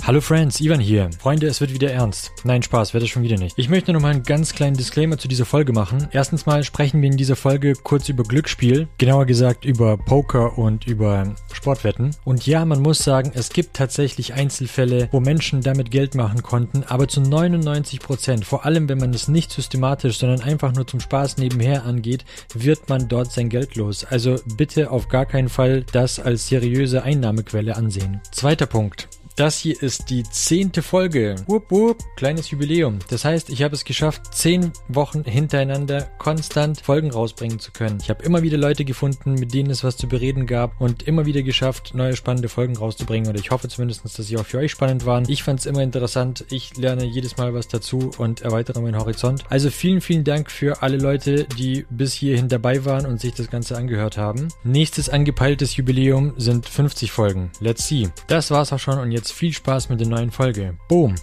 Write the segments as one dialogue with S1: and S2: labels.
S1: Hallo Friends, Ivan hier. Freunde, es wird wieder ernst. Nein, Spaß, wird es schon wieder nicht. Ich möchte nochmal einen ganz kleinen Disclaimer zu dieser Folge machen. Erstens mal sprechen wir in dieser Folge kurz über Glücksspiel, genauer gesagt über Poker und über Sportwetten. Und ja, man muss sagen, es gibt tatsächlich Einzelfälle, wo Menschen damit Geld machen konnten, aber zu 99%, vor allem wenn man es nicht systematisch, sondern einfach nur zum Spaß nebenher angeht, wird man dort sein Geld los. Also bitte auf gar keinen Fall das als seriöse Einnahmequelle ansehen. Zweiter Punkt. Das hier ist die 10. Folge. Wupp, wupp. Kleines Jubiläum. Das heißt, ich habe es geschafft, 10 Wochen hintereinander konstant Folgen rausbringen zu können. Ich habe immer wieder Leute gefunden, mit denen es was zu bereden gab und immer wieder geschafft, neue spannende Folgen rauszubringen. Oder ich hoffe zumindest, dass sie auch für euch spannend waren. Ich fand es immer interessant. Ich lerne jedes Mal was dazu und erweitere meinen Horizont. Also vielen, vielen Dank für alle Leute, die bis hierhin dabei waren und sich das Ganze angehört haben. Nächstes angepeiltes Jubiläum sind 50 Folgen. Let's see. Das war's auch schon und jetzt viel Spaß mit der neuen Folge. Boom!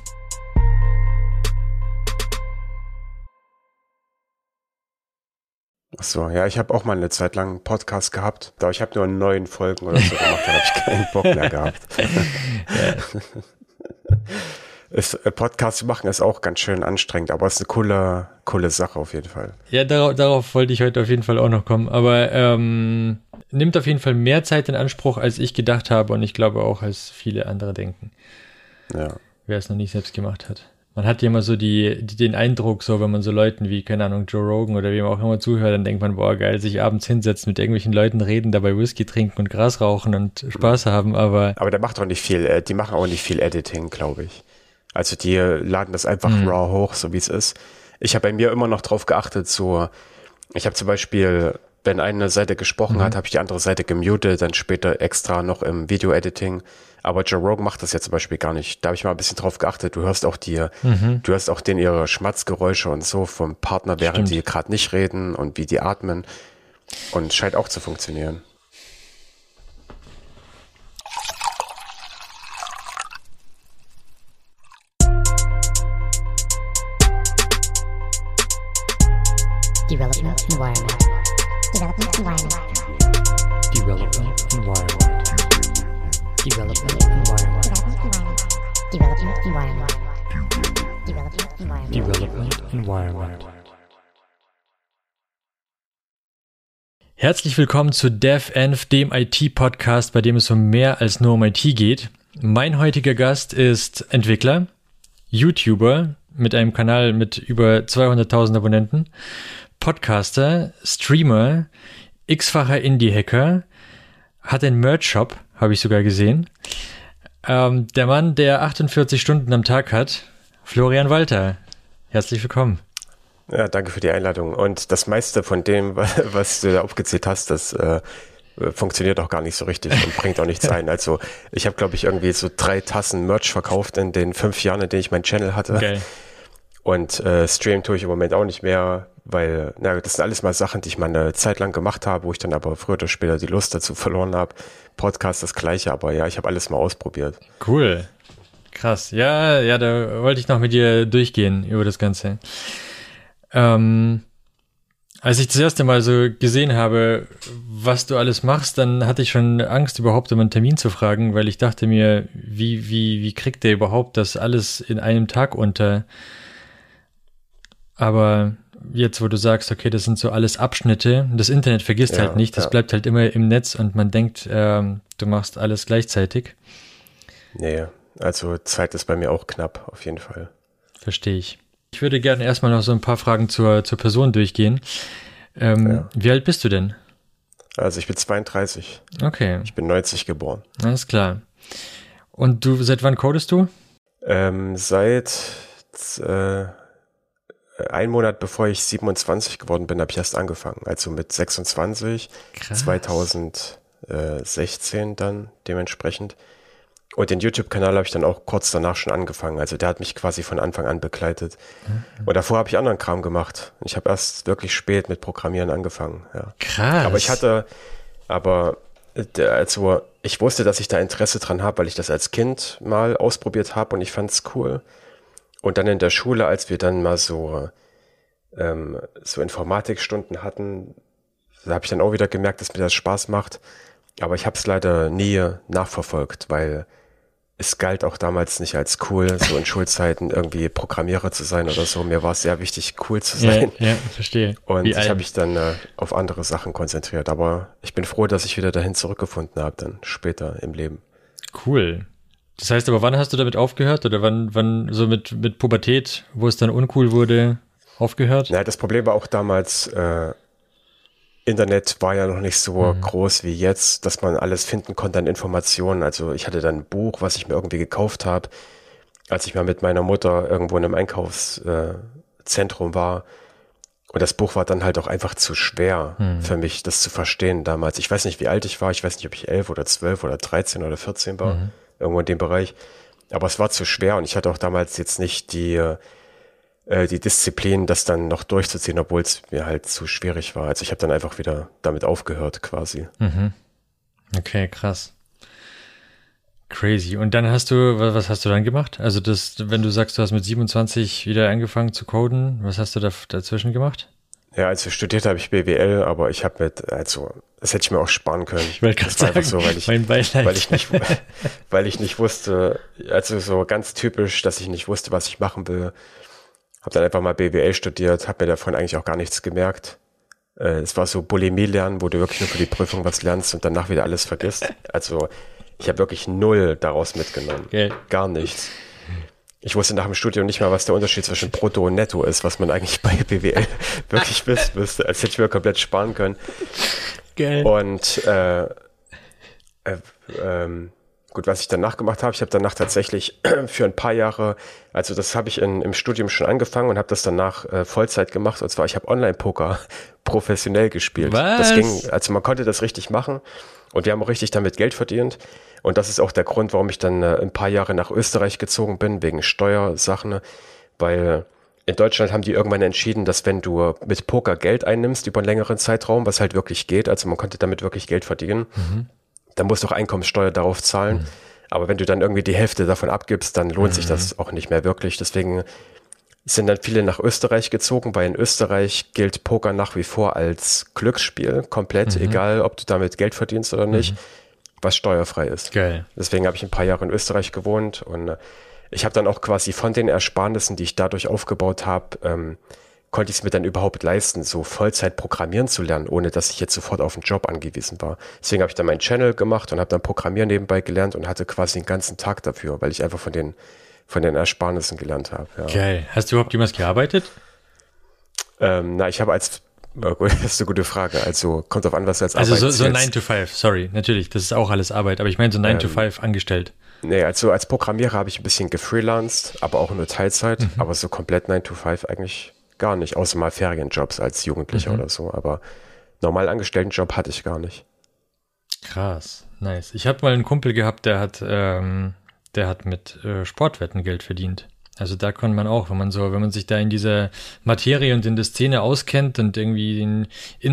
S2: Achso, ja, ich habe auch mal eine Zeit lang einen Podcast gehabt, aber ich habe nur 9 Folgen oder so gemacht, da habe ich keinen Bock mehr gehabt. Podcast zu machen ist auch ganz schön anstrengend, aber es ist eine coole Sache auf jeden Fall.
S1: Ja, darauf wollte ich heute auf jeden Fall auch noch kommen, aber nimmt auf jeden Fall mehr Zeit in Anspruch, als ich gedacht habe und ich glaube auch, als viele andere denken.
S2: Ja.
S1: Wer es noch nicht selbst gemacht hat. Man hat ja immer so den Eindruck, so wenn man so Leuten wie, keine Ahnung, Joe Rogan oder wem auch immer zuhört, dann denkt man, boah, geil, sich abends hinsetzen, mit irgendwelchen Leuten reden, dabei Whisky trinken und Gras rauchen und Spaß haben, aber
S2: der macht auch nicht viel, die machen auch nicht viel Editing, glaube ich. Also die laden das einfach raw hoch, so wie es ist. Ich habe bei mir immer noch drauf geachtet, so, ich habe zum Beispiel, wenn eine Seite gesprochen hat, habe ich die andere Seite gemutet, dann später extra noch im Video-Editing. Aber Joe Rogan macht das ja zum Beispiel gar nicht. Da habe ich mal ein bisschen drauf geachtet. Du hörst auch denen ihre Schmatzgeräusche und so vom Partner, während die gerade nicht reden und wie die atmen. Und scheint auch zu funktionieren.
S3: Development environment. Development environment.
S1: Development Environment. Development Environment.
S3: Development environment. Development environment.
S1: Development Environment. Herzlich willkommen zu DevEnv, dem IT-Podcast, bei dem es um mehr als nur um IT geht. Mein heutiger Gast ist Entwickler, YouTuber mit einem Kanal mit über 200.000 Abonnenten, Podcaster, Streamer, x-facher Indie-Hacker, hat einen Merch-Shop, habe ich sogar gesehen. Der Mann, der 48 Stunden am Tag hat, Florian Walter. Herzlich willkommen.
S2: Ja, danke für die Einladung. Und das meiste von dem, was du da aufgezählt hast, das funktioniert auch gar nicht so richtig und bringt auch nichts ein. Also ich habe, glaube ich, irgendwie so 3 Tassen Merch verkauft in den 5 Jahren, in denen ich meinen Channel hatte.
S1: Geil.
S2: Und streamen tue ich im Moment auch nicht mehr, weil das sind alles mal Sachen, die ich mal eine Zeit lang gemacht habe, wo ich dann aber früher oder später die Lust dazu verloren habe. Podcast das Gleiche, aber ja, ich habe alles mal ausprobiert.
S1: Cool. Krass. Ja, da wollte ich noch mit dir durchgehen über das Ganze. Als ich das erste Mal so gesehen habe, was du alles machst, dann hatte ich schon Angst, überhaupt um einen Termin zu fragen, weil ich dachte mir, wie kriegt der überhaupt das alles in einem Tag unter? Aber jetzt, wo du sagst, okay, das sind so alles Abschnitte, das Internet vergisst halt nicht, das bleibt halt immer im Netz und man denkt, du machst alles gleichzeitig.
S2: Nee, also Zeit ist bei mir auch knapp, auf jeden Fall.
S1: Verstehe ich. Ich würde gerne erstmal noch so ein paar Fragen zur Person durchgehen. Wie alt bist du denn?
S2: Also ich bin 32.
S1: Okay.
S2: Ich bin 90 geboren.
S1: Alles klar. Und du, seit wann codest du?
S2: Seit 1 Monat bevor ich 27 geworden bin, habe ich erst angefangen. Also mit 26,
S1: Krass.
S2: 2016 dann dementsprechend. Und den YouTube-Kanal habe ich dann auch kurz danach schon angefangen. Also der hat mich quasi von Anfang an begleitet. Und davor habe ich anderen Kram gemacht. Ich habe erst wirklich spät mit Programmieren angefangen. Ja.
S1: Krass.
S2: Aber ich wusste, dass ich da Interesse dran habe, weil ich das als Kind mal ausprobiert habe und ich fand es cool. Und dann in der Schule, als wir dann mal so Informatikstunden hatten, da habe ich dann auch wieder gemerkt, dass mir das Spaß macht. Aber ich habe es leider nie nachverfolgt, weil es galt auch damals nicht als cool, so in Schulzeiten irgendwie Programmierer zu sein oder so. Mir war es sehr wichtig, cool zu sein.
S1: Ja, verstehe.
S2: Und ich habe mich dann auf andere Sachen konzentriert. Aber ich bin froh, dass ich wieder dahin zurückgefunden habe, dann später im Leben.
S1: Cool. Das heißt aber, wann hast du damit aufgehört? Oder wann so mit Pubertät, wo es dann uncool wurde, aufgehört?
S2: Ja, das Problem war auch damals, Internet war ja noch nicht so groß wie jetzt, dass man alles finden konnte an Informationen. Also ich hatte dann ein Buch, was ich mir irgendwie gekauft habe, als ich mal mit meiner Mutter irgendwo in einem Einkaufszentrum war. Und das Buch war dann halt auch einfach zu schwer für mich, das zu verstehen damals. Ich weiß nicht, wie alt ich war. Ich weiß nicht, ob ich 11 oder 12 oder 13 oder 14 war. Irgendwo in dem Bereich. Aber es war zu schwer und ich hatte auch damals jetzt nicht die Disziplin, das dann noch durchzuziehen, obwohl es mir halt zu schwierig war. Also ich habe dann einfach wieder damit aufgehört quasi.
S1: Okay, krass. Crazy. Und dann was hast du dann gemacht? Also wenn du sagst, du hast mit 27 wieder angefangen zu coden, was hast du da dazwischen gemacht?
S2: Ja, als ich studiert habe ich BWL, aber ich habe das hätte ich mir auch sparen können.
S1: Ich wollte gerade sagen,
S2: so,
S1: mein Beileid.
S2: weil ich nicht wusste, also so ganz typisch, dass ich nicht wusste, was ich machen will. Habe dann einfach mal BWL studiert, habe mir davon eigentlich auch gar nichts gemerkt. Es war so Bulimie lernen, wo du wirklich nur für die Prüfung was lernst und danach wieder alles vergisst. Also ich habe wirklich null daraus mitgenommen.
S1: Okay.
S2: Gar nichts. Ich wusste nach dem Studium nicht mal, was der Unterschied zwischen Brutto und Netto ist, was man eigentlich bei BWL wirklich wissen müsste. Als hätte ich mir komplett sparen können.
S1: Geil.
S2: Und gut, was ich danach gemacht habe, ich habe danach tatsächlich für ein paar Jahre, also das habe ich im Studium schon angefangen und habe das danach Vollzeit gemacht. Und zwar, ich habe Online-Poker professionell gespielt.
S1: Was?
S2: Das ging, also man konnte das richtig machen und wir haben auch richtig damit Geld verdient. Und das ist auch der Grund, warum ich dann ein paar Jahre nach Österreich gezogen bin, wegen Steuersachen, weil in Deutschland haben die irgendwann entschieden, dass wenn du mit Poker Geld einnimmst über einen längeren Zeitraum, was halt wirklich geht, also man konnte damit wirklich Geld verdienen, dann musst du auch Einkommenssteuer darauf zahlen. Aber wenn du dann irgendwie die Hälfte davon abgibst, dann lohnt sich das auch nicht mehr wirklich. Deswegen sind dann viele nach Österreich gezogen, weil in Österreich gilt Poker nach wie vor als Glücksspiel, komplett, egal ob du damit Geld verdienst oder nicht, was steuerfrei ist.
S1: Geil.
S2: Deswegen habe ich ein paar Jahre in Österreich gewohnt und ich habe dann auch quasi von den Ersparnissen, die ich dadurch aufgebaut habe, konnte ich es mir dann überhaupt leisten, so Vollzeit programmieren zu lernen, ohne dass ich jetzt sofort auf einen Job angewiesen war. Deswegen habe ich dann meinen Channel gemacht und habe dann Programmieren nebenbei gelernt und hatte quasi den ganzen Tag dafür, weil ich einfach von den Ersparnissen gelernt habe. Ja.
S1: Geil. Hast du überhaupt jemals gearbeitet?
S2: Ich habe das ist eine gute Frage. Also kommt drauf an, was du als
S1: Also
S2: Arbeit
S1: so 9 to 5, sorry, natürlich, das ist auch alles Arbeit, aber ich meine so 9 to 5 angestellt.
S2: Nee, also als Programmierer habe ich ein bisschen gefreelanced, aber auch nur Teilzeit, aber so komplett 9 to 5 eigentlich gar nicht, außer mal Ferienjobs als Jugendlicher oder so, aber normal Angestelltenjob hatte ich gar nicht.
S1: Krass, nice. Ich habe mal einen Kumpel gehabt, der hat mit Sportwetten Geld verdient. Also da kann man auch, wenn man sich da in dieser Materie und in der Szene auskennt und irgendwie den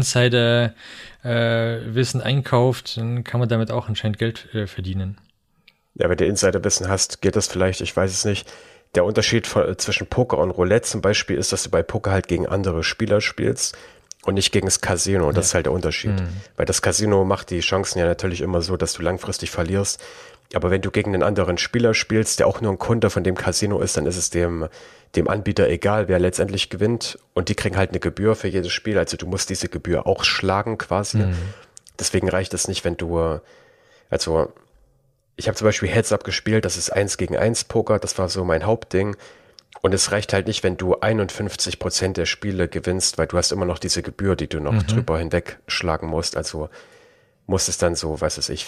S1: Insider-Wissen einkauft, dann kann man damit auch anscheinend Geld verdienen.
S2: Ja, wenn du Insiderwissen hast, geht das vielleicht, ich weiß es nicht. Der Unterschied zwischen Poker und Roulette zum Beispiel ist, dass du bei Poker halt gegen andere Spieler spielst und nicht gegen das Casino. Das ist halt der Unterschied. Weil das Casino macht die Chancen ja natürlich immer so, dass du langfristig verlierst. Aber wenn du gegen einen anderen Spieler spielst, der auch nur ein Kunde von dem Casino ist, dann ist es dem Anbieter egal, wer letztendlich gewinnt. Und die kriegen halt eine Gebühr für jedes Spiel. Also du musst diese Gebühr auch schlagen quasi. Deswegen reicht es nicht, wenn du, also ich habe zum Beispiel Heads-Up gespielt, das ist 1 gegen 1 Poker, das war so mein Hauptding. Und es reicht halt nicht, wenn du 51% der Spiele gewinnst, weil du hast immer noch diese Gebühr, die du noch drüber hinweg schlagen musst. Also muss es dann so,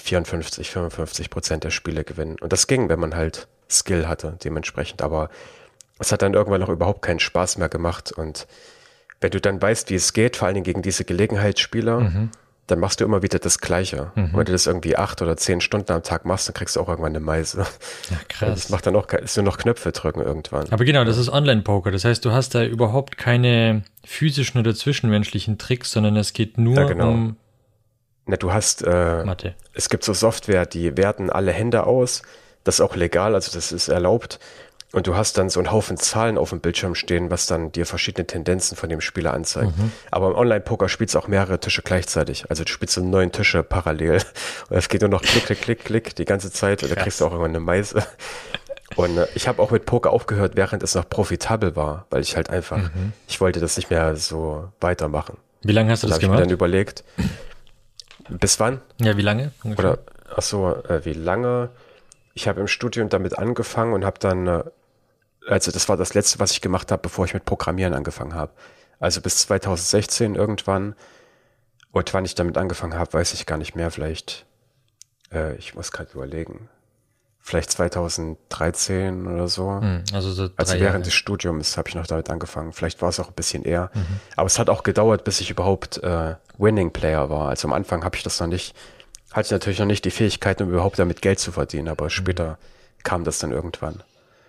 S2: 54-55% der Spiele gewinnen. Und das ging, wenn man halt Skill hatte, dementsprechend. Aber es hat dann irgendwann auch überhaupt keinen Spaß mehr gemacht. Und wenn du dann weißt, wie es geht, vor allen Dingen gegen diese Gelegenheitsspieler, dann machst du immer wieder das Gleiche. Und wenn du das irgendwie 8 oder 10 Stunden am Tag machst, dann kriegst du auch irgendwann eine Meise.
S1: Ja, krass.
S2: Das macht dann auch, ist nur noch Knöpfe drücken irgendwann.
S1: Aber genau, das ist Online-Poker. Das heißt, du hast da überhaupt keine physischen oder zwischenmenschlichen Tricks, sondern es geht nur um
S2: Na, du hast,
S1: Mathe.
S2: Es gibt so Software, die werten alle Hände aus. Das ist auch legal, also das ist erlaubt. Und du hast dann so einen Haufen Zahlen auf dem Bildschirm stehen, was dann dir verschiedene Tendenzen von dem Spieler anzeigt. Aber im Online-Poker spielst du auch mehrere Tische gleichzeitig. Also du spielst so 9 Tische parallel. Und es geht nur noch Klick, Klick, Klick, Klick die ganze Zeit. Und da kriegst du auch irgendwann eine Meise. Und ich habe auch mit Poker aufgehört, während es noch profitabel war. Weil ich halt einfach, ich wollte das nicht mehr so weitermachen.
S1: Wie lange hast du
S2: Und
S1: das
S2: da habe ich mir
S1: gemacht?
S2: dann überlegt, bis wann?
S1: Ja, wie lange? Ungefähr?
S2: Oder, ach so, wie lange? Ich habe im Studium damit angefangen und habe dann, also das war das Letzte, was ich gemacht habe, bevor ich mit Programmieren angefangen habe. Also bis 2016 irgendwann. Und wann ich damit angefangen habe, weiß ich gar nicht mehr. Vielleicht, ich muss gerade überlegen, vielleicht 2013 oder so.
S1: Also so 3
S2: Also
S1: Jahre.
S2: während des Studiums habe ich noch damit angefangen. Vielleicht war es auch ein bisschen eher. Aber es hat auch gedauert, bis ich überhaupt Winning Player war. Also am Anfang habe ich das noch nicht, hatte ich natürlich noch nicht die Fähigkeiten, um überhaupt damit Geld zu verdienen. Aber später kam das dann irgendwann.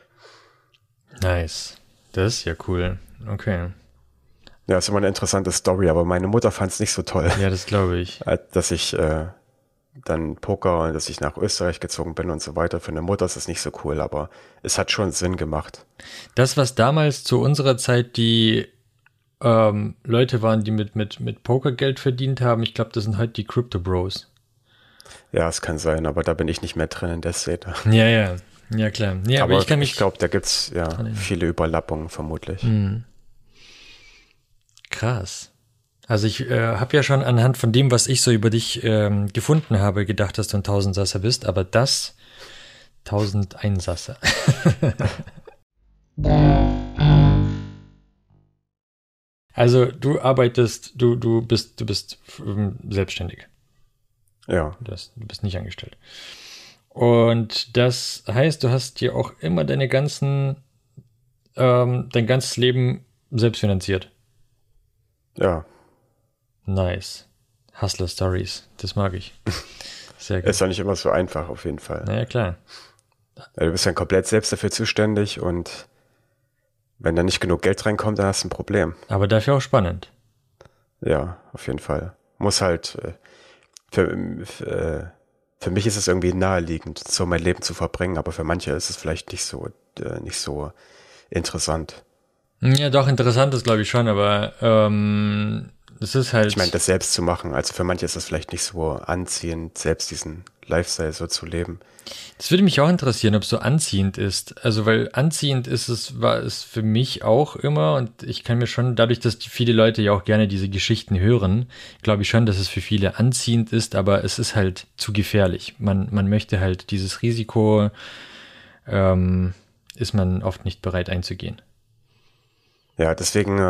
S1: Nice. Das ist ja cool. Okay.
S2: Ja, ist immer eine interessante Story, aber meine Mutter fand es nicht so toll,
S1: Ja, das glaube ich.
S2: dass ich dann Poker und dass ich nach Österreich gezogen bin und so weiter. Für eine Mutter ist es nicht so cool, aber es hat schon Sinn gemacht.
S1: Das, was damals zu unserer Zeit die Leute waren, die mit Poker Geld verdient haben, ich glaube, das sind heute die Crypto Bros.
S2: Ja, es kann sein, aber da bin ich nicht mehr drin in der Szene.
S1: Ja, ja. Ja, klar. Ja, aber ich kann mich.
S2: Ich glaube, da gibt's ja viele Überlappungen vermutlich.
S1: Krass. Also ich habe ja schon anhand von dem, was ich so über dich gefunden habe, gedacht, dass du ein Tausendsasser bist, aber das 1001-Sasser. Also du arbeitest, du bist selbstständig.
S2: Ja.
S1: Du bist nicht angestellt. Und das heißt, du hast dir auch immer dein ganzes Leben selbst finanziert.
S2: Ja.
S1: Nice. Hustler Stories, das mag ich. Sehr gut.
S2: Ist ja nicht immer so einfach, auf jeden Fall.
S1: Naja, klar.
S2: Du bist dann komplett selbst dafür zuständig und wenn da nicht genug Geld reinkommt, dann hast du ein Problem.
S1: Aber dafür auch spannend.
S2: Ja, auf jeden Fall. Muss halt, für mich ist es irgendwie naheliegend, so mein Leben zu verbringen, aber für manche ist es vielleicht nicht so interessant.
S1: Ja, doch, interessant ist, glaube ich, schon, aber es ist halt.
S2: Ich meine, das selbst zu machen, also für manche ist es vielleicht nicht so anziehend, selbst diesen Lifestyle so zu leben.
S1: Das würde mich auch interessieren, ob es so anziehend ist. Also, weil anziehend war es für mich auch immer und ich kann mir schon, dadurch, dass viele Leute ja auch gerne diese Geschichten hören, glaube ich schon, dass es für viele anziehend ist, aber es ist halt zu gefährlich. Man möchte halt dieses Risiko, ist man oft nicht bereit einzugehen.
S2: Ja, deswegen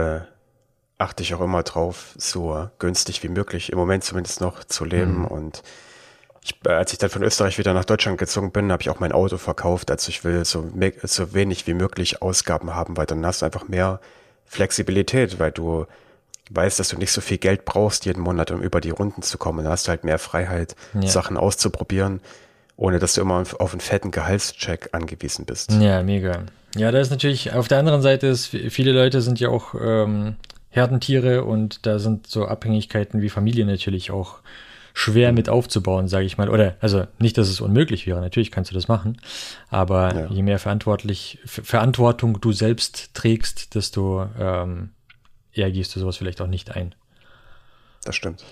S2: achte ich auch immer drauf, so günstig wie möglich im Moment zumindest noch zu leben. Und als ich dann von Österreich wieder nach Deutschland gezogen bin, habe ich auch mein Auto verkauft. Also ich will so wenig wie möglich Ausgaben haben, weil dann hast du einfach mehr Flexibilität, weil du weißt, dass du nicht so viel Geld brauchst jeden Monat, um über die Runden zu kommen. Dann hast du halt mehr Freiheit, Sachen auszuprobieren, ohne dass du immer auf einen fetten Gehaltscheck angewiesen bist.
S1: Ja, mega. Ja, da ist natürlich, auf der anderen Seite viele Leute sind ja auch Herdentiere und da sind so Abhängigkeiten wie Familie natürlich auch schwer mit aufzubauen, sage ich mal. Oder, also nicht, dass es unmöglich wäre, natürlich kannst du das machen, aber je mehr Verantwortung du selbst trägst, desto eher gehst du sowas vielleicht auch nicht ein.
S2: Das stimmt.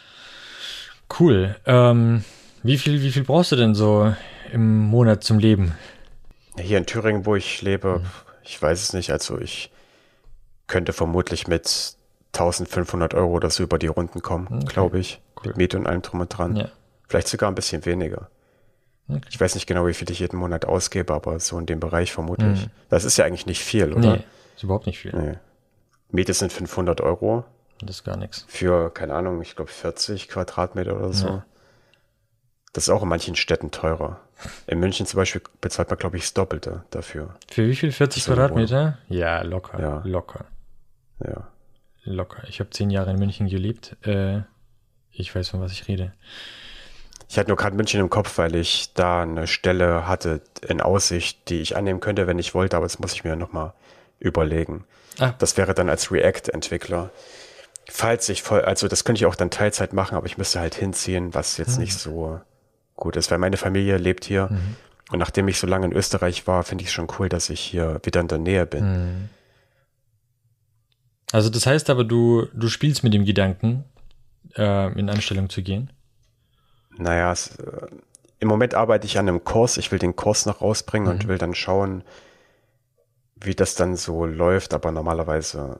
S1: Cool. Wie viel brauchst du denn so im Monat zum Leben?
S2: Hier in Thüringen, wo ich lebe, ich weiß es nicht, also ich könnte vermutlich mit 1.500 Euro oder so über die Runden kommen, glaube ich.
S1: Cool.
S2: Mit Miete und allem drum und dran.
S1: Ja.
S2: Vielleicht sogar ein bisschen weniger.
S1: Okay.
S2: Ich weiß nicht genau, wie viel ich jeden Monat ausgebe, aber so in dem Bereich vermutlich. Das ist ja eigentlich nicht viel, oder?
S1: Nee, ist überhaupt nicht viel.
S2: Nee. Miete sind 500 Euro
S1: Das ist gar nichts.
S2: für, keine Ahnung, ich glaube 40 Quadratmeter oder so.
S1: Ja.
S2: Das ist auch in manchen Städten teurer. In München zum Beispiel bezahlt man, glaube ich, das Doppelte dafür.
S1: Für wie viel? 40
S2: So eine
S1: Quadratmeter? Ja, locker.
S2: Ja.
S1: Locker.
S2: Ja.
S1: Locker. Ich habe 10 Jahre in München gelebt. Ich weiß, von was ich rede.
S2: Ich hatte nur gerade München im Kopf, weil ich da eine Stelle hatte in Aussicht, die ich annehmen könnte, wenn ich wollte, aber das muss ich mir nochmal überlegen. Das wäre dann als React-Entwickler. Also das könnte ich auch dann Teilzeit machen, aber ich müsste halt hinziehen, was jetzt nicht so gut ist, weil meine Familie lebt hier Und nachdem ich so lange in Österreich war, finde ich es schon cool, dass ich hier wieder in der Nähe bin.
S1: Also das heißt aber, du spielst mit dem Gedanken, in Anstellung zu gehen?
S2: Naja, im Moment arbeite ich an einem Kurs. Ich will den Kurs noch rausbringen und will dann schauen, wie das dann so läuft. Aber normalerweise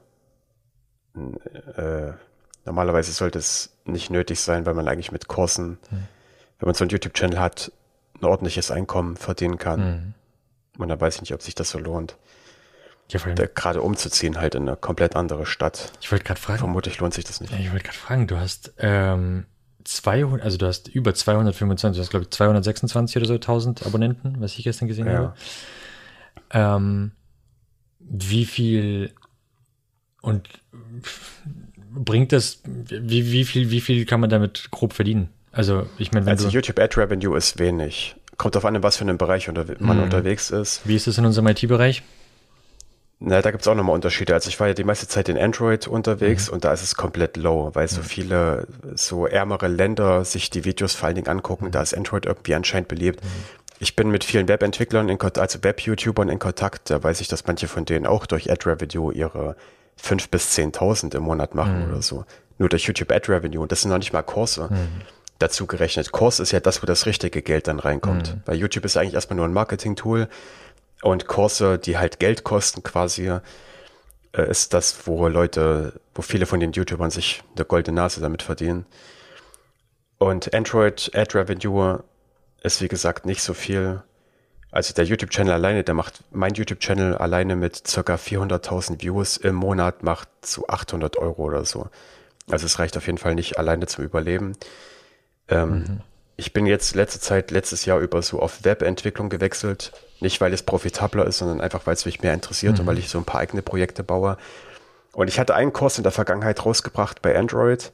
S2: sollte es nicht nötig sein, weil man eigentlich mit Kursen, wenn man so einen YouTube-Channel hat, ein ordentliches Einkommen verdienen kann. Und da weiß ich nicht, ob sich das so lohnt.
S1: Ja,
S2: Gerade umzuziehen halt in eine komplett andere Stadt.
S1: Ich wollte gerade fragen.
S2: Vermutlich lohnt sich das nicht.
S1: Ja, ich wollte gerade fragen, du hast 200, also du hast über 225, du hast glaube ich 226 oder so 1000 Abonnenten, was ich gestern gesehen habe. Wie viel und bringt das, wie viel kann man damit grob verdienen? Also ich meine,
S2: Also YouTube Ad Revenue ist wenig. Kommt drauf an, in was für einem Bereich man unterwegs ist.
S1: Wie ist es in unserem IT-Bereich?
S2: Na, da gibt's auch nochmal Unterschiede. Also ich war ja die meiste Zeit in Android unterwegs und da ist es komplett low, weil so viele so ärmere Länder sich die Videos vor allen Dingen angucken. Da ist Android irgendwie anscheinend beliebt. Ich bin mit vielen Webentwicklern, also Web-YouTubern in Kontakt. Da weiß ich, dass manche von denen auch durch Ad Revenue ihre 5.000 bis 10.000 im Monat machen oder so. Nur durch YouTube Ad Revenue. Und das sind noch nicht mal Kurse dazu gerechnet. Kurs ist ja das, wo das richtige Geld dann reinkommt. Weil YouTube ist eigentlich erstmal nur ein Marketing-Tool. Und Kurse, die halt Geld kosten quasi, ist das, wo viele von den YouTubern sich eine goldene Nase damit verdienen. Und Android Ad Revenue ist wie gesagt nicht so viel. Also der YouTube-Channel alleine, mein YouTube-Channel alleine mit circa 400.000 Views im Monat macht so 800 Euro oder so. Also es reicht auf jeden Fall nicht alleine zum Überleben. Ich bin jetzt letztes Jahr über so auf Webentwicklung gewechselt. Nicht, weil es profitabler ist, sondern einfach, weil es mich mehr interessiert und weil ich so ein paar eigene Projekte baue. Und ich hatte einen Kurs in der Vergangenheit rausgebracht bei Android.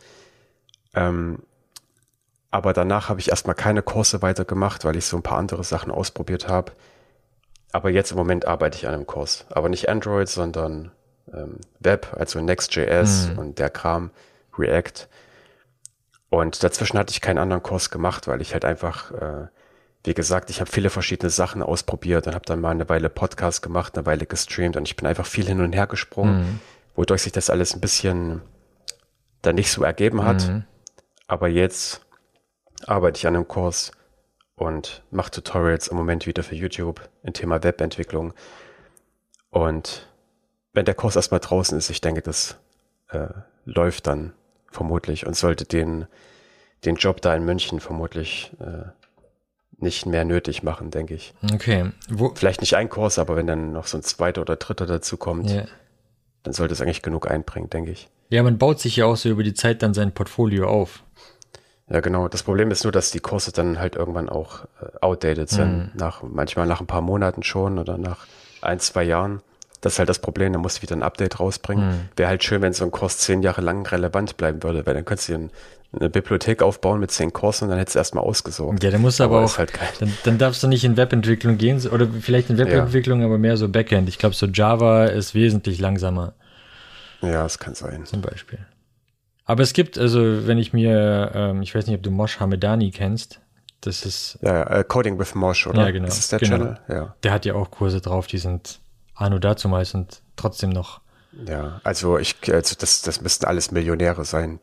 S2: Aber danach habe ich erstmal keine Kurse weitergemacht, weil ich so ein paar andere Sachen ausprobiert habe. Aber jetzt im Moment arbeite ich an einem Kurs. Aber nicht Android, sondern Web, also Next.js und der Kram, React. Und dazwischen hatte ich keinen anderen Kurs gemacht, weil ich halt einfach, wie gesagt, ich habe viele verschiedene Sachen ausprobiert und habe dann mal eine Weile Podcast gemacht, eine Weile gestreamt und ich bin einfach viel hin und her gesprungen, wodurch sich das alles ein bisschen dann nicht so ergeben hat. Aber jetzt arbeite ich an einem Kurs und mache Tutorials im Moment wieder für YouTube im Thema Webentwicklung. Und wenn der Kurs erstmal draußen ist, ich denke, das läuft dann vermutlich und sollte den Job da in München vermutlich nicht mehr nötig machen, denke ich.
S1: Okay.
S2: Vielleicht nicht ein Kurs, aber wenn dann noch so ein zweiter oder dritter dazu kommt, dann sollte es eigentlich genug einbringen, denke ich.
S1: Ja, man baut sich ja auch so über die Zeit dann sein Portfolio auf.
S2: Ja, genau. Das Problem ist nur, dass die Kurse dann halt irgendwann auch outdated sind. Manchmal nach ein paar Monaten schon oder nach 1-2 Jahren. Das ist halt das Problem, da musst du wieder ein Update rausbringen. Wäre halt schön, wenn so ein Kurs 10 Jahre lang relevant bleiben würde, weil dann könntest du eine Bibliothek aufbauen mit 10 Kursen und dann hättest du erstmal ausgesorgt.
S1: Ja, dann musst du aber auch,
S2: halt
S1: dann darfst du nicht in Webentwicklung gehen, oder vielleicht in Webentwicklung, aber mehr so Backend. Ich glaube, so Java ist wesentlich langsamer.
S2: Ja, das kann sein.
S1: Zum Beispiel. Aber es gibt, also wenn ich mir, ich weiß nicht, ob du Mosh Hamedani kennst, das ist...
S2: Ja, Coding with Mosh, oder?
S1: Ja, genau.
S2: Ist das der Channel? Ja.
S1: Der hat ja auch Kurse drauf, die sind Anno dazumals und trotzdem noch.
S2: Ja, also das müssten alles Millionäre sein,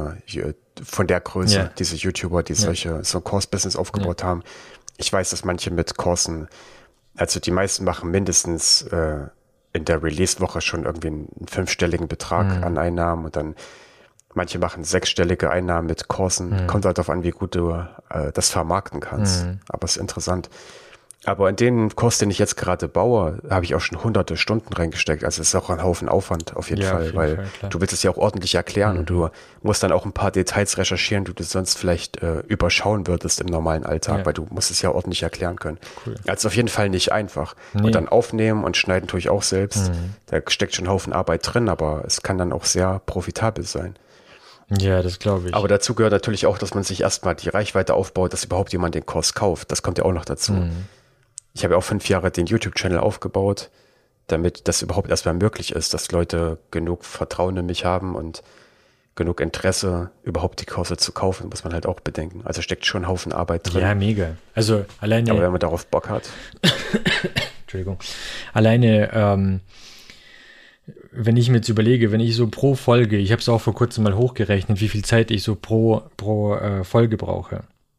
S2: von der Größe, diese YouTuber, die so ein Kurs-Business aufgebaut haben. Ich weiß, dass manche mit Kursen, also die meisten machen mindestens in der Release-Woche schon irgendwie einen 5-stelligen Betrag an Einnahmen und dann manche machen 6-stellige Einnahmen mit Kursen. Kommt halt darauf an, wie gut du das vermarkten kannst. Aber es ist interessant. Aber in den Kurs, den ich jetzt gerade baue, habe ich auch schon hunderte Stunden reingesteckt. Also es ist auch ein Haufen Aufwand auf jeden Fall, weil du willst es ja auch ordentlich erklären und du musst dann auch ein paar Details recherchieren, die du sonst vielleicht überschauen würdest im normalen Alltag, weil du musst es ja ordentlich erklären können. Cool. Also auf jeden Fall nicht einfach. Nee. Und dann aufnehmen und schneiden tue ich auch selbst. Da steckt schon ein Haufen Arbeit drin, aber es kann dann auch sehr profitabel sein.
S1: Ja, das glaube ich.
S2: Aber dazu gehört natürlich auch, dass man sich erstmal die Reichweite aufbaut, dass überhaupt jemand den Kurs kauft. Das kommt ja auch noch dazu. Ich habe ja auch 5 Jahre den YouTube-Channel aufgebaut, damit das überhaupt erstmal möglich ist, dass Leute genug Vertrauen in mich haben und genug Interesse, überhaupt die Kurse zu kaufen, muss man halt auch bedenken. Also steckt schon ein Haufen Arbeit drin.
S1: Ja, mega. Also alleine...
S2: Aber wenn man darauf Bock hat.
S1: Entschuldigung. Alleine, wenn ich mir jetzt überlege, wenn ich so pro Folge, ich habe es auch vor kurzem mal hochgerechnet, wie viel Zeit ich so pro Folge brauche.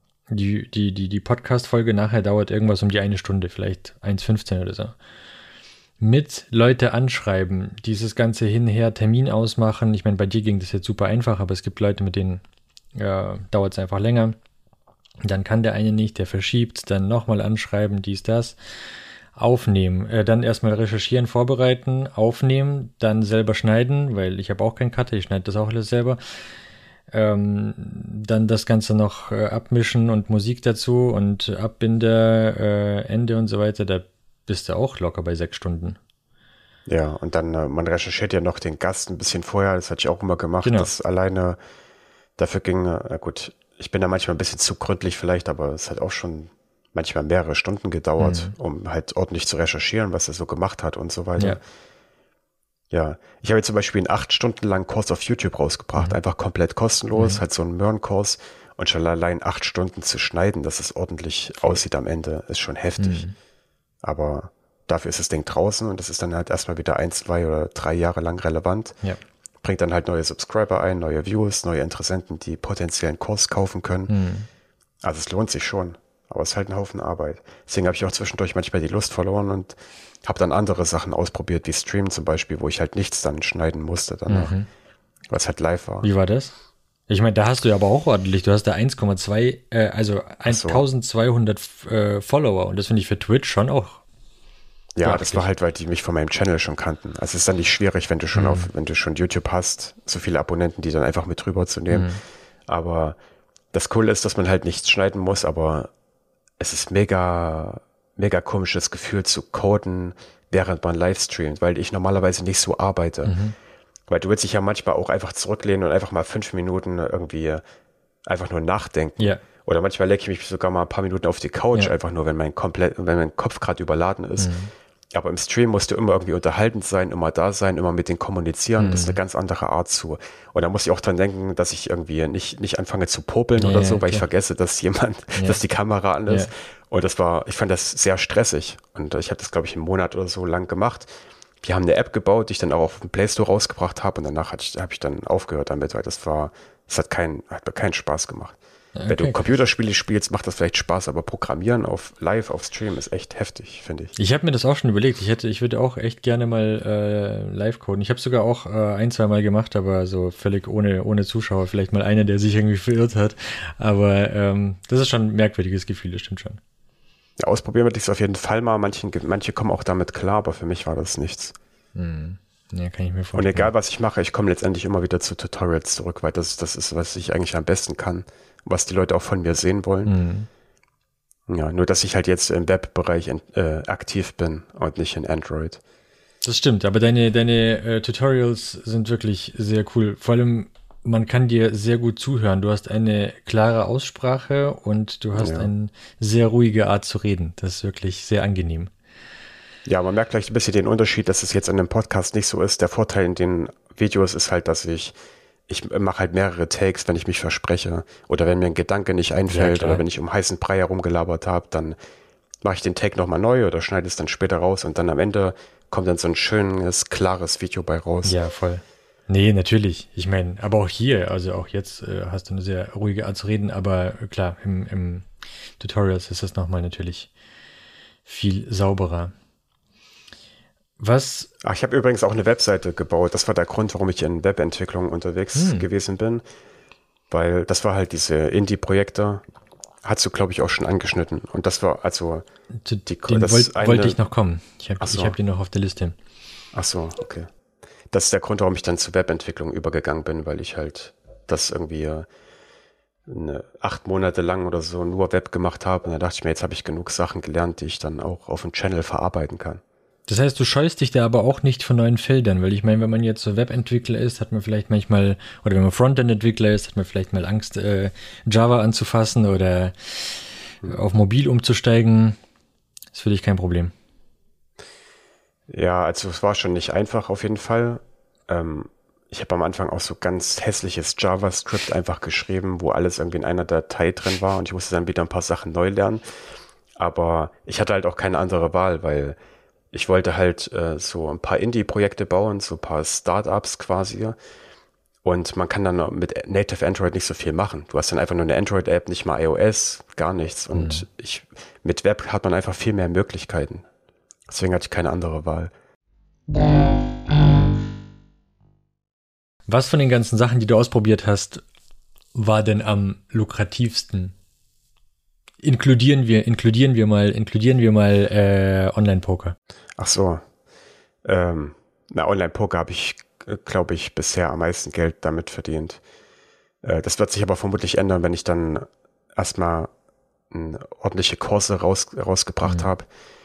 S1: Die Podcast-Folge nachher dauert irgendwas um die 1 Stunde, vielleicht 1,15 oder so. Mit Leute anschreiben, dieses ganze hinher Termin ausmachen. Ich meine, bei dir ging das jetzt super einfach, aber es gibt Leute, mit denen dauert es einfach länger. Dann kann der eine nicht, der verschiebt, dann nochmal anschreiben, dies, das. Aufnehmen, dann erstmal recherchieren, vorbereiten, aufnehmen, dann selber schneiden, weil ich habe auch keinen Cutter, ich schneide das auch alles selber. Dann das Ganze noch abmischen und Musik dazu und Abbinder, Ende und so weiter, da bist du auch locker bei 6 Stunden.
S2: Ja, und dann, man recherchiert ja noch den Gast ein bisschen vorher, das hatte ich auch immer gemacht,
S1: Genau.
S2: das alleine dafür ging, na gut, ich bin da manchmal ein bisschen zu gründlich vielleicht, aber es hat auch schon manchmal mehrere Stunden gedauert, um halt ordentlich zu recherchieren, was er so gemacht hat und so weiter. Ja, ich habe jetzt zum Beispiel einen 8 Stunden langen Kurs auf YouTube rausgebracht, einfach komplett kostenlos, halt so einen Möhren-Kurs und schon allein 8 Stunden zu schneiden, dass es ordentlich aussieht am Ende, ist schon heftig. Aber dafür ist das Ding draußen und das ist dann halt erstmal wieder 1, 2 oder 3 Jahre lang relevant.
S1: Ja.
S2: Bringt dann halt neue Subscriber ein, neue Views, neue Interessenten, die potenziellen Kurs kaufen können. Also es lohnt sich schon. Aber es ist halt ein Haufen Arbeit. Deswegen habe ich auch zwischendurch manchmal die Lust verloren und habe dann andere Sachen ausprobiert, wie Stream zum Beispiel, wo ich halt nichts dann schneiden musste danach, weil es halt live war.
S1: Wie war das? Ich meine, da hast du ja aber auch ordentlich, du hast da 1,2, also 1200 Follower und das finde ich für Twitch schon auch.
S2: Ja,
S1: beachtlich.
S2: das war halt, weil die mich von meinem Channel schon kannten. Also es ist dann nicht schwierig, wenn du schon wenn du schon YouTube hast, so viele Abonnenten, die dann einfach mit rüber zu nehmen. Aber das Coole ist, dass man halt nichts schneiden muss, aber es ist mega komisches Gefühl zu coden, während man live streamt, weil ich normalerweise nicht so arbeite. Weil du willst dich ja manchmal auch einfach zurücklehnen und einfach mal 5 Minuten irgendwie einfach nur nachdenken.
S1: Ja.
S2: Oder manchmal lege ich mich sogar mal ein paar Minuten auf die Couch, einfach nur, wenn mein Kopf gerade überladen ist. Aber im Stream musst du immer irgendwie unterhaltend sein, immer da sein, immer mit denen kommunizieren. Das ist eine ganz andere Art zu. Und da muss ich auch dran denken, dass ich irgendwie nicht anfange zu popeln oder so, weil ich vergesse, dass dass die Kamera an ist. Und ich fand das sehr stressig. Und ich habe das, glaube ich, einen Monat oder so lang gemacht. Wir haben eine App gebaut, die ich dann auch auf den Play Store rausgebracht habe. Und danach habe ich dann aufgehört damit, weil das hat mir keinen Spaß gemacht.
S1: Okay,
S2: Wenn du Computerspiele spielst, macht das vielleicht Spaß, aber Programmieren live auf Stream ist echt heftig, finde ich.
S1: Ich habe mir das auch schon überlegt. Ich würde auch echt gerne mal live coden. Ich habe sogar auch 1-2 Mal gemacht, aber so völlig ohne Zuschauer. Vielleicht mal einer, der sich irgendwie verirrt hat. Aber das ist schon ein merkwürdiges Gefühl, das stimmt schon.
S2: Ja, ausprobieren würde ich es auf jeden Fall mal. Manche kommen auch damit klar, aber für mich war das nichts.
S1: Ja, kann ich mir vorstellen.
S2: Und egal, was ich mache, ich komme letztendlich immer wieder zu Tutorials zurück, weil das ist, was ich eigentlich am besten kann, was die Leute auch von mir sehen wollen. Ja, nur, dass ich halt jetzt im Webbereich aktiv bin und nicht in Android.
S1: Das stimmt, aber deine Tutorials sind wirklich sehr cool. Vor allem, man kann dir sehr gut zuhören. Du hast eine klare Aussprache und du hast eine sehr ruhige Art zu reden. Das ist wirklich sehr angenehm.
S2: Ja, man merkt gleich ein bisschen den Unterschied, dass es jetzt in dem Podcast nicht so ist. Der Vorteil in den Videos ist halt, dass ich mache halt mehrere Takes, wenn ich mich verspreche oder wenn mir ein Gedanke nicht einfällt oder wenn ich um heißen Brei herumgelabert habe, dann mache ich den Take nochmal neu oder schneide es dann später raus und dann am Ende kommt dann so ein schönes, klares Video bei raus.
S1: Ja, voll. Nee, natürlich. Ich meine, aber auch hier, also auch jetzt hast du eine sehr ruhige Art zu reden, aber klar, im Tutorials ist das nochmal natürlich viel sauberer.
S2: Ich habe übrigens auch eine Webseite gebaut. Das war der Grund, warum ich in Webentwicklung unterwegs gewesen bin. Weil das war halt diese Indie-Projekte, hast du, glaube ich, auch schon angeschnitten. Und das war also...
S1: wollte ich noch kommen. Ich hab die noch auf der Liste.
S2: Ach so, okay. Das ist der Grund, warum ich dann zur Webentwicklung übergegangen bin, weil ich halt das irgendwie 8 Monate lang oder so nur Web gemacht habe. Und da dachte ich mir, jetzt habe ich genug Sachen gelernt, die ich dann auch auf dem Channel verarbeiten kann.
S1: Das heißt, du scheust dich da aber auch nicht von neuen Feldern, weil ich meine, wenn man jetzt so Webentwickler ist, hat man vielleicht manchmal, oder wenn man Frontend-Entwickler ist, hat man vielleicht mal Angst, Java anzufassen oder auf mobil umzusteigen. Das ist für dich kein Problem.
S2: Ja, also es war schon nicht einfach auf jeden Fall. ich habe am Anfang auch so ganz hässliches JavaScript einfach geschrieben, wo alles irgendwie in einer Datei drin war und ich musste dann wieder ein paar Sachen neu lernen. Aber ich hatte halt auch keine andere Wahl, weil ich wollte halt so ein paar Indie-Projekte bauen, so ein paar Startups quasi. Und man kann dann mit Native Android nicht so viel machen. Du hast dann einfach nur eine Android-App, nicht mal iOS, gar nichts. Und mit Web hat man einfach viel mehr Möglichkeiten. Deswegen hatte ich keine andere Wahl.
S1: Was von den ganzen Sachen, die du ausprobiert hast, war denn am lukrativsten? Inkludieren wir mal Online-Poker.
S2: Ach so. Online-Poker habe ich, glaube ich, bisher am meisten Geld damit verdient. Das wird sich aber vermutlich ändern, wenn ich dann erstmal ordentliche Kurse rausgebracht habe.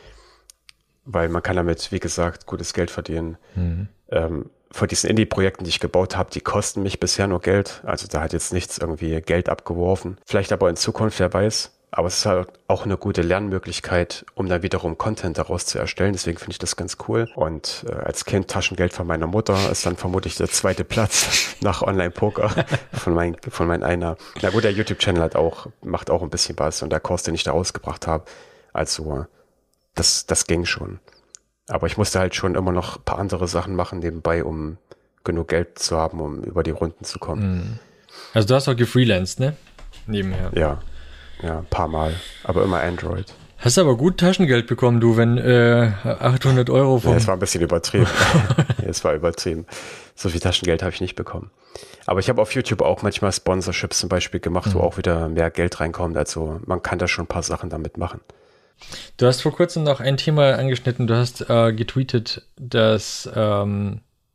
S2: Weil man kann damit, wie gesagt, gutes Geld verdienen. Von diesen Indie-Projekten, die ich gebaut habe, die kosten mich bisher nur Geld. Also da hat jetzt nichts irgendwie Geld abgeworfen. Vielleicht aber in Zukunft, wer weiß. Aber es ist halt auch eine gute Lernmöglichkeit, um dann wiederum Content daraus zu erstellen. Deswegen finde ich das ganz cool. Und als Kind Taschengeld von meiner Mutter ist dann vermutlich der zweite Platz nach Online-Poker von meinem einer. Na gut, der YouTube-Channel macht auch ein bisschen was und der Kurs, den ich da rausgebracht habe. Also das ging schon. Aber ich musste halt schon immer noch ein paar andere Sachen machen nebenbei, um genug Geld zu haben, um über die Runden zu kommen.
S1: Also du hast auch gefreelanced, ne? Nebenher.
S2: Ja, ein paar Mal. Aber immer Android.
S1: Hast aber gut Taschengeld bekommen, du, wenn 800 Euro vom...
S2: Ja, es war ein bisschen übertrieben. Es war übertrieben. So viel Taschengeld habe ich nicht bekommen. Aber ich habe auf YouTube auch manchmal Sponsorships zum Beispiel gemacht, wo auch wieder mehr Geld reinkommt. Also man kann da schon ein paar Sachen damit machen.
S1: Du hast vor kurzem noch ein Thema angeschnitten. Du hast getweetet, dass AI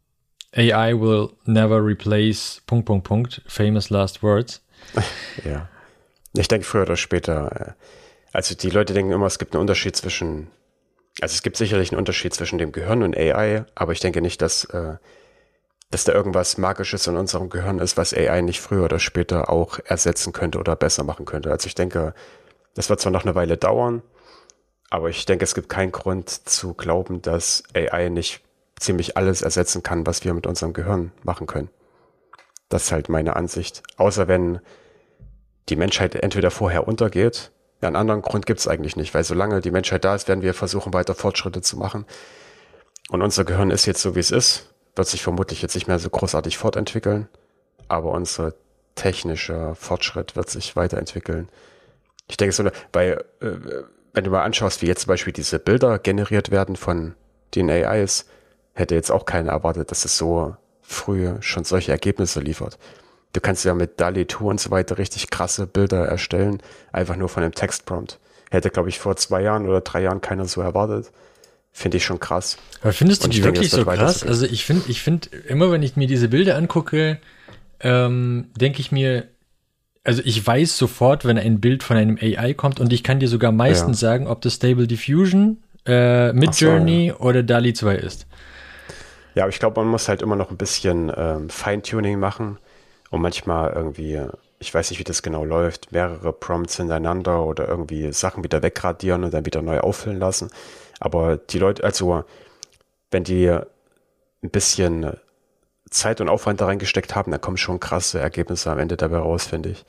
S1: will never replace ... famous last words.
S2: Ja. Ich denke früher oder später, also die Leute denken immer, es gibt einen Unterschied zwischen, also es gibt sicherlich einen Unterschied zwischen dem Gehirn und AI, aber ich denke nicht, dass da irgendwas Magisches in unserem Gehirn ist, was AI nicht früher oder später auch ersetzen könnte oder besser machen könnte. Also ich denke, das wird zwar noch eine Weile dauern, aber ich denke, es gibt keinen Grund zu glauben, dass AI nicht ziemlich alles ersetzen kann, was wir mit unserem Gehirn machen können. Das ist halt meine Ansicht. Außer wenn die Menschheit entweder vorher untergeht, ja, einen anderen Grund gibt es eigentlich nicht, weil solange die Menschheit da ist, werden wir versuchen, weiter Fortschritte zu machen. Und unser Gehirn ist jetzt so, wie es ist, wird sich vermutlich jetzt nicht mehr so großartig fortentwickeln, aber unser technischer Fortschritt wird sich weiterentwickeln. Ich denke so, weil wenn du mal anschaust, wie jetzt zum Beispiel diese Bilder generiert werden von den AIs, hätte jetzt auch keiner erwartet, dass es so früh schon solche Ergebnisse liefert. Du kannst ja mit DALL-E 2 und so weiter richtig krasse Bilder erstellen, einfach nur von einem Textprompt. Hätte, glaube ich, vor 2 Jahren oder 3 Jahren keiner so erwartet. Finde ich schon krass.
S1: Aber findest du die wirklich so krass? Also ich finde, immer wenn ich mir diese Bilder angucke, denke ich mir, also ich weiß sofort, wenn ein Bild von einem AI kommt und ich kann dir sogar meistens sagen, ob das Stable Diffusion, Midjourney oder DALL-E 2 ist.
S2: Ja, aber ich glaube, man muss halt immer noch ein bisschen Feintuning machen und manchmal irgendwie, ich weiß nicht, wie das genau läuft, mehrere Prompts hintereinander oder irgendwie Sachen wieder wegradieren und dann wieder neu auffüllen lassen. Aber die Leute, also wenn die ein bisschen Zeit und Aufwand da reingesteckt haben, dann kommen schon krasse Ergebnisse am Ende dabei raus, finde ich.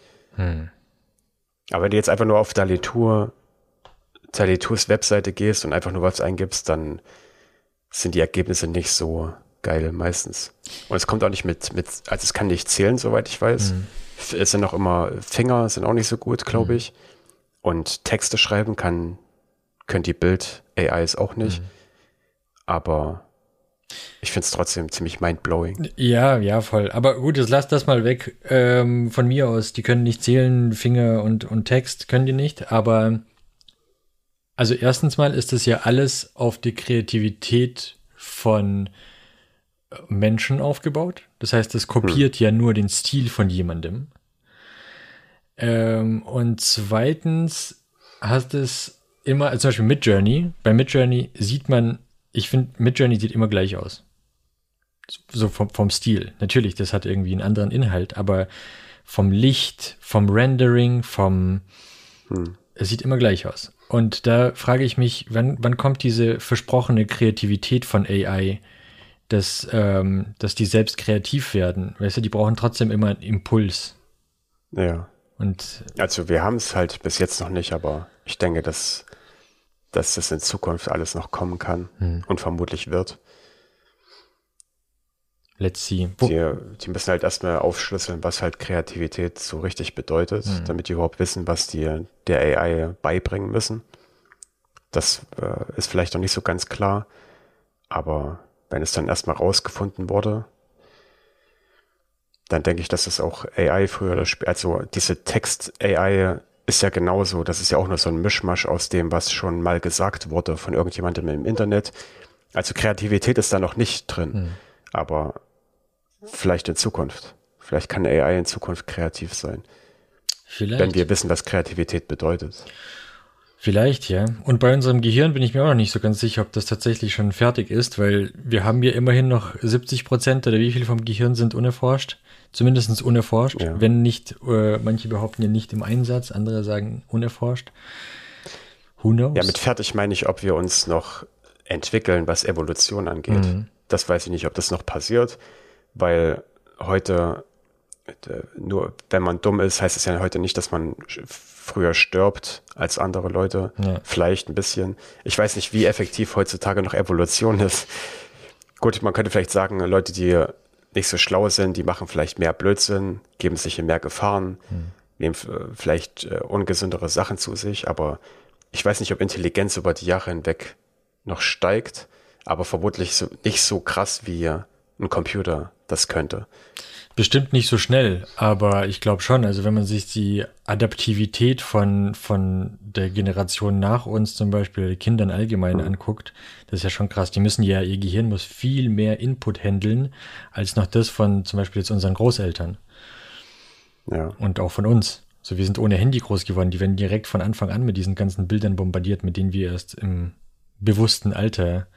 S2: Aber wenn du jetzt einfach nur auf DALL-E 2's Webseite gehst und einfach nur was eingibst, dann sind die Ergebnisse nicht so geil meistens. Und es kommt auch nicht also es kann nicht zählen, soweit ich weiß. Es sind auch immer Finger, sind auch nicht so gut, glaube ich. Und Texte schreiben können die Bild-AIs auch nicht. Aber ich finde es trotzdem ziemlich mindblowing.
S1: Ja, voll. Aber gut, jetzt lass das mal weg von mir aus. Die können nicht zählen, Finger und Text können die nicht. Aber also erstens mal ist das ja alles auf die Kreativität von Menschen aufgebaut. Das heißt, es kopiert ja nur den Stil von jemandem. Und zweitens hast es immer, also zum Beispiel Midjourney. Bei Midjourney sieht man, ich finde, Midjourney sieht immer gleich aus. So vom Stil. Natürlich, das hat irgendwie einen anderen Inhalt, aber vom Licht, vom Rendering, es sieht immer gleich aus. Und da frage ich mich, wann kommt diese versprochene Kreativität von AI, dass die selbst kreativ werden. Weißt du, die brauchen trotzdem immer einen Impuls.
S2: Ja.
S1: Und
S2: Also wir haben es halt bis jetzt noch nicht, aber ich denke, dass das in Zukunft alles noch kommen kann und vermutlich wird.
S1: let's see.
S2: Die müssen halt erstmal aufschlüsseln, was halt Kreativität so richtig bedeutet, damit die überhaupt wissen, was die der AI beibringen müssen. Das ist vielleicht noch nicht so ganz klar, aber wenn es dann erstmal rausgefunden wurde, dann denke ich, dass es auch AI früher oder später, also diese Text-AI ist ja genauso, das ist ja auch nur so ein Mischmasch aus dem, was schon mal gesagt wurde von irgendjemandem im Internet. Also Kreativität ist da noch nicht drin, aber vielleicht in Zukunft. Vielleicht kann AI in Zukunft kreativ sein,
S1: Vielleicht.
S2: wenn wir wissen, was Kreativität bedeutet.
S1: Vielleicht, ja. Und bei unserem Gehirn bin ich mir auch noch nicht so ganz sicher, ob das tatsächlich schon fertig ist, weil wir haben ja immerhin noch 70% oder wie viel vom Gehirn sind unerforscht. Zumindest unerforscht.
S2: Ja.
S1: Wenn nicht, manche behaupten ja nicht im Einsatz, andere sagen unerforscht. Who knows?
S2: Ja, mit fertig meine ich, ob wir uns noch entwickeln, was Evolution angeht. Das weiß ich nicht, ob das noch passiert, weil heute, nur wenn man dumm ist, heißt es ja heute nicht, dass man früher stirbt als andere Leute.
S1: Ja.
S2: Vielleicht ein bisschen. Ich weiß nicht, wie effektiv heutzutage noch Evolution ist. Gut, man könnte vielleicht sagen, Leute, die nicht so schlau sind, die machen vielleicht mehr Blödsinn, geben sich in mehr Gefahren, nehmen vielleicht ungesündere Sachen zu sich, aber ich weiß nicht, ob Intelligenz über die Jahre hinweg noch steigt, aber vermutlich nicht so krass wie ein Computer das könnte.
S1: Bestimmt nicht so schnell, aber ich glaube schon, also wenn man sich die Adaptivität von der Generation nach uns zum Beispiel, Kindern allgemein anguckt, das ist ja schon krass. Die müssen ja, ihr Gehirn muss viel mehr Input handeln, als noch das von zum Beispiel jetzt unseren Großeltern.
S2: Ja.
S1: Und auch von uns. So, wir sind ohne Handy groß geworden. Die werden direkt von Anfang an mit diesen ganzen Bildern bombardiert, mit denen wir erst im bewussten Alter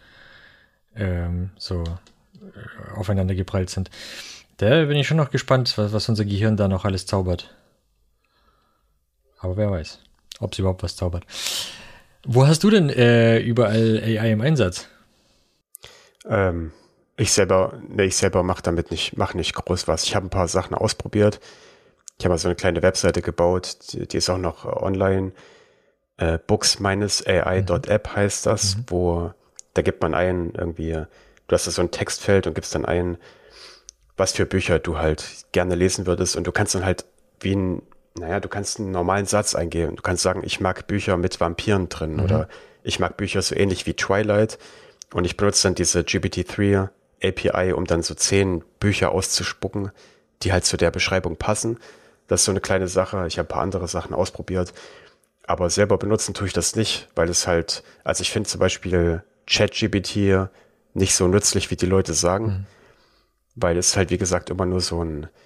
S1: aufeinander geprallt sind. Da bin ich schon noch gespannt, was unser Gehirn da noch alles zaubert. Aber wer weiß, ob es überhaupt was zaubert. Wo hast du denn überall AI im Einsatz?
S2: Ich selber mache nicht groß was. Ich habe ein paar Sachen ausprobiert. Ich habe mal so eine kleine Webseite gebaut, die ist auch noch online. Books-AI.app heißt das, wo, da gibt man ein, irgendwie, du hast da so ein Textfeld und gibst dann ein, was für Bücher du halt gerne lesen würdest und du kannst dann halt du kannst einen normalen Satz eingeben. Du kannst sagen, ich mag Bücher mit Vampiren drin oder ich mag Bücher so ähnlich wie Twilight und ich benutze dann diese GPT-3 API, um dann so 10 Bücher auszuspucken, die halt zu der Beschreibung passen. Das ist so eine kleine Sache. Ich habe ein paar andere Sachen ausprobiert, aber selber benutzen tue ich das nicht, weil es halt, also ich finde zum Beispiel ChatGPT nicht so nützlich, wie die Leute sagen. Weil es halt, wie gesagt, immer nur so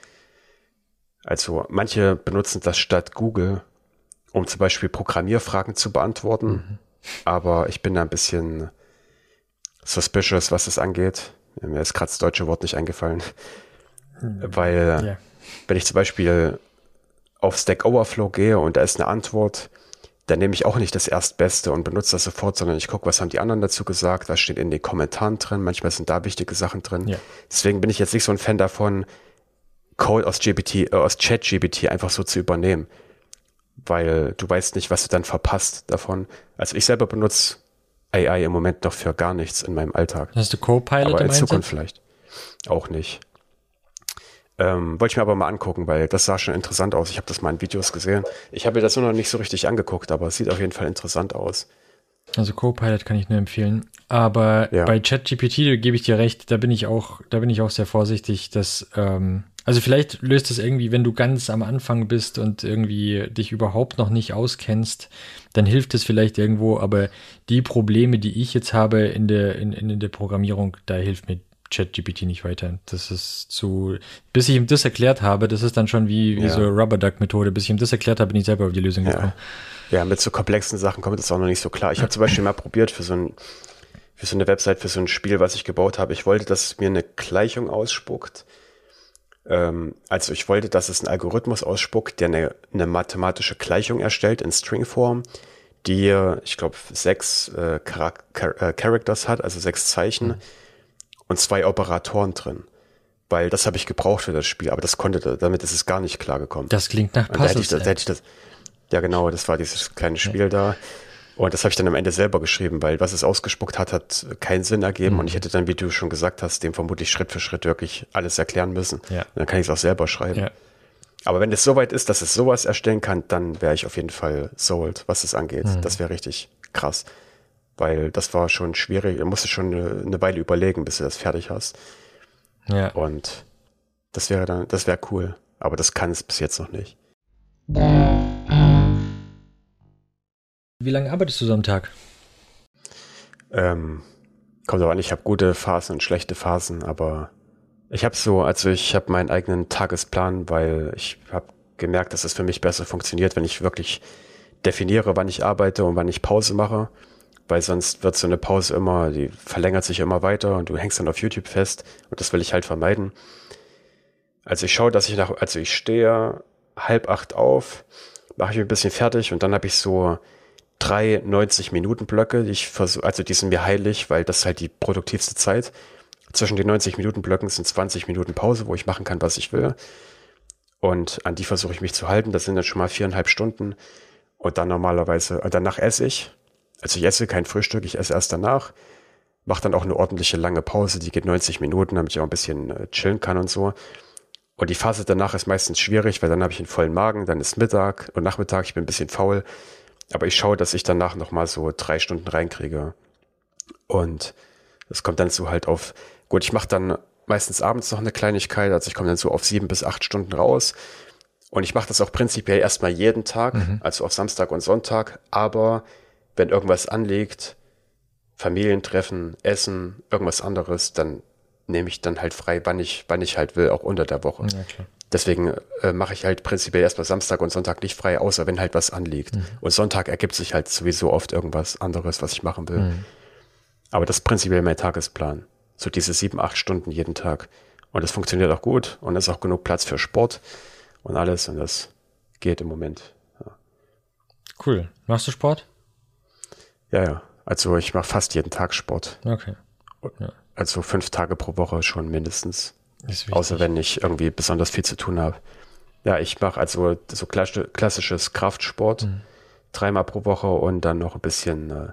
S2: also manche benutzen das statt Google, um zum Beispiel Programmierfragen zu beantworten, aber ich bin da ein bisschen suspicious, was das angeht. Mir ist gerade das deutsche Wort nicht eingefallen, weil wenn ich zum Beispiel auf Stack Overflow gehe und da ist eine Antwort, dann nehme ich auch nicht das Erstbeste und benutze das sofort, sondern ich gucke, was haben die anderen dazu gesagt, was steht in den Kommentaren drin, manchmal sind da wichtige Sachen drin. Ja. Deswegen bin ich jetzt nicht so ein Fan davon, Code aus ChatGPT einfach so zu übernehmen, weil du weißt nicht, was du dann verpasst davon. Also ich selber benutze AI im Moment noch für gar nichts in meinem Alltag.
S1: Hast du Copilot
S2: aber
S1: im
S2: in Zukunft
S1: Einsatz?
S2: vielleicht auch nicht. Wollte ich mir aber mal angucken, weil das sah schon interessant aus. Ich habe das mal in Videos gesehen. Ich habe mir das nur noch nicht so richtig angeguckt, aber es sieht auf jeden Fall interessant aus.
S1: Also Copilot kann ich nur empfehlen. Aber bei ChatGPT gebe ich dir recht, da bin ich auch sehr vorsichtig, dass, also vielleicht löst es irgendwie, wenn du ganz am Anfang bist und irgendwie dich überhaupt noch nicht auskennst, dann hilft es vielleicht irgendwo, aber die Probleme, die ich jetzt habe in der Programmierung, da hilft mir ChatGPT nicht weiter. Das ist bis ich ihm das erklärt habe, das ist dann schon wie so Rubber-Duck-Methode, bis ich ihm das erklärt habe, bin ich selber auf die Lösung gekommen.
S2: Ja, mit so komplexen Sachen kommt es auch noch nicht so klar. Ich habe zum Beispiel mal probiert für so eine Website, für so ein Spiel, was ich gebaut habe. Ich wollte, dass es mir eine Gleichung ausspuckt. Also ich wollte, dass es einen Algorithmus ausspuckt, der eine mathematische Gleichung erstellt in Stringform, die, ich glaube, 6 Characters hat, also 6 Zeichen. und 2 Operatoren drin. Weil das habe ich gebraucht für das Spiel, aber damit ist es gar nicht klargekommen.
S1: Das klingt nach Puzzles.
S2: Ja genau, das war dieses kleine Spiel da. Und das habe ich dann am Ende selber geschrieben, weil was es ausgespuckt hat keinen Sinn ergeben. Und ich hätte dann, wie du schon gesagt hast, dem vermutlich Schritt für Schritt wirklich alles erklären müssen. Ja. Und dann kann ich es auch selber schreiben. Ja. Aber wenn es soweit ist, dass es sowas erstellen kann, dann wäre ich auf jeden Fall sold, was es angeht. Das wäre richtig krass. Weil das war schon schwierig. Du musst schon eine Weile überlegen, bis du das fertig hast. Ja. Und das wäre cool. Aber das kann es bis jetzt noch nicht.
S1: Wie lange arbeitest du so am Tag?
S2: Kommt aber an, ich habe gute Phasen und schlechte Phasen, aber ich habe meinen eigenen Tagesplan, weil ich habe gemerkt, dass es für mich besser funktioniert, wenn ich wirklich definiere, wann ich arbeite und wann ich Pause mache, weil sonst wird so eine Pause die verlängert sich immer weiter und du hängst dann auf YouTube fest und das will ich halt vermeiden. Also ich schaue, dass ich stehe 7:30 auf, mache ich ein bisschen fertig und dann habe ich so 3 90-Minuten-Blöcke, die sind mir heilig, weil das ist halt die produktivste Zeit. Zwischen den 90-Minuten-Blöcken sind 20 Minuten Pause, wo ich machen kann, was ich will. Und an die versuche ich mich zu halten. Das sind dann schon mal 4,5 Stunden. Und dann danach esse ich. Also ich esse kein Frühstück, ich esse erst danach. Mache dann auch eine ordentliche lange Pause, die geht 90 Minuten, damit ich auch ein bisschen chillen kann und so. Und die Phase danach ist meistens schwierig, weil dann habe ich einen vollen Magen, dann ist Mittag und Nachmittag, ich bin ein bisschen faul. Aber ich schaue, dass ich danach nochmal so 3 Stunden reinkriege. Und das kommt dann so halt ich mache dann meistens abends noch eine Kleinigkeit, also ich komme dann so auf 7 bis 8 Stunden raus. Und ich mache das auch prinzipiell erstmal jeden Tag, also auf Samstag und Sonntag. Aber wenn irgendwas anliegt, Familientreffen, Essen, irgendwas anderes, dann nehme ich dann halt frei, wann ich halt will, auch unter der Woche. Ja, klar. Deswegen mache ich halt prinzipiell erstmal Samstag und Sonntag nicht frei, außer wenn halt was anliegt. Und Sonntag ergibt sich halt sowieso oft irgendwas anderes, was ich machen will. Aber das ist prinzipiell mein Tagesplan. So diese 7, 8 Stunden jeden Tag. Und das funktioniert auch gut. Und es ist auch genug Platz für Sport und alles. Und das geht im Moment. Ja.
S1: Cool. Machst du Sport?
S2: Ja. Also ich mache fast jeden Tag Sport.
S1: Okay. Ja.
S2: Also 5 Tage pro Woche schon mindestens. Außer wenn ich irgendwie besonders viel zu tun habe. Ja, ich mache also so klassisches Kraftsport 3-mal pro Woche und dann noch ein bisschen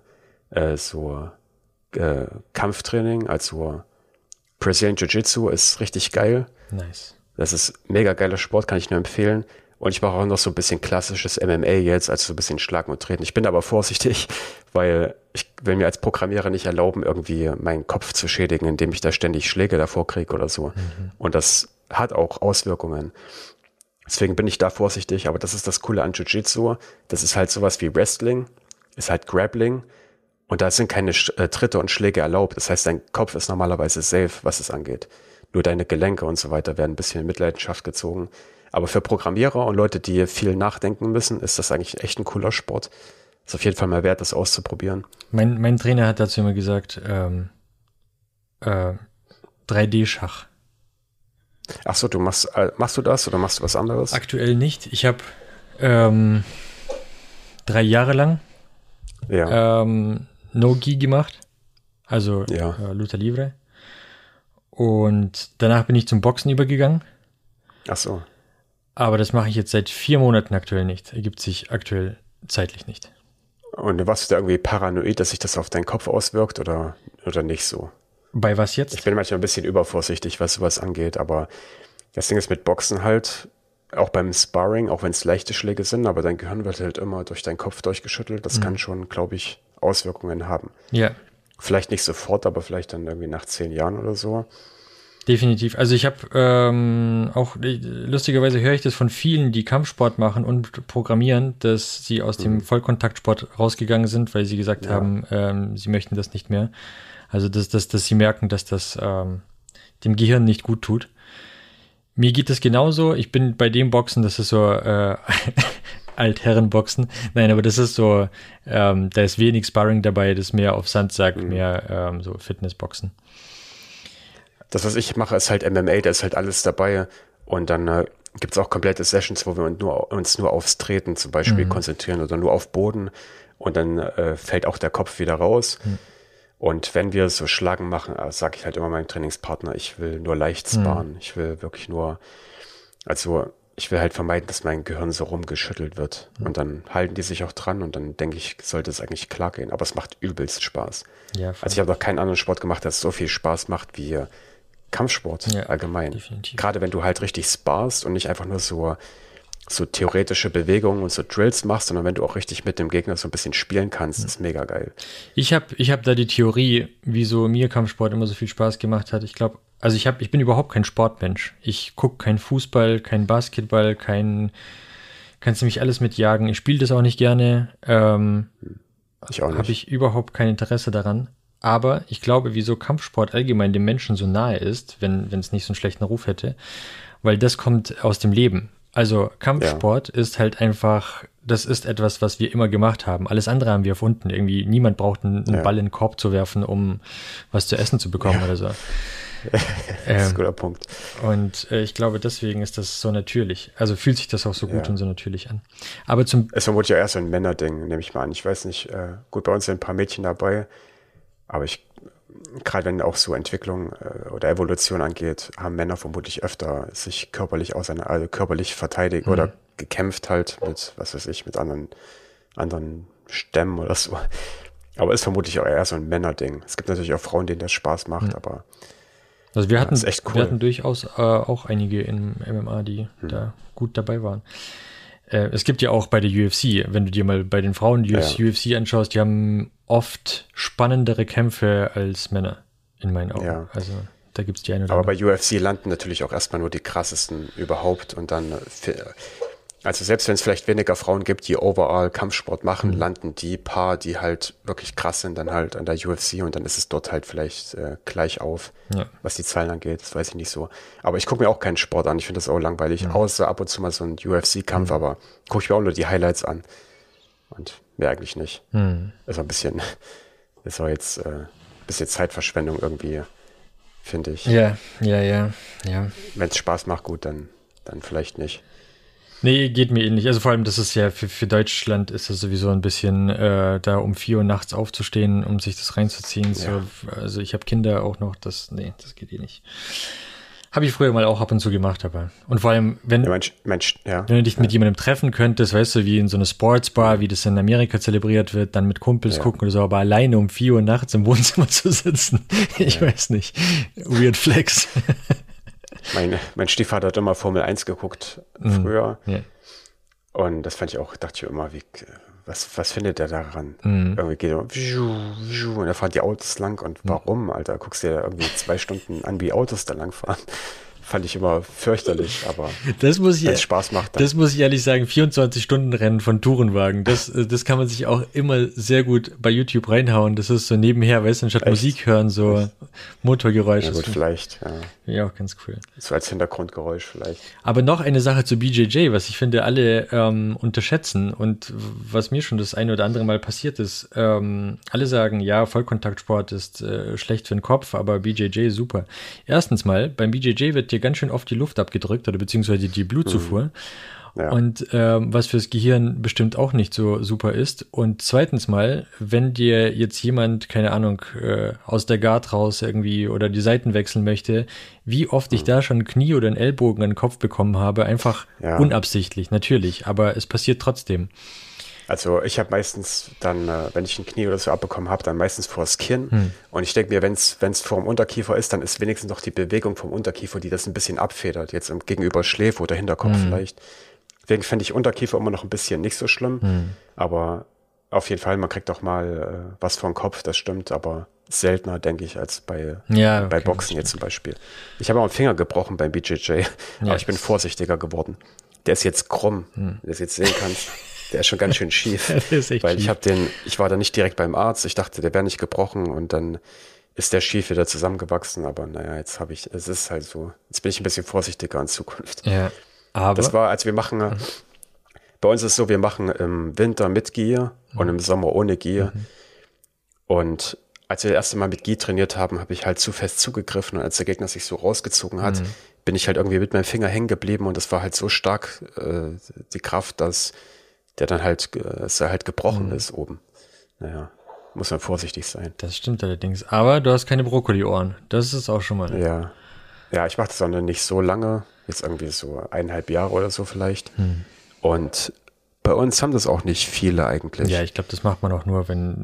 S2: Kampftraining, also Brazilian Jiu-Jitsu ist richtig geil.
S1: Nice. Das
S2: ist mega geiler Sport, kann ich nur empfehlen. Und ich mache auch noch so ein bisschen klassisches MMA jetzt, also so ein bisschen Schlagen und Treten. Ich bin aber vorsichtig, weil ich will mir als Programmierer nicht erlauben, irgendwie meinen Kopf zu schädigen, indem ich da ständig Schläge davor kriege oder so. Und das hat auch Auswirkungen. Deswegen bin ich da vorsichtig, aber das ist das Coole an Jiu-Jitsu. Das ist halt sowas wie Wrestling, ist halt Grappling und da sind keine Tritte und Schläge erlaubt. Das heißt, dein Kopf ist normalerweise safe, was es angeht. Nur deine Gelenke und so weiter werden ein bisschen in Mitleidenschaft gezogen. Aber für Programmierer und Leute, die viel nachdenken müssen, ist das eigentlich echt ein cooler Sport. Ist auf jeden Fall mal wert, das auszuprobieren.
S1: Mein Trainer hat dazu immer gesagt, 3D-Schach.
S2: Ach so, machst du das oder machst du was anderes?
S1: Aktuell nicht. Ich habe 3 Jahre lang No-Gi gemacht, also Luta Livre. Und danach bin ich zum Boxen übergegangen.
S2: Ach so.
S1: Aber das mache ich jetzt seit 4 Monaten aktuell nicht. Ergibt sich aktuell zeitlich nicht.
S2: Und warst du da irgendwie paranoid, dass sich das auf deinen Kopf auswirkt oder nicht so?
S1: Bei was jetzt?
S2: Ich bin manchmal ein bisschen übervorsichtig, was sowas angeht, aber das Ding ist mit Boxen halt, auch beim Sparring, auch wenn es leichte Schläge sind, aber dein Gehirn wird halt immer durch deinen Kopf durchgeschüttelt. Das kann schon, glaube ich, Auswirkungen haben.
S1: Ja.
S2: Vielleicht nicht sofort, aber vielleicht dann irgendwie nach 10 Jahren oder so.
S1: Definitiv. Also ich habe auch, lustigerweise höre ich das von vielen, die Kampfsport machen und programmieren, dass sie aus dem Vollkontaktsport rausgegangen sind, weil sie gesagt haben, sie möchten das nicht mehr. Also dass sie merken, dass das dem Gehirn nicht gut tut. Mir geht das genauso. Ich bin bei dem Boxen, das ist so Altherrenboxen. Nein, aber das ist so, da ist wenig Sparring dabei, das ist mehr auf Sandsack, mehr so Fitnessboxen.
S2: Das, was ich mache, ist halt MMA, da ist halt alles dabei. Und dann gibt es auch komplette Sessions, wo wir uns nur aufs Treten zum Beispiel konzentrieren oder nur auf Boden. Und dann fällt auch der Kopf wieder raus. Und wenn wir so Schlagen machen, sage ich halt immer meinem Trainingspartner, ich will nur leicht sparen. Ich will wirklich nur, also ich will halt vermeiden, dass mein Gehirn so rumgeschüttelt wird. Und dann halten die sich auch dran und dann denke ich, sollte es eigentlich klar gehen. Aber es macht übelst Spaß.
S1: Ja,
S2: also ich habe noch keinen anderen Sport gemacht, der so viel Spaß macht wie Kampfsport allgemein.
S1: Definitiv.
S2: Gerade wenn du halt richtig sparst und nicht einfach nur so theoretische Bewegungen und so Drills machst, sondern wenn du auch richtig mit dem Gegner so ein bisschen spielen kannst, ist mega geil.
S1: Ich hab da die Theorie, wieso mir Kampfsport immer so viel Spaß gemacht hat. Ich glaube, also ich bin überhaupt kein Sportmensch. Ich gucke kein Fußball, kein Basketball, kannst du mich alles mitjagen. Ich spiele das auch nicht gerne.
S2: Ich auch nicht.
S1: Habe ich überhaupt kein Interesse daran. Aber ich glaube, wieso Kampfsport allgemein dem Menschen so nahe ist, wenn es nicht so einen schlechten Ruf hätte, weil das kommt aus dem Leben. Also Kampfsport ist halt einfach, das ist etwas, was wir immer gemacht haben. Alles andere haben wir erfunden. Irgendwie niemand braucht einen Ball in den Korb zu werfen, um was zu essen zu bekommen oder so.
S2: Das ist ein guter Punkt.
S1: Und ich glaube, deswegen ist das so natürlich. Also fühlt sich das auch so gut und so natürlich an. Aber
S2: es ist vermutlich ja erst so ein Männerding, nehme ich mal an. Ich weiß nicht, gut, bei uns sind ein paar Mädchen dabei, aber gerade wenn auch so Entwicklung oder Evolution angeht, haben Männer vermutlich öfter sich körperlich verteidigt oder gekämpft halt mit, was weiß ich, mit anderen Stämmen oder so. Aber ist vermutlich auch eher so ein Männerding. Es gibt natürlich auch Frauen, denen das Spaß macht, aber
S1: also wir hatten,
S2: ist echt cool.
S1: Wir hatten durchaus auch einige im MMA, die da gut dabei waren. Es gibt ja auch bei der UFC, wenn du dir mal bei den Frauen die UFC anschaust, die haben oft spannendere Kämpfe als Männer, in meinen Augen. Ja. Also da gibt es die eine oder andere.
S2: Aber bei UFC landen natürlich auch erstmal nur die krassesten überhaupt und dann, also selbst wenn es vielleicht weniger Frauen gibt, die overall Kampfsport machen, landen die paar, die halt wirklich krass sind, dann halt an der UFC und dann ist es dort halt vielleicht gleich auf, was die Zahlen angeht, das weiß ich nicht so. Aber ich gucke mir auch keinen Sport an, ich finde das auch langweilig, außer ab und zu mal so ein UFC-Kampf, aber gucke ich mir auch nur die Highlights an und mehr eigentlich nicht. Ist auch ein bisschen, ist auch jetzt ein bisschen Zeitverschwendung irgendwie, finde ich.
S1: Ja.
S2: Wenn es Spaß macht, gut, dann vielleicht nicht.
S1: Nee, geht mir ähnlich. Also vor allem, das ist ja für Deutschland ist das sowieso ein bisschen da um 4 Uhr nachts aufzustehen, um sich das reinzuziehen. Ja. So, also ich habe Kinder auch noch, das geht eh nicht. Habe ich früher mal auch ab und zu gemacht, aber und vor allem, wenn du dich mit jemandem treffen könntest, weißt du, wie in so einer Sportsbar, wie das in Amerika zelebriert wird, dann mit Kumpels gucken oder so, aber alleine um 4 Uhr nachts im Wohnzimmer zu sitzen, ich weiß nicht. Weird Flex.
S2: Mein Stiefvater hat immer Formel 1 geguckt früher. Ja. Und das dachte ich immer, was findet der daran? Irgendwie geht er und da fahren die Autos lang und warum, Alter? Guckst dir irgendwie 2 Stunden an, wie Autos da lang fahren. Fand ich immer fürchterlich, aber wenn es Spaß macht.
S1: Das muss ich ehrlich sagen, 24-Stunden-Rennen von Tourenwagen, das kann man sich auch immer sehr gut bei YouTube reinhauen. Das ist so nebenher, weißt du, anstatt Musik hören, so Motorgeräusche.
S2: Ja gut, vielleicht, ja.
S1: Ja, auch ganz cool.
S2: So als Hintergrundgeräusch vielleicht.
S1: Aber noch eine Sache zu BJJ, was ich finde, alle unterschätzen und was mir schon das eine oder andere Mal passiert ist. Alle sagen, ja, Vollkontaktsport ist schlecht für den Kopf, aber BJJ ist super. Erstens mal, beim BJJ wird dir ganz schön oft die Luft abgedrückt oder beziehungsweise die Blutzufuhr. Ja. Und was fürs Gehirn bestimmt auch nicht so super ist. Und zweitens mal, wenn dir jetzt jemand, keine Ahnung, aus der Guard raus irgendwie oder die Seiten wechseln möchte, wie oft ich da schon ein Knie oder einen Ellbogen an den Kopf bekommen habe, einfach unabsichtlich, natürlich, aber es passiert trotzdem.
S2: Also ich habe meistens dann, wenn ich ein Knie oder so abbekommen habe, dann meistens vors Kinn. Und ich denke mir, wenn es vor dem Unterkiefer ist, dann ist wenigstens noch die Bewegung vom Unterkiefer, die das ein bisschen abfedert. Jetzt gegenüber Schläfe oder Hinterkopf vielleicht. Deswegen fände ich Unterkiefer immer noch ein bisschen nicht so schlimm. Aber auf jeden Fall, man kriegt auch mal was vor den Kopf, das stimmt. Aber seltener, denke ich, als bei Boxen jetzt zum Beispiel. Ich habe auch einen Finger gebrochen beim BJJ, aber ich bin vorsichtiger geworden. Der ist jetzt krumm, wenn du das jetzt sehen kannst. Der ist schon ganz schön schief, weil ich war da nicht direkt beim Arzt, ich dachte, der wäre nicht gebrochen und dann ist der schief wieder zusammengewachsen, aber naja, es ist halt so, jetzt bin ich ein bisschen vorsichtiger in Zukunft.
S1: Ja, aber
S2: das war, als wir machen, bei uns ist es so, wir machen im Winter mit Gi und im Sommer ohne Gi und als wir das erste Mal mit Gi trainiert haben, habe ich halt zu fest zugegriffen und als der Gegner sich so rausgezogen hat, bin ich halt irgendwie mit meinem Finger hängen geblieben und das war halt so stark, die Kraft, dass der dann halt gebrochen ist oben. Naja, muss man vorsichtig sein.
S1: Das stimmt allerdings. Aber du hast keine Brokkoli-Ohren. Das ist auch schon mal.
S2: Ja. Ja, ich mache das auch noch nicht so lange. Jetzt irgendwie so 1,5 Jahre oder so vielleicht. Und bei uns haben das auch nicht viele eigentlich.
S1: Ja, ich glaube, das macht man auch nur, wenn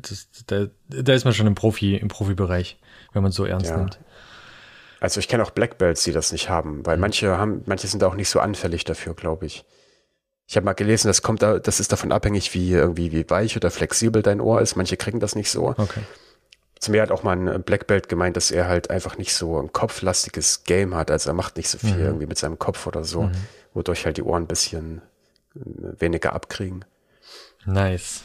S1: da ist man schon im Profibereich, wenn man es so ernst nimmt.
S2: Also ich kenne auch Black Belts, die das nicht haben, weil manche sind auch nicht so anfällig dafür, glaube ich. Ich habe mal gelesen, das ist davon abhängig, wie weich oder flexibel dein Ohr ist. Manche kriegen das nicht so.
S1: Okay.
S2: Zu mir hat auch mal ein Black Belt gemeint, dass er halt einfach nicht so ein kopflastiges Game hat. Also er macht nicht so viel irgendwie mit seinem Kopf oder so, wodurch halt die Ohren ein bisschen weniger abkriegen.
S1: Nice.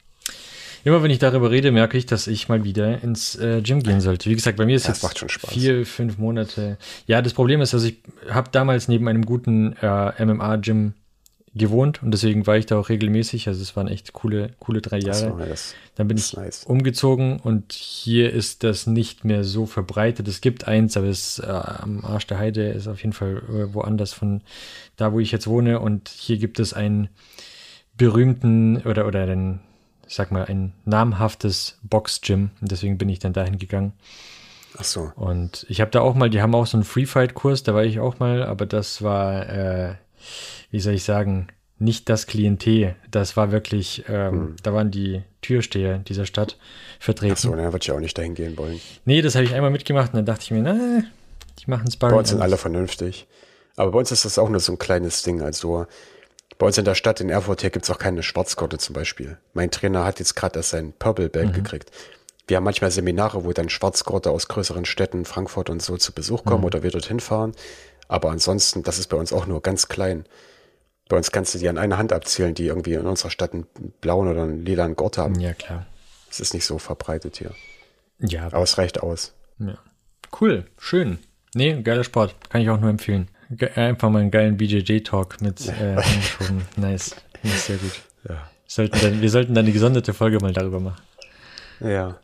S1: Immer wenn ich darüber rede, merke ich, dass ich mal wieder ins Gym gehen sollte. Wie gesagt, bei mir ist
S2: Das
S1: jetzt
S2: macht schon Spaß.
S1: 4-5 Monate. Ja, das Problem ist, also ich habe damals neben einem guten MMA-Gym gewohnt und deswegen war ich da auch regelmäßig. Also es waren echt coole 3 Jahre. Dann bin ich umgezogen und hier ist das nicht mehr so verbreitet. Es gibt eins, aber es ist am Arsch der Heide, ist auf jeden Fall woanders von da, wo ich jetzt wohne. Und hier gibt es einen berühmten oder einen, ich sag mal, ein namhaftes Box-Gym. Und deswegen bin ich dann dahin gegangen.
S2: Ach so.
S1: Und ich habe da auch mal, die haben auch so einen Free-Fight-Kurs, da war ich auch mal, aber das war wie soll ich sagen, nicht das Klientel. Das war wirklich, da waren die Türsteher dieser Stadt vertreten.
S2: Ach so, dann würde ich auch nicht dahin gehen wollen.
S1: Nee, das habe ich einmal mitgemacht und dann dachte ich mir, die machen Sparring.
S2: Bei uns sind alle vernünftig. Aber bei uns ist das auch nur so ein kleines Ding. Also bei uns in der Stadt in Erfurt hier gibt es auch keine Schwarzgurte zum Beispiel. Mein Trainer hat jetzt gerade erst sein Purple Belt gekriegt. Wir haben manchmal Seminare, wo dann Schwarzgurte aus größeren Städten, Frankfurt und so zu Besuch kommen oder wir dorthin fahren. Aber ansonsten, das ist bei uns auch nur ganz klein. Bei uns kannst du die an einer Hand abzählen, die irgendwie in unserer Stadt einen blauen oder einen lilanen Gurt haben.
S1: Ja, klar.
S2: Das ist nicht so verbreitet hier.
S1: Ja.
S2: Aber es reicht aus.
S1: Ja. Cool, schön. Nee, geiler Sport. Kann ich auch nur empfehlen. Einfach mal einen geilen BJJ-Talk mit angeschoben. Nice. Sehr gut.
S2: Ja.
S1: Wir sollten dann eine gesonderte Folge mal darüber machen.
S2: Ja.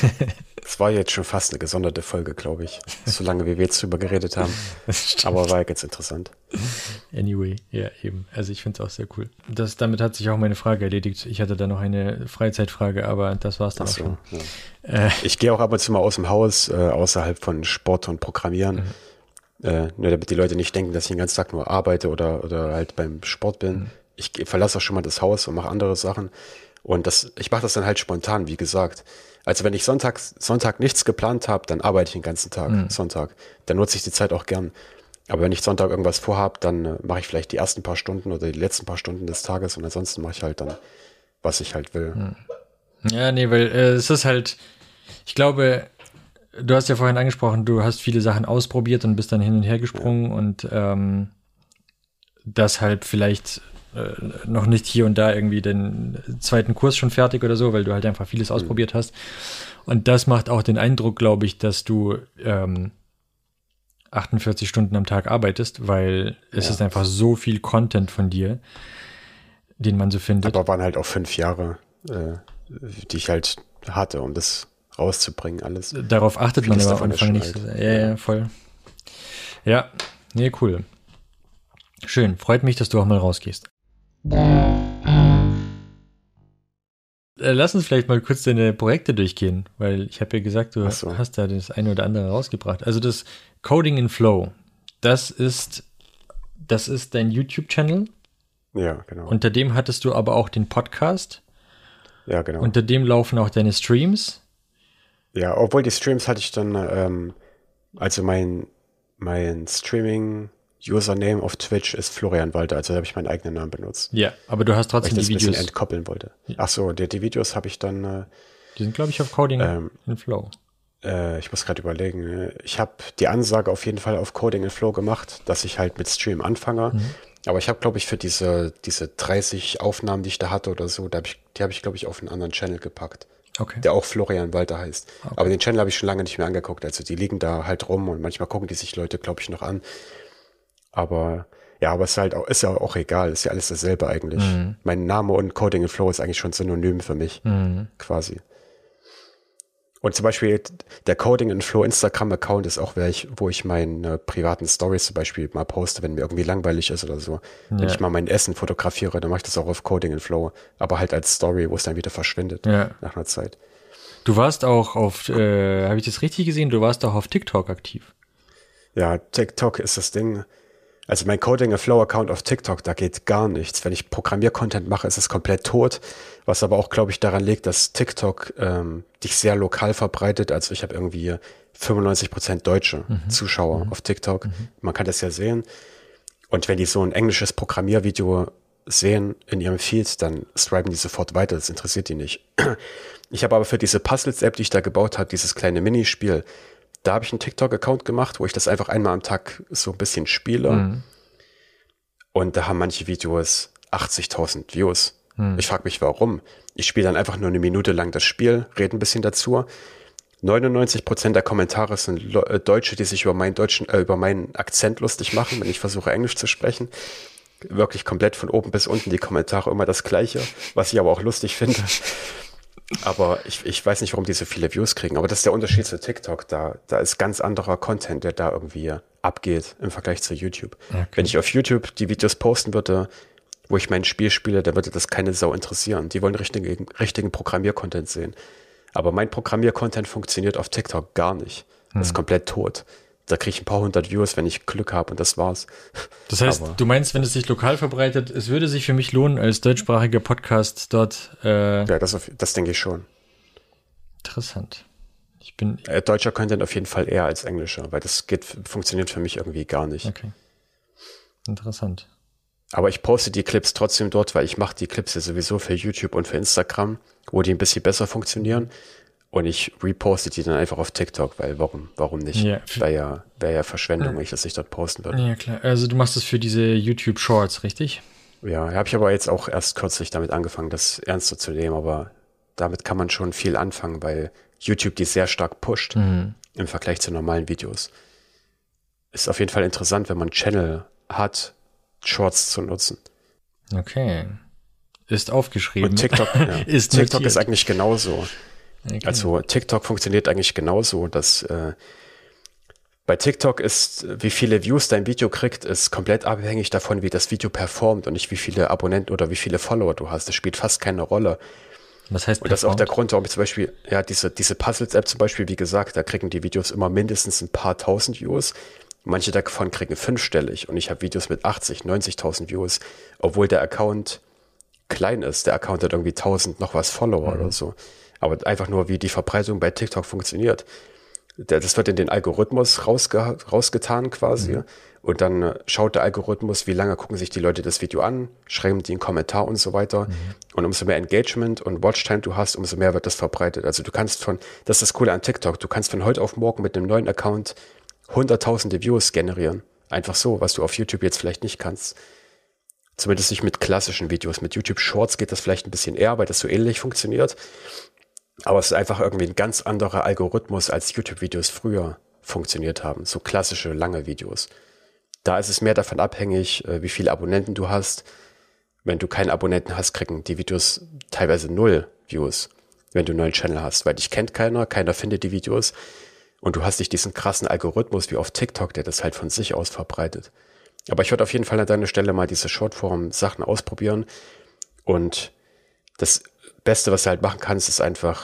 S2: Es war jetzt schon fast eine gesonderte Folge, glaube ich. So lange, wie wir jetzt drüber geredet haben. Aber war ja ganz interessant.
S1: Anyway, ja, eben. Also ich finde es auch sehr cool. Damit hat sich auch meine Frage erledigt. Ich hatte da noch eine Freizeitfrage, aber das war es dann auch schon.
S2: Ja. Ich gehe auch ab und zu mal aus dem Haus, außerhalb von Sport und Programmieren. Nur damit die Leute nicht denken, dass ich den ganzen Tag nur arbeite oder halt beim Sport bin. Ich verlasse auch schon mal das Haus und mache andere Sachen. Und ich mache das dann halt spontan, wie gesagt. Also wenn ich Sonntag nichts geplant habe, dann arbeite ich den ganzen Tag, Sonntag. Dann nutze ich die Zeit auch gern. Aber wenn ich Sonntag irgendwas vorhabe, dann mache ich vielleicht die ersten paar Stunden oder die letzten paar Stunden des Tages und ansonsten mache ich halt dann, was ich halt will.
S1: Ja, nee, weil es ist halt, ich glaube, du hast ja vorhin angesprochen, du hast viele Sachen ausprobiert und bist dann hin und her gesprungen und deshalb vielleicht noch nicht hier und da irgendwie den zweiten Kurs schon fertig oder so, weil du halt einfach vieles ausprobiert hast. Und das macht auch den Eindruck, glaube ich, dass du 48 Stunden am Tag arbeitest, weil es ist einfach so viel Content von dir, den man so findet.
S2: Aber waren halt auch 5 Jahre, die ich halt hatte, um das rauszubringen, alles.
S1: Darauf achtet
S2: Vieles
S1: man aber am Anfang nicht.
S2: Alt.
S1: Ja, voll. Ja, nee, cool. Schön, freut mich, dass du auch mal rausgehst. Lass uns vielleicht mal kurz deine Projekte durchgehen, weil ich habe ja gesagt, du hast da das eine oder andere rausgebracht. Also das Coding in Flow, das ist dein YouTube-Channel.
S2: Ja, genau.
S1: Unter dem hattest du aber auch den Podcast.
S2: Ja, genau.
S1: Unter dem laufen auch deine Streams.
S2: Ja, obwohl die Streams hatte ich dann, also mein Streaming-Username auf Twitch ist Florian Walter, also da habe ich meinen eigenen Namen benutzt.
S1: Ja, aber du hast trotzdem
S2: weil ich
S1: die
S2: das
S1: Videos.
S2: ein bisschen entkoppeln wollte. Ach so, die Videos habe ich dann.
S1: Die sind, glaube ich, auf Coding in Flow.
S2: Ich muss gerade überlegen. Ich habe die Ansage auf jeden Fall auf Coding in Flow gemacht, dass ich halt mit Stream anfange. Aber ich habe, glaube ich, für diese 30 Aufnahmen, die ich da hatte oder so, die habe ich, glaube ich, auf einen anderen Channel gepackt.
S1: Okay.
S2: Der auch Florian Walter heißt. Okay. Aber den Channel habe ich schon lange nicht mehr angeguckt. Also die liegen da halt rum und manchmal gucken die sich Leute, glaube ich, noch an. Aber es ist ja auch egal. Ist ja alles dasselbe eigentlich. Mein Name und Coding in Flow ist eigentlich schon synonym für mich. Quasi. Und zum Beispiel der Coding in Flow Instagram-Account ist auch, wo ich meine privaten Stories zum Beispiel mal poste, wenn mir irgendwie langweilig ist oder so. Wenn ich mal mein Essen fotografiere, dann mache ich das auch auf Coding in Flow. Aber halt als Story, wo es dann wieder verschwindet nach einer Zeit.
S1: Du warst auch auf, habe ich das richtig gesehen? Du warst auch auf TikTok aktiv.
S2: Ja, TikTok ist das Ding. Also mein Coding in Flow Account auf TikTok, da geht gar nichts. Wenn ich Programmiercontent mache, ist es komplett tot. Was aber auch, glaube ich, daran liegt, dass TikTok dich sehr lokal verbreitet. Also ich habe irgendwie 95% deutsche Zuschauer auf TikTok. Man kann das ja sehen. Und wenn die so ein englisches Programmiervideo sehen in ihrem Feed, dann swipen die sofort weiter. Das interessiert die nicht. Ich habe aber für diese Puzzles-App, die ich da gebaut habe, dieses kleine Minispiel, da habe ich einen TikTok-Account gemacht, wo ich das einfach einmal am Tag so ein bisschen spiele. Und da haben manche Videos 80.000 Views. Ich frage mich, warum. Ich spiele dann einfach nur eine Minute lang das Spiel, rede ein bisschen dazu. 99% der Kommentare sind Deutsche, die sich über meinen Akzent lustig machen, wenn ich versuche, Englisch zu sprechen. Wirklich komplett von oben bis unten die Kommentare immer das Gleiche, was ich aber auch lustig finde. Aber ich weiß nicht, warum die so viele Views kriegen. Aber das ist der Unterschied zu TikTok. Da ist ganz anderer Content, der da irgendwie abgeht im Vergleich zu YouTube. Okay. Wenn ich auf YouTube die Videos posten würde, wo ich mein Spiel spiele, dann würde das keine Sau interessieren. Die wollen richtigen Programmier-Content sehen. Aber mein Programmier-Content funktioniert auf TikTok gar nicht. Das ist komplett tot. Da kriege ich ein paar hundert Views, wenn ich Glück habe und das war's.
S1: Das heißt, du meinst, wenn es sich lokal verbreitet, es würde sich für mich lohnen, als deutschsprachiger Podcast dort...
S2: Ja, das denke ich schon.
S1: Interessant.
S2: Deutscher Content auf jeden Fall eher als englischer, weil das funktioniert für mich irgendwie gar nicht.
S1: Okay. Interessant.
S2: Aber ich poste die Clips trotzdem dort, weil ich mache die Clips ja sowieso für YouTube und für Instagram, wo die ein bisschen besser funktionieren. Und ich reposte die dann einfach auf TikTok, weil warum nicht? Ja. Wäre ja Verschwendung, wenn ich das nicht dort posten würde.
S1: Ja, klar. Also du machst das für diese YouTube Shorts, richtig?
S2: Ja, habe ich aber jetzt auch erst kürzlich damit angefangen, das ernster zu nehmen. Aber damit kann man schon viel anfangen, weil YouTube die sehr stark pusht im Vergleich zu normalen Videos. Ist auf jeden Fall interessant, wenn man einen Channel hat, Shorts zu nutzen.
S1: Okay. Ist aufgeschrieben.
S2: Und TikTok, TikTok ist eigentlich genauso. Okay. Also TikTok funktioniert eigentlich genauso, dass bei TikTok ist, wie viele Views dein Video kriegt, ist komplett abhängig davon, wie das Video performt und nicht wie viele Abonnenten oder wie viele Follower du hast. Das spielt fast keine Rolle.
S1: Was heißt
S2: und das ist auch der Grund, warum ich zum Beispiel, ja, diese Puzzles-App zum Beispiel, wie gesagt, da kriegen die Videos immer mindestens ein paar tausend Views. Manche davon kriegen 5-stellig und ich habe Videos mit 80, 90.000 Views, obwohl der Account klein ist. Der Account hat irgendwie 1000 noch was Follower oder so. Aber einfach nur, wie die Verbreitung bei TikTok funktioniert. Das wird in den Algorithmus rausgetan quasi. Und dann schaut der Algorithmus, wie lange gucken sich die Leute das Video an, schreiben die einen Kommentar und so weiter. Und umso mehr Engagement und Watchtime du hast, umso mehr wird das verbreitet. Also du kannst das ist das Coole an TikTok, du kannst von heute auf morgen mit einem neuen Account hunderttausende Views generieren. Einfach so, was du auf YouTube jetzt vielleicht nicht kannst. Zumindest nicht mit klassischen Videos. Mit YouTube Shorts geht das vielleicht ein bisschen eher, weil das so ähnlich funktioniert. Aber es ist einfach irgendwie ein ganz anderer Algorithmus, als YouTube-Videos früher funktioniert haben. So klassische, lange Videos. Da ist es mehr davon abhängig, wie viele Abonnenten du hast. Wenn du keinen Abonnenten hast, kriegen die Videos teilweise 0 Views, wenn du einen neuen Channel hast. Weil dich kennt keiner findet die Videos. Und du hast nicht diesen krassen Algorithmus wie auf TikTok, der das halt von sich aus verbreitet. Aber ich würde auf jeden Fall an deiner Stelle mal diese Shortform-Sachen ausprobieren. Und das Beste, was du halt machen kannst, ist einfach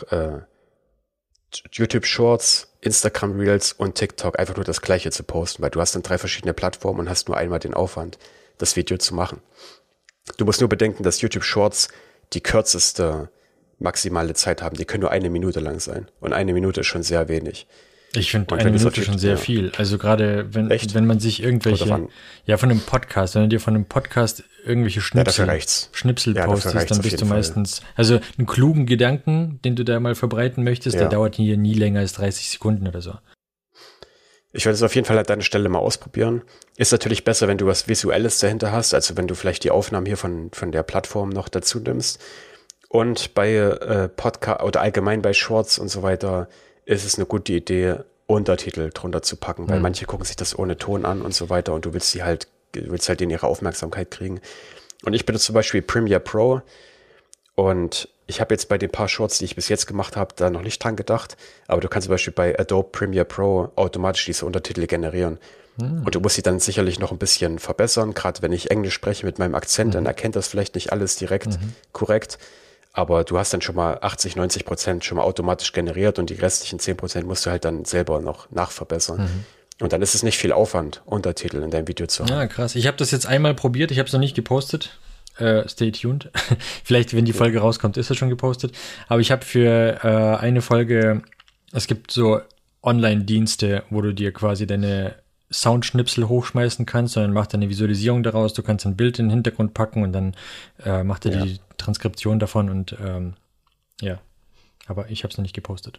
S2: YouTube Shorts, Instagram Reels und TikTok einfach nur das Gleiche zu posten, weil du hast dann 3 verschiedene Plattformen und hast nur einmal den Aufwand, das Video zu machen. Du musst nur bedenken, dass YouTube Shorts die kürzeste maximale Zeit haben. Die können nur 1 Minute lang sein. Und 1 Minute ist schon sehr wenig.
S1: Ich finde 1 Minute schon sehr viel. Also gerade wenn man sich irgendwelche, von einem Podcast, wenn du dir von einem Podcast irgendwelche Schnipsel postest, dann bist du meistens, also einen klugen Gedanken, den du da mal verbreiten möchtest, der dauert hier nie länger als 30 Sekunden oder so.
S2: Ich werde es auf jeden Fall an deiner Stelle mal ausprobieren. Ist natürlich besser, wenn du was Visuelles dahinter hast, also wenn du vielleicht die Aufnahmen hier von der Plattform noch dazu nimmst. Und bei Podcast oder allgemein bei Shorts und so weiter ist es eine gute Idee, Untertitel drunter zu packen, weil manche gucken sich das ohne Ton an und so weiter und du willst halt in ihre Aufmerksamkeit kriegen. Und ich benutze zum Beispiel Premiere Pro und ich habe jetzt bei den paar Shorts, die ich bis jetzt gemacht habe, da noch nicht dran gedacht, aber du kannst zum Beispiel bei Adobe Premiere Pro automatisch diese Untertitel generieren. Und du musst sie dann sicherlich noch ein bisschen verbessern, gerade wenn ich Englisch spreche mit meinem Akzent, dann erkennt das vielleicht nicht alles direkt korrekt, aber du hast dann schon mal 80-90% schon mal automatisch generiert und die restlichen 10% musst du halt dann selber noch nachverbessern. Und dann ist es nicht viel Aufwand, Untertitel in deinem Video zu haben.
S1: Ja, krass. Ich habe das jetzt einmal probiert, ich habe es noch nicht gepostet. Stay tuned. Vielleicht, wenn die Folge rauskommt, ist es schon gepostet. Aber ich habe für eine Folge, es gibt so Online-Dienste, wo du dir quasi deine Soundschnipsel hochschmeißen kannst und dann macht er eine Visualisierung daraus. Du kannst ein Bild in den Hintergrund packen und dann macht er die Transkription davon und ja. Aber ich habe es noch nicht gepostet.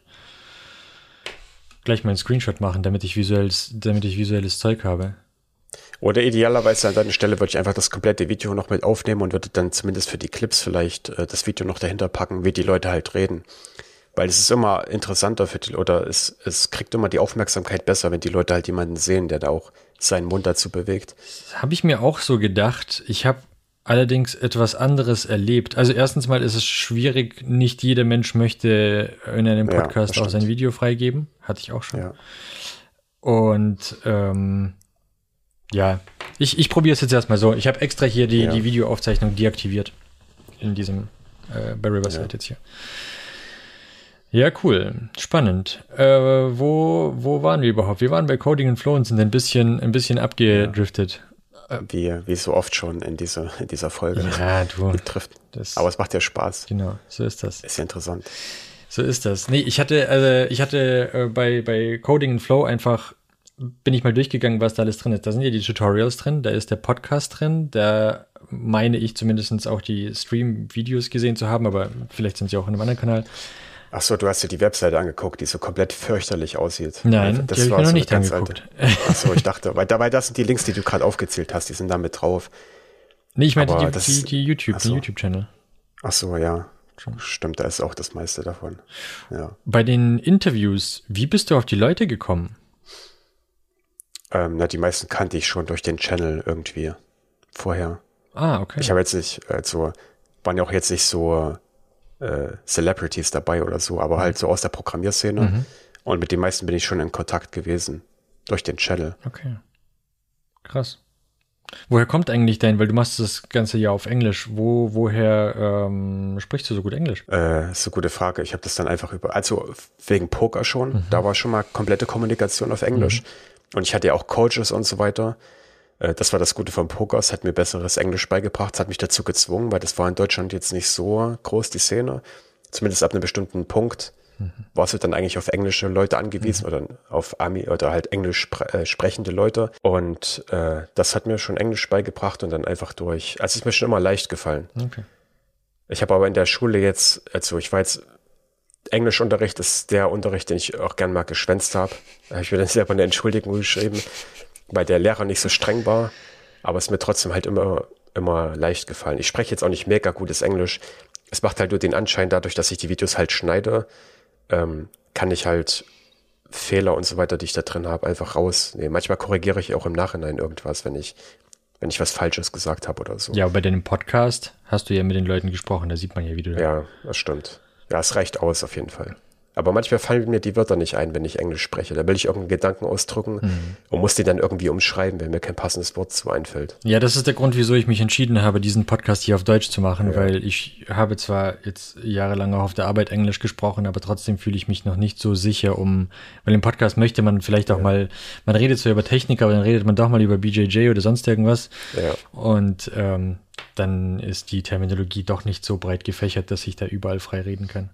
S1: Gleich mal einen Screenshot machen, damit ich visuelles Zeug habe.
S2: Oder idealerweise an deiner Stelle würde ich einfach das komplette Video noch mit aufnehmen und würde dann zumindest für die Clips vielleicht das Video noch dahinter packen, wie die Leute halt reden. Weil es ist immer interessanter für die, oder es kriegt immer die Aufmerksamkeit besser, wenn die Leute halt jemanden sehen, der da auch seinen Mund dazu bewegt.
S1: Das habe ich mir auch so gedacht. Ich habe allerdings etwas anderes erlebt. Also erstens mal ist es schwierig, nicht jeder Mensch möchte in einem Podcast auch sein Video freigeben. Hatte ich auch schon.
S2: Ja.
S1: Und ja, ich probiere es jetzt erstmal so. Ich habe extra hier die Videoaufzeichnung deaktiviert in diesem bei Riverside jetzt hier. Ja, cool. Spannend. Wo waren wir überhaupt? Wir waren bei Coding and Flow und sind ein bisschen abgedriftet.
S2: Wie so oft schon in dieser Folge.
S1: Ja, du.
S2: Aber es macht ja Spaß.
S1: Genau, so ist das.
S2: Ist ja interessant.
S1: So ist das. Nee, ich hatte bei Coding and Flow einfach bin ich mal durchgegangen, was da alles drin ist. Da sind ja die Tutorials drin, da ist der Podcast drin, da meine ich zumindest auch die Stream-Videos gesehen zu haben, aber vielleicht sind sie auch in einem anderen Kanal.
S2: Ach so, du hast dir die Webseite angeguckt, die so komplett fürchterlich aussieht.
S1: Nein, die habe ich mir noch nicht angeguckt.
S2: Ach so, ich dachte, weil das sind die Links, die du gerade aufgezählt hast, die sind da mit drauf.
S1: Nee, ich meinte die YouTube-Channel.
S2: Ach so, ja. Stimmt, da ist auch das meiste davon. Ja.
S1: Bei den Interviews, wie bist du auf die Leute gekommen?
S2: Die meisten kannte ich schon durch den Channel irgendwie vorher.
S1: Ah, okay.
S2: Ich habe jetzt nicht waren ja auch jetzt nicht so Celebrities dabei oder so, aber halt so aus der Programmierszene. Und mit den meisten bin ich schon in Kontakt gewesen durch den Channel.
S1: Okay. Krass. Woher kommt eigentlich weil du machst das ganze Jahr auf Englisch, woher sprichst du so gut Englisch?
S2: Ist eine gute Frage. Ich habe das dann einfach also wegen Poker schon, da war schon mal komplette Kommunikation auf Englisch. Und ich hatte ja auch Coaches und so weiter. Das war das Gute vom Poker, es hat mir besseres Englisch beigebracht, es hat mich dazu gezwungen, weil das war in Deutschland jetzt nicht so groß, die Szene. Zumindest ab einem bestimmten Punkt warst du dann eigentlich auf englische Leute angewiesen oder auf Ami oder halt englisch sprechende Leute. Und das hat mir schon Englisch beigebracht und dann einfach also es ist mir schon immer leicht gefallen.
S1: Okay.
S2: Ich habe aber in der Schule Englischunterricht ist der Unterricht, den ich auch gern mal geschwänzt habe. Da habe ich mir dann selber eine Entschuldigung geschrieben, weil der Lehrer nicht so streng war, aber es ist mir trotzdem halt immer leicht gefallen. Ich spreche jetzt auch nicht mega gutes Englisch. Es macht halt nur den Anschein, dadurch, dass ich die Videos halt schneide, kann ich halt Fehler und so weiter, die ich da drin habe, einfach rausnehmen. Manchmal korrigiere ich auch im Nachhinein irgendwas, wenn ich was Falsches gesagt habe oder so.
S1: Ja, aber bei deinem Podcast hast du ja mit den Leuten gesprochen, da sieht man ja, wie du
S2: Ja, das stimmt. Ja, es reicht aus auf jeden Fall. Aber manchmal fallen mir die Wörter nicht ein, wenn ich Englisch spreche. Da will ich irgendeinen Gedanken ausdrücken und muss die dann irgendwie umschreiben, wenn mir kein passendes Wort so einfällt.
S1: Ja, das ist der Grund, wieso ich mich entschieden habe, diesen Podcast hier auf Deutsch zu machen, weil ich habe zwar jetzt jahrelang auch auf der Arbeit Englisch gesprochen, aber trotzdem fühle ich mich noch nicht so sicher, weil im Podcast möchte man vielleicht auch mal, man redet zwar über Technik, aber dann redet man doch mal über BJJ oder sonst irgendwas.
S2: Ja.
S1: Und dann ist die Terminologie doch nicht so breit gefächert, dass ich da überall frei reden kann.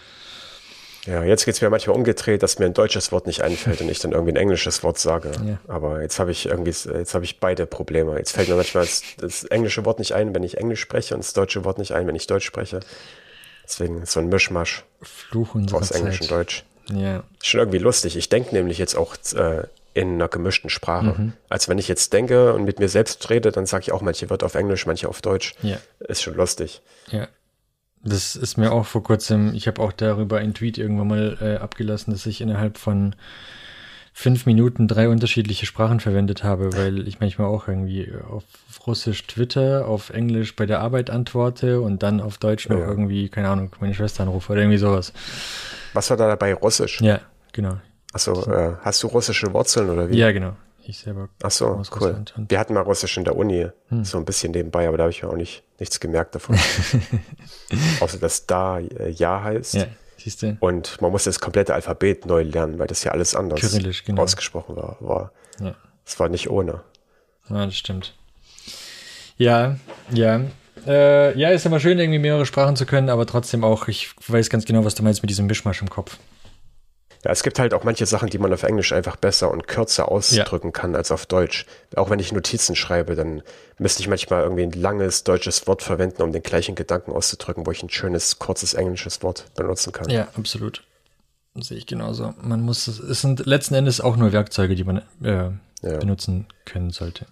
S2: Ja, jetzt geht's mir manchmal umgedreht, dass mir ein deutsches Wort nicht einfällt und ich dann irgendwie ein englisches Wort sage. Ja. Aber jetzt habe ich beide Probleme. Jetzt fällt mir manchmal das englische Wort nicht ein, wenn ich Englisch spreche und das deutsche Wort nicht ein, wenn ich Deutsch spreche. Deswegen so ein Mischmasch
S1: Fluch unserer
S2: aus Englisch und Deutsch.
S1: Ja.
S2: Ist schon irgendwie lustig. Ich denke nämlich jetzt auch in einer gemischten Sprache. Als wenn ich jetzt denke und mit mir selbst rede, dann sage ich auch manche Wörter auf Englisch, manche auf Deutsch.
S1: Ja.
S2: Ist schon lustig.
S1: Ja. Das ist mir auch vor kurzem, ich habe auch darüber einen Tweet irgendwann mal abgelassen, dass ich innerhalb von 5 Minuten 3 unterschiedliche Sprachen verwendet habe, weil ich manchmal auch irgendwie auf Russisch Twitter, auf Englisch bei der Arbeit antworte und dann auf Deutsch noch irgendwie, keine Ahnung, meine Schwester anrufe oder irgendwie sowas.
S2: Was war da dabei? Russisch?
S1: Ja, genau.
S2: Achso, hast du russische Wurzeln oder wie?
S1: Ja, genau. Ich selber.
S2: Achso,
S1: aus
S2: cool.
S1: Russland. Und
S2: Wir hatten mal Russisch in der Uni, so ein bisschen nebenbei, aber da habe ich mir auch nichts gemerkt davon. Außer, dass da Ja heißt.
S1: ja, siehst du?
S2: Und man muss das komplette Alphabet neu lernen, weil das ja alles anders
S1: Kyrillisch, genau.
S2: ausgesprochen war.
S1: Ja.
S2: Das war nicht ohne.
S1: Ja, das stimmt. Ja. Ja, ist immer schön, irgendwie mehrere Sprachen zu können, aber trotzdem auch, ich weiß ganz genau, was du meinst mit diesem Mischmasch im Kopf.
S2: Ja, es gibt halt auch manche Sachen, die man auf Englisch einfach besser und kürzer ausdrücken kann als auf Deutsch. Auch wenn ich Notizen schreibe, dann müsste ich manchmal irgendwie ein langes deutsches Wort verwenden, um den gleichen Gedanken auszudrücken, wo ich ein schönes, kurzes englisches Wort benutzen kann.
S1: Ja, absolut. Das sehe ich genauso. Man muss, es sind letzten Endes auch nur Werkzeuge, die man benutzen können sollte.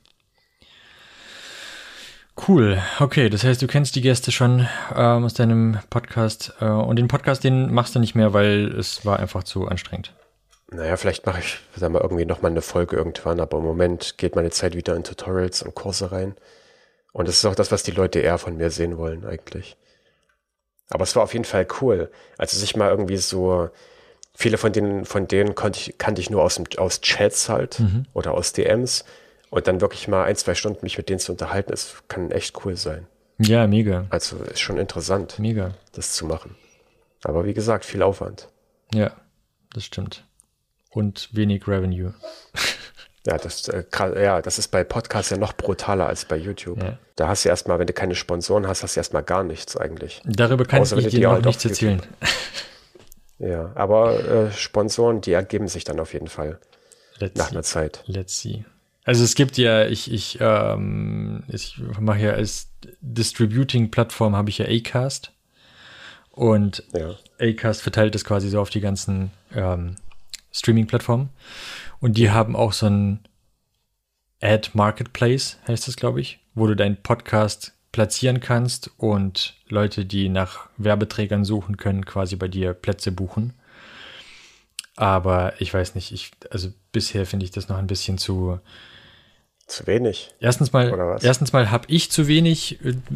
S1: Cool. Okay, das heißt, du kennst die Gäste schon aus deinem Podcast und den Podcast, den machst du nicht mehr, weil es war einfach zu anstrengend.
S2: Naja, vielleicht mache ich da mal irgendwie nochmal eine Folge irgendwann, aber im Moment geht meine Zeit wieder in Tutorials und Kurse rein. Und das ist auch das, was die Leute eher von mir sehen wollen eigentlich. Aber es war auf jeden Fall cool. Also sich mal irgendwie so, viele von denen kannte ich nur aus Chats halt oder aus DMs. Und dann wirklich mal 1-2 Stunden mich mit denen zu unterhalten, das kann echt cool sein.
S1: Ja, mega.
S2: Also ist schon interessant,
S1: Mega.
S2: das zu machen. Aber wie gesagt, viel Aufwand.
S1: Ja, das stimmt. Und wenig Revenue.
S2: Ja, das ist bei Podcasts ja noch brutaler als bei YouTube.
S1: Ja.
S2: Da hast du erstmal, wenn du keine Sponsoren hast, hast du erstmal gar nichts eigentlich.
S1: Darüber kann
S2: Außer wenn
S1: ich
S2: du
S1: dir
S2: die
S1: noch
S2: halt
S1: nichts
S2: auf
S1: erzählen.
S2: Ja, aber Sponsoren, die ergeben sich dann auf jeden Fall nach einer Zeit.
S1: Let's see. Also es gibt ja, ich mache ja als Distributing-Plattform habe ich ja Acast und Acast verteilt das quasi so auf die ganzen Streaming-Plattformen und die haben auch so ein Ad Marketplace, heißt das, glaube ich, wo du deinen Podcast platzieren kannst und Leute, die nach Werbeträgern suchen können, quasi bei dir Plätze buchen. Aber ich weiß nicht, also bisher finde ich das noch ein bisschen zu
S2: wenig.
S1: Erstens mal habe ich zu wenig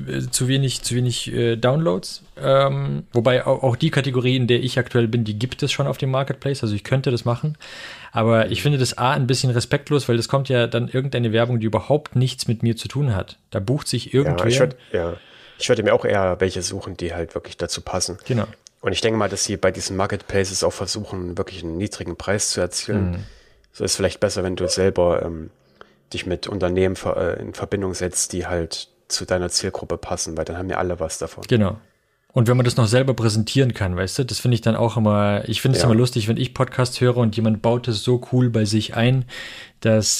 S1: Downloads. Wobei auch die Kategorie, in der ich aktuell bin, die gibt es schon auf dem Marketplace. Also ich könnte das machen. Aber ich finde das ein bisschen respektlos, weil das kommt ja dann irgendeine Werbung, die überhaupt nichts mit mir zu tun hat. Da bucht sich irgendwer.
S2: Ich würde mir auch eher welche suchen, die halt wirklich dazu passen.
S1: Genau.
S2: Und ich denke mal, dass sie bei diesen Marketplaces auch versuchen, wirklich einen niedrigen Preis zu erzielen. So ist vielleicht besser, wenn du selber dich mit Unternehmen in Verbindung setzt, die halt zu deiner Zielgruppe passen, weil dann haben ja alle was davon.
S1: Genau. Und wenn man das noch selber präsentieren kann, weißt du, das finde ich dann auch immer, ich finde es immer lustig, wenn ich Podcast höre und jemand baut es so cool bei sich ein, dass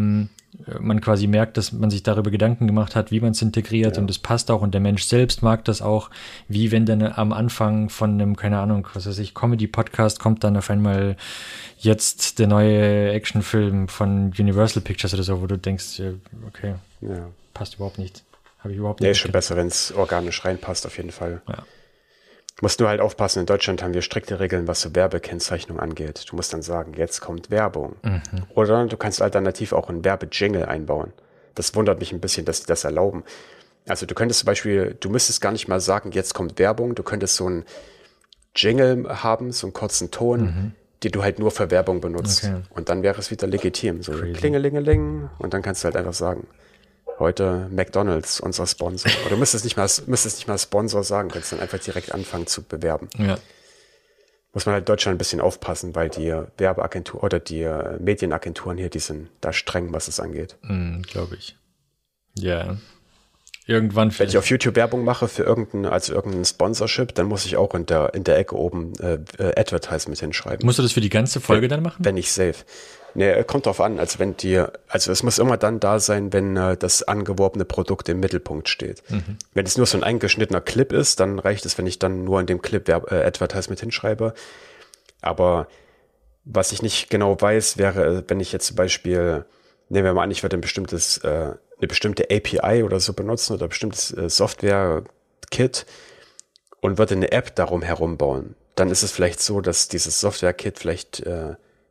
S1: man quasi merkt, dass man sich darüber Gedanken gemacht hat, wie man es integriert und es passt auch und der Mensch selbst mag das auch, wie wenn dann am Anfang von einem, keine Ahnung, was weiß ich, Comedy-Podcast kommt dann auf einmal jetzt der neue Actionfilm von Universal Pictures oder so, wo du denkst, okay, passt überhaupt nicht. Habe ich überhaupt nicht.
S2: Nee, ist schon besser, wenn es organisch reinpasst, auf jeden Fall. Ja. Du musst nur halt aufpassen, in Deutschland haben wir strikte Regeln, was so Werbekennzeichnung angeht. Du musst dann sagen, jetzt kommt Werbung. Oder du kannst alternativ auch einen Werbejingle einbauen. Das wundert mich ein bisschen, dass die das erlauben. Also du könntest zum Beispiel, du müsstest gar nicht mal sagen, jetzt kommt Werbung. Du könntest so einen Jingle haben, so einen kurzen Ton, den du halt nur für Werbung benutzt. Okay. Und dann wäre es wieder legitim. So Klingelingeling. Und dann kannst du halt einfach sagen, heute McDonald's, unser Sponsor. Oder du müsstest nicht mal Sponsor sagen, kannst dann einfach direkt anfangen zu bewerben. Ja. Muss man halt in Deutschland ein bisschen aufpassen, weil die Werbeagentur oder die Medienagenturen hier, die sind da streng, was es angeht.
S1: Glaube ich. Ja. Irgendwann
S2: wenn ich auf YouTube Werbung mache für irgendein Sponsorship, dann muss ich auch in der Ecke oben Advertisement hinschreiben.
S1: Musst du das für die ganze Folge dann machen?
S2: Wenn ich safe. Nee, kommt drauf an. Also es muss immer dann da sein, wenn das angeworbene Produkt im Mittelpunkt steht. Wenn es nur so ein eingeschnittener Clip ist, dann reicht es, wenn ich dann nur in dem Clip Advertisement hinschreibe. Aber was ich nicht genau weiß, wäre, wenn ich jetzt zum Beispiel, nehmen wir mal an, ich würde eine bestimmte API oder so benutzen oder ein bestimmtes Software-Kit und würde eine App darum herum bauen. Dann ist es vielleicht so, dass dieses Software-Kit vielleicht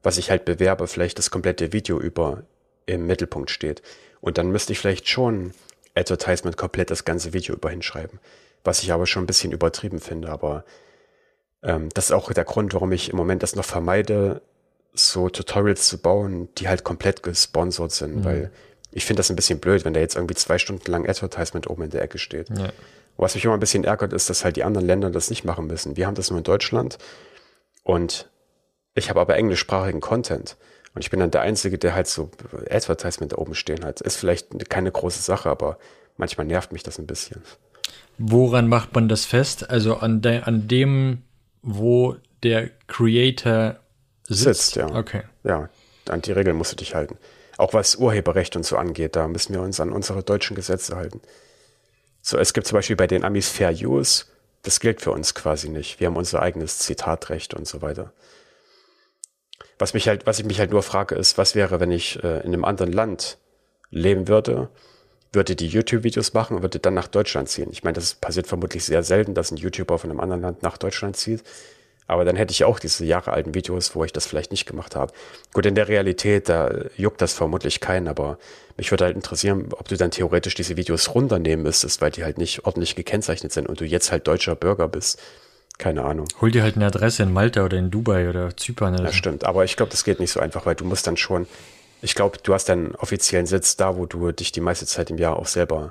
S2: was ich halt bewerbe, vielleicht das komplette Video über im Mittelpunkt steht. Und dann müsste ich vielleicht schon Advertisement komplett das ganze Video über hinschreiben. Was ich aber schon ein bisschen übertrieben finde. Aber das ist auch der Grund, warum ich im Moment das noch vermeide, so Tutorials zu bauen, die halt komplett gesponsert sind. Weil ich finde das ein bisschen blöd, wenn da jetzt irgendwie 2 Stunden lang Advertisement oben in der Ecke steht.
S1: Ja.
S2: Was mich immer ein bisschen ärgert, ist, dass halt die anderen Länder das nicht machen müssen. Wir haben das nur in Deutschland und ich habe aber englischsprachigen Content. Und ich bin dann der Einzige, der halt so Advertisement da oben stehen hat. Ist vielleicht keine große Sache, aber manchmal nervt mich das ein bisschen.
S1: Woran macht man das fest? Also an dem, wo der Creator sitzt?
S2: Ja.
S1: Okay.
S2: Ja, an die Regeln musst du dich halten. Auch was Urheberrecht und so angeht, da müssen wir uns an unsere deutschen Gesetze halten. So, es gibt zum Beispiel bei den Amis Fair Use, das gilt für uns quasi nicht. Wir haben unser eigenes Zitatrecht und so weiter. Was ich mich halt nur frage, ist, was wäre, wenn ich in einem anderen Land leben würde die YouTube-Videos machen und würde dann nach Deutschland ziehen. Ich meine, das passiert vermutlich sehr selten, dass ein YouTuber von einem anderen Land nach Deutschland zieht. Aber dann hätte ich auch diese jahrealten Videos, wo ich das vielleicht nicht gemacht habe. Gut, in der Realität, da juckt das vermutlich keinen, aber mich würde halt interessieren, ob du dann theoretisch diese Videos runternehmen müsstest, weil die halt nicht ordentlich gekennzeichnet sind und du jetzt halt deutscher Bürger bist. Keine Ahnung.
S1: Hol dir halt eine Adresse in Malta oder in Dubai oder Zypern. Oder
S2: Ja,
S1: so.
S2: stimmt. Aber ich glaube, das geht nicht so einfach, weil du musst dann schon, ich glaube, du hast deinen offiziellen Sitz da, wo du dich die meiste Zeit im Jahr auch selber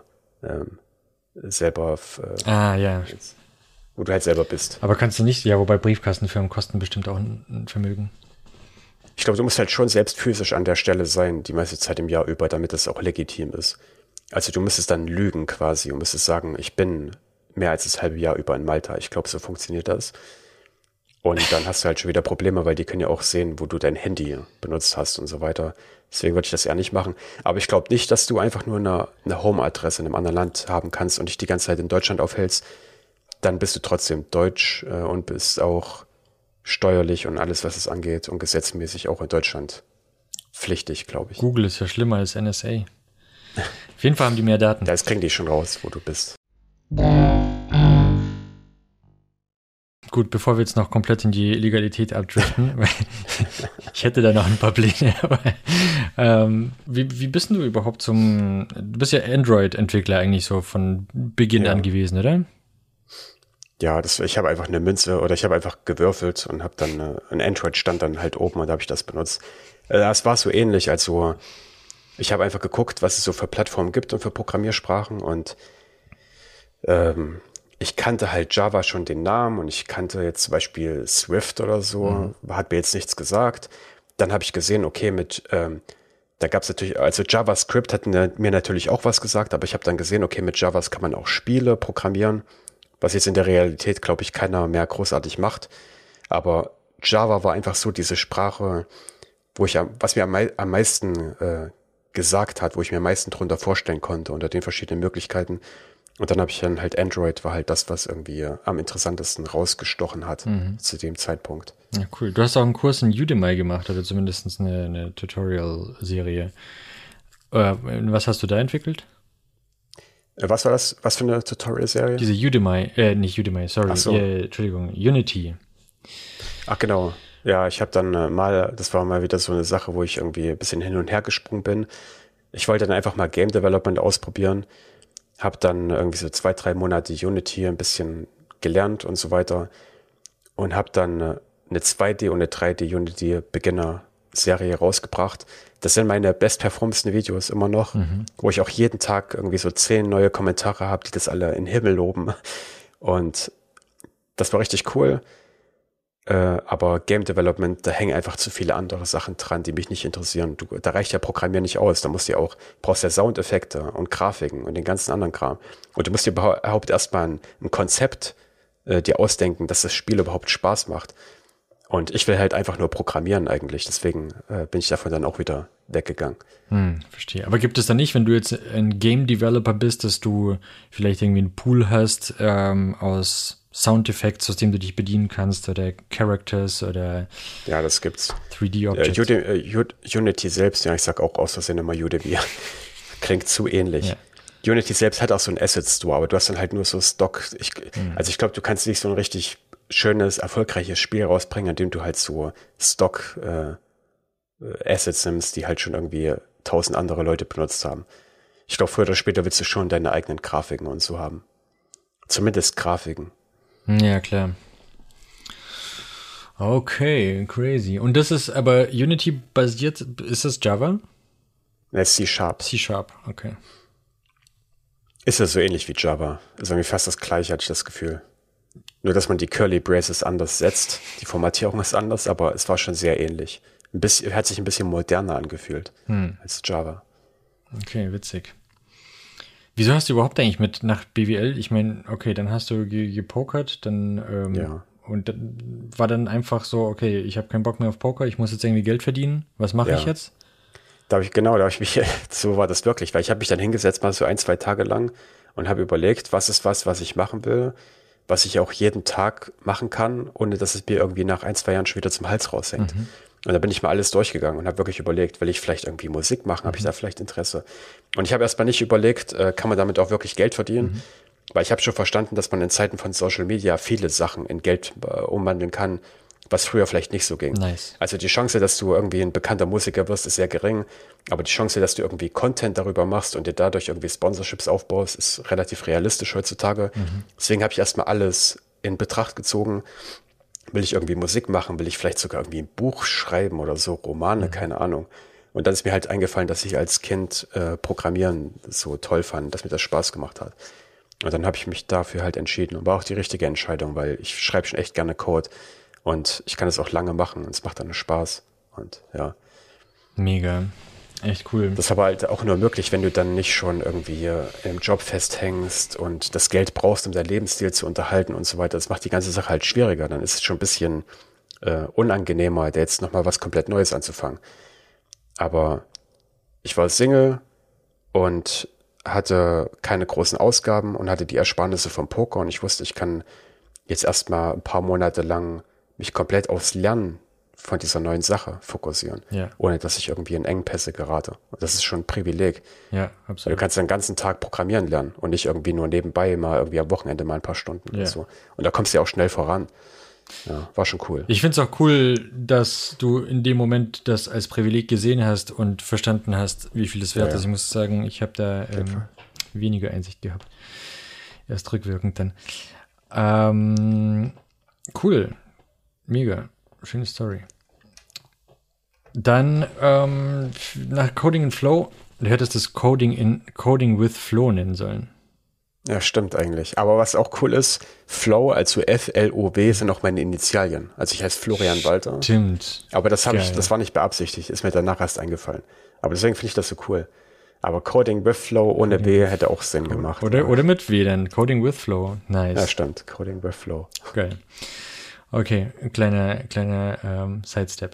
S1: Ja.
S2: wo du halt selber bist.
S1: Aber kannst du nicht, ja, wobei Briefkastenfirmen kosten bestimmt auch ein Vermögen.
S2: Ich glaube, du musst halt schon selbst physisch an der Stelle sein, die meiste Zeit im Jahr über, damit das auch legitim ist. Also du müsstest dann lügen quasi und müsstest sagen, ich bin mehr als das halbe Jahr über in Malta. Ich glaube, so funktioniert das. Und dann hast du halt schon wieder Probleme, weil die können ja auch sehen, wo du dein Handy benutzt hast und so weiter. Deswegen würde ich das eher nicht machen. Aber ich glaube nicht, dass du einfach nur eine Home-Adresse in einem anderen Land haben kannst und dich die ganze Zeit in Deutschland aufhältst. Dann bist du trotzdem deutsch und bist auch steuerlich und alles, was es angeht und gesetzmäßig auch in Deutschland pflichtig, glaube ich.
S1: Google ist ja schlimmer als NSA. Auf jeden Fall haben die mehr Daten.
S2: Da kriegen die schon raus, wo du bist.
S1: Gut, bevor wir jetzt noch komplett in die Illegalität abdriften, weil ich hätte da noch ein paar Pläne. Aber, wie bist du überhaupt du bist ja Android-Entwickler eigentlich so von Beginn an gewesen, oder?
S2: Ja, ich habe einfach eine Münze oder ich habe einfach gewürfelt und habe dann ein Android stand dann halt oben und da habe ich das benutzt. Das war so ähnlich, also ich habe einfach geguckt, was es so für Plattformen gibt und für Programmiersprachen und ich kannte halt Java schon den Namen und ich kannte jetzt zum Beispiel Swift oder so, hat mir jetzt nichts gesagt. Dann habe ich gesehen, okay, da gab es natürlich, also JavaScript hat mir natürlich auch was gesagt, aber ich habe dann gesehen, okay, mit Javas kann man auch Spiele programmieren, was jetzt in der Realität, glaube ich, keiner mehr großartig macht. Aber Java war einfach so diese Sprache, was mir am meisten gesagt hat, wo ich mir am meisten drunter vorstellen konnte, unter den verschiedenen Möglichkeiten. Und dann habe ich dann halt Android, war halt das, was irgendwie am interessantesten rausgestochen hat zu dem Zeitpunkt.
S1: Ja, cool. Du hast auch einen Kurs in Udemy gemacht, oder zumindest eine Tutorial-Serie. Was hast du da entwickelt?
S2: Was war das? Was für eine Tutorial-Serie?
S1: Diese nicht Udemy, sorry.
S2: Ach so.
S1: Entschuldigung, Unity.
S2: Ach genau. Ja, ich habe dann das war mal wieder so eine Sache, wo ich irgendwie ein bisschen hin und her gesprungen bin. Ich wollte dann einfach mal Game Development ausprobieren. Habe dann irgendwie so 2-3 Monate Unity ein bisschen gelernt und so weiter. Und habe dann eine 2D und eine 3D Unity Beginner Serie rausgebracht. Das sind meine bestperformendsten Videos immer noch, wo ich auch jeden Tag irgendwie so 10 neue Kommentare habe, die das alle in den Himmel loben. Und das war richtig cool. Aber Game Development, da hängen einfach zu viele andere Sachen dran, die mich nicht interessieren. Da reicht ja Programmieren nicht aus. Da brauchst ja Soundeffekte und Grafiken und den ganzen anderen Kram. Und du musst dir überhaupt erstmal ein Konzept dir ausdenken, dass das Spiel überhaupt Spaß macht. Und ich will halt einfach nur programmieren eigentlich. Deswegen bin ich davon dann auch wieder weggegangen.
S1: Verstehe. Aber gibt es da nicht, wenn du jetzt ein Game Developer bist, dass du vielleicht irgendwie einen Pool hast aus Soundeffekts, aus dem du dich bedienen kannst, oder Characters oder
S2: ja, das gibt's.
S1: 3D-Objects?
S2: Unity selbst, ja, ich sag auch aus Versehen immer Udemy. Klingt zu ähnlich. Ja. Unity selbst hat auch so einen Asset Store, aber du hast dann halt nur so Stock. Also ich glaube, du kannst nicht so ein richtig schönes, erfolgreiches Spiel rausbringen, in dem du halt so Stock Assets nimmst, die halt schon irgendwie 1000 andere Leute benutzt haben. Ich glaube, früher oder später willst du schon deine eigenen Grafiken und so haben. Zumindest Grafiken.
S1: Ja, klar. Okay, crazy. Und das ist aber Unity-basiert, ist das Java?
S2: Das ist C-Sharp.
S1: C-Sharp, okay.
S2: Ist ja so ähnlich wie Java. Ist irgendwie fast das gleiche, hatte ich das Gefühl. Nur, dass man die Curly Braces anders setzt. Die Formatierung ist anders, aber es war schon sehr ähnlich. Hat sich ein bisschen moderner angefühlt als Java.
S1: Okay, witzig. Wieso hast du überhaupt eigentlich nach BWL? Ich meine, okay, dann hast du gepokert, dann
S2: Ja.
S1: und dann war dann einfach so, okay, ich habe keinen Bock mehr auf Poker, ich muss jetzt irgendwie Geld verdienen. Was mache ich jetzt?
S2: So war das wirklich, weil ich habe mich dann hingesetzt, mal so 1-2 Tage lang und habe überlegt, was ich machen will, was ich auch jeden Tag machen kann, ohne dass es mir irgendwie nach 1-2 Jahren schon wieder zum Hals raushängt. Und da bin ich mal alles durchgegangen und habe wirklich überlegt, will ich vielleicht irgendwie Musik machen, habe ich da vielleicht Interesse? Und ich habe erstmal nicht überlegt, kann man damit auch wirklich Geld verdienen? Weil ich habe schon verstanden, dass man in Zeiten von Social Media viele Sachen in Geld umwandeln kann, was früher vielleicht nicht so ging.
S1: Nice.
S2: Also die Chance, dass du irgendwie ein bekannter Musiker wirst, ist sehr gering, aber die Chance, dass du irgendwie Content darüber machst und dir dadurch irgendwie Sponsorships aufbaust, ist relativ realistisch heutzutage. Deswegen habe ich erstmal alles in Betracht gezogen. Will ich irgendwie Musik machen? Will ich vielleicht sogar irgendwie ein Buch schreiben oder so, Romane, keine Ahnung. Und dann ist mir halt eingefallen, dass ich als Kind Programmieren so toll fand, dass mir das Spaß gemacht hat. Und dann habe ich mich dafür halt entschieden und war auch die richtige Entscheidung, weil ich schreibe schon echt gerne Code und ich kann es auch lange machen und es macht dann Spaß. Und ja.
S1: Mega. Echt cool.
S2: Das ist aber halt auch nur möglich, wenn du dann nicht schon irgendwie im Job festhängst und das Geld brauchst, um deinen Lebensstil zu unterhalten und so weiter. Das macht die ganze Sache halt schwieriger. Dann ist es schon ein bisschen unangenehmer, da jetzt nochmal was komplett Neues anzufangen. Aber ich war Single und hatte keine großen Ausgaben und hatte die Ersparnisse vom Poker und ich wusste, ich kann jetzt erstmal ein paar Monate lang mich komplett aufs Lernen von dieser neuen Sache fokussieren, ohne dass ich irgendwie in Engpässe gerate. Und das ist schon ein Privileg.
S1: Ja, absolut.
S2: Du kannst den ganzen Tag programmieren lernen und nicht irgendwie nur nebenbei mal irgendwie am Wochenende mal ein paar Stunden oder so. Und da kommst du ja auch schnell voran. Ja, war schon cool.
S1: Ich finde es auch cool, dass du in dem Moment das als Privileg gesehen hast und verstanden hast, wie viel es wert ist. Ich muss sagen, ich habe da weniger Einsicht gehabt. Erst rückwirkend dann. Cool. Mega. Schöne Story. Dann nach Coding in Flow, du hättest das Coding with Flow nennen sollen.
S2: Ja, stimmt eigentlich. Aber was auch cool ist, Flow, also F-L-O-W, sind auch meine Initialien. Also ich heiße Florian Walter.
S1: Stimmt.
S2: Aber das war nicht beabsichtigt, ist mir danach erst eingefallen. Aber deswegen finde ich das so cool. Aber Coding with Flow ohne W hätte auch Sinn gemacht.
S1: Oder mit W dann. Coding with Flow. Nice.
S2: Ja, stimmt. Coding with Flow.
S1: Geil. Okay, kleiner Sidestep.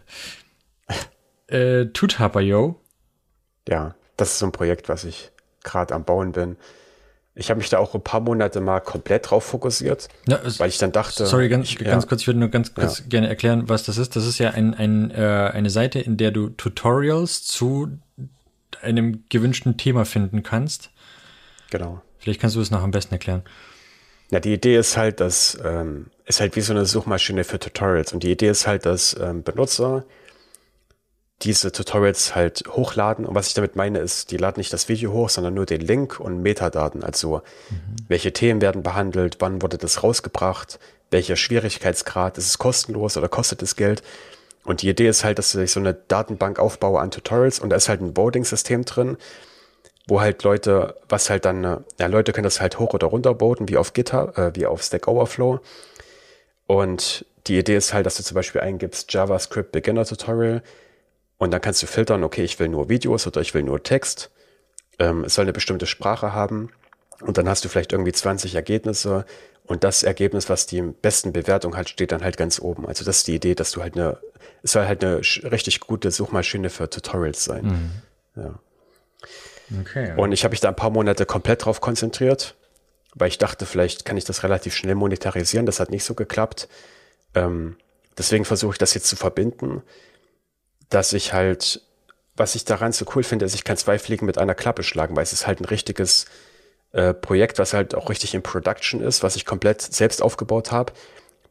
S1: Tuthaper.io.
S2: Ja, das ist so ein Projekt, was ich gerade am Bauen bin. Ich habe mich da auch ein paar Monate mal komplett drauf fokussiert, weil ich dann dachte...
S1: Sorry, ganz kurz, ich würde nur ganz kurz gerne erklären, was das ist. Das ist ja eine Seite, in der du Tutorials zu einem gewünschten Thema finden kannst.
S2: Genau.
S1: Vielleicht kannst du es noch am besten erklären.
S2: Ja, die Idee ist halt, dass ist halt wie so eine Suchmaschine für Tutorials. Und die Idee ist halt, dass Benutzer diese Tutorials halt hochladen. Und was ich damit meine, ist, die laden nicht das Video hoch, sondern nur den Link und Metadaten. Also welche Themen werden behandelt, wann wurde das rausgebracht, welcher Schwierigkeitsgrad, ist es kostenlos oder kostet es Geld. Und die Idee ist halt, dass ich so eine Datenbank aufbaue an Tutorials und da ist halt ein Voting-System drin, wo halt Leute können das halt hoch oder runter voten, wie auf GitHub, wie auf Stack Overflow. Und die Idee ist halt, dass du zum Beispiel eingibst JavaScript Beginner Tutorial und dann kannst du filtern, okay, ich will nur Videos oder ich will nur Text. Es soll eine bestimmte Sprache haben und dann hast du vielleicht irgendwie 20 Ergebnisse und das Ergebnis, was die besten Bewertung hat, steht dann halt ganz oben. Also das ist die Idee, dass du halt es soll halt eine richtig gute Suchmaschine für Tutorials sein. Ja.
S1: Okay.
S2: Und ich habe mich da ein paar Monate komplett drauf konzentriert, weil ich dachte, vielleicht kann ich das relativ schnell monetarisieren. Das hat nicht so geklappt. Deswegen versuche ich das jetzt zu verbinden, dass ich halt, was ich daran so cool finde, ist, ich kann 2 Fliegen mit einer Klappe schlagen, weil es ist halt ein richtiges Projekt, was halt auch richtig in Production ist, was ich komplett selbst aufgebaut habe,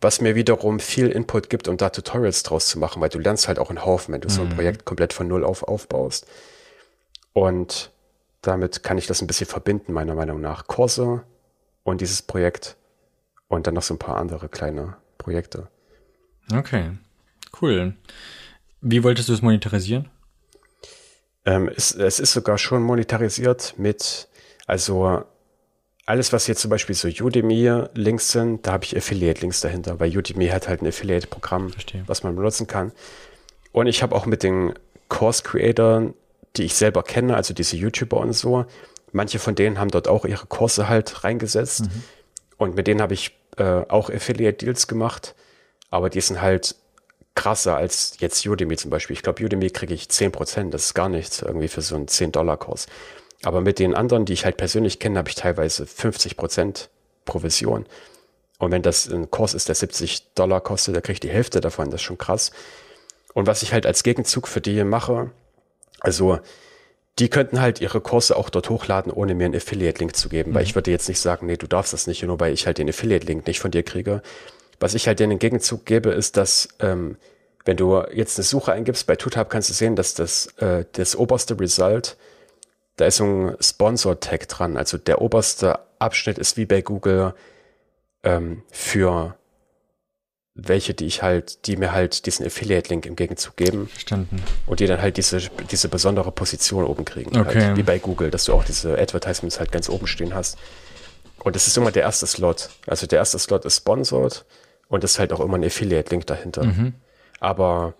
S2: was mir wiederum viel Input gibt, um da Tutorials draus zu machen, weil du lernst halt auch einen Haufen, wenn du so ein Projekt komplett von Null auf aufbaust. Und damit kann ich das ein bisschen verbinden, meiner Meinung nach. Kurse und dieses Projekt und dann noch so ein paar andere kleine Projekte.
S1: Okay, cool. Wie wolltest du es monetarisieren?
S2: Es ist sogar schon monetarisiert mit, also alles, was jetzt zum Beispiel so Udemy-Links sind, da habe ich Affiliate-Links dahinter, weil Udemy hat halt ein Affiliate-Programm,
S1: Verstehe.
S2: was man benutzen kann. Und ich habe auch mit den Course-Creatoren, die ich selber kenne, also diese YouTuber und so, manche von denen haben dort auch ihre Kurse halt reingesetzt. Und mit denen habe ich auch Affiliate-Deals gemacht, aber die sind halt krasser als jetzt Udemy zum Beispiel. Ich glaube, Udemy kriege ich 10%, das ist gar nichts irgendwie für so einen $10-Kurs. Aber mit den anderen, die ich halt persönlich kenne, habe ich teilweise 50% Provision. Und wenn das ein Kurs ist, der $70 kostet, da kriege ich die Hälfte davon, das ist schon krass. Und was ich halt als Gegenzug für die mache, also die könnten halt ihre Kurse auch dort hochladen, ohne mir einen Affiliate-Link zu geben, weil ich würde jetzt nicht sagen, nee, du darfst das nicht, nur weil ich halt den Affiliate-Link nicht von dir kriege. Was ich halt denen im Gegenzug gebe, ist, dass wenn du jetzt eine Suche eingibst, bei TuTab kannst du sehen, dass das oberste Result, da ist so ein Sponsor-Tag dran. Also der oberste Abschnitt ist wie bei Google für welche, die mir halt diesen Affiliate-Link im Gegenzug geben.
S1: Verstanden.
S2: Und die dann halt diese besondere Position oben kriegen.
S1: Okay.
S2: Halt, wie bei Google, dass du auch diese Advertisements halt ganz oben stehen hast. Und das ist immer der erste Slot. Also der erste Slot ist sponsored und ist halt auch immer ein Affiliate-Link dahinter. Aber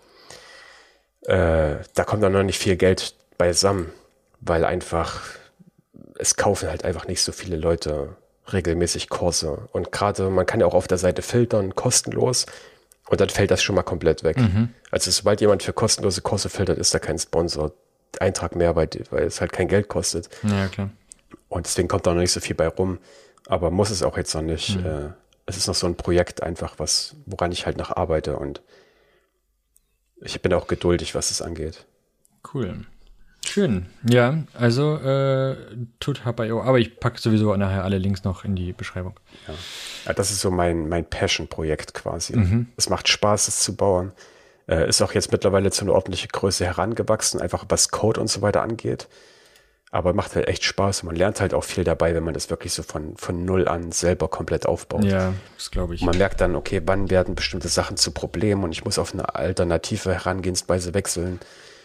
S2: da kommt dann noch nicht viel Geld beisammen, weil einfach, es kaufen halt einfach nicht so viele Leute regelmäßig Kurse. Und gerade, man kann ja auch auf der Seite filtern, kostenlos, und dann fällt das schon mal komplett weg. Also sobald jemand für kostenlose Kurse filtert, ist da kein Sponsor-Eintrag mehr, weil es halt kein Geld kostet.
S1: Ja, klar.
S2: Und deswegen kommt da noch nicht so viel bei rum. Aber muss es auch jetzt noch nicht. Es ist noch so ein Projekt einfach, woran ich halt noch arbeite, und ich bin auch geduldig, was es angeht.
S1: Cool. Schön. Ja, also TuTab.io, aber ich packe sowieso nachher alle Links noch in die Beschreibung.
S2: Ja, das ist so mein Passion-Projekt quasi. Es macht Spaß, es zu bauen. Ist auch jetzt mittlerweile zu einer ordentlichen Größe herangewachsen, einfach was Code und so weiter angeht. Aber macht halt echt Spaß. Man lernt halt auch viel dabei, wenn man das wirklich so von Null an selber komplett aufbaut.
S1: Ja, das glaube ich.
S2: Und man merkt dann, okay, wann werden bestimmte Sachen zu Problemen und ich muss auf eine alternative Herangehensweise wechseln.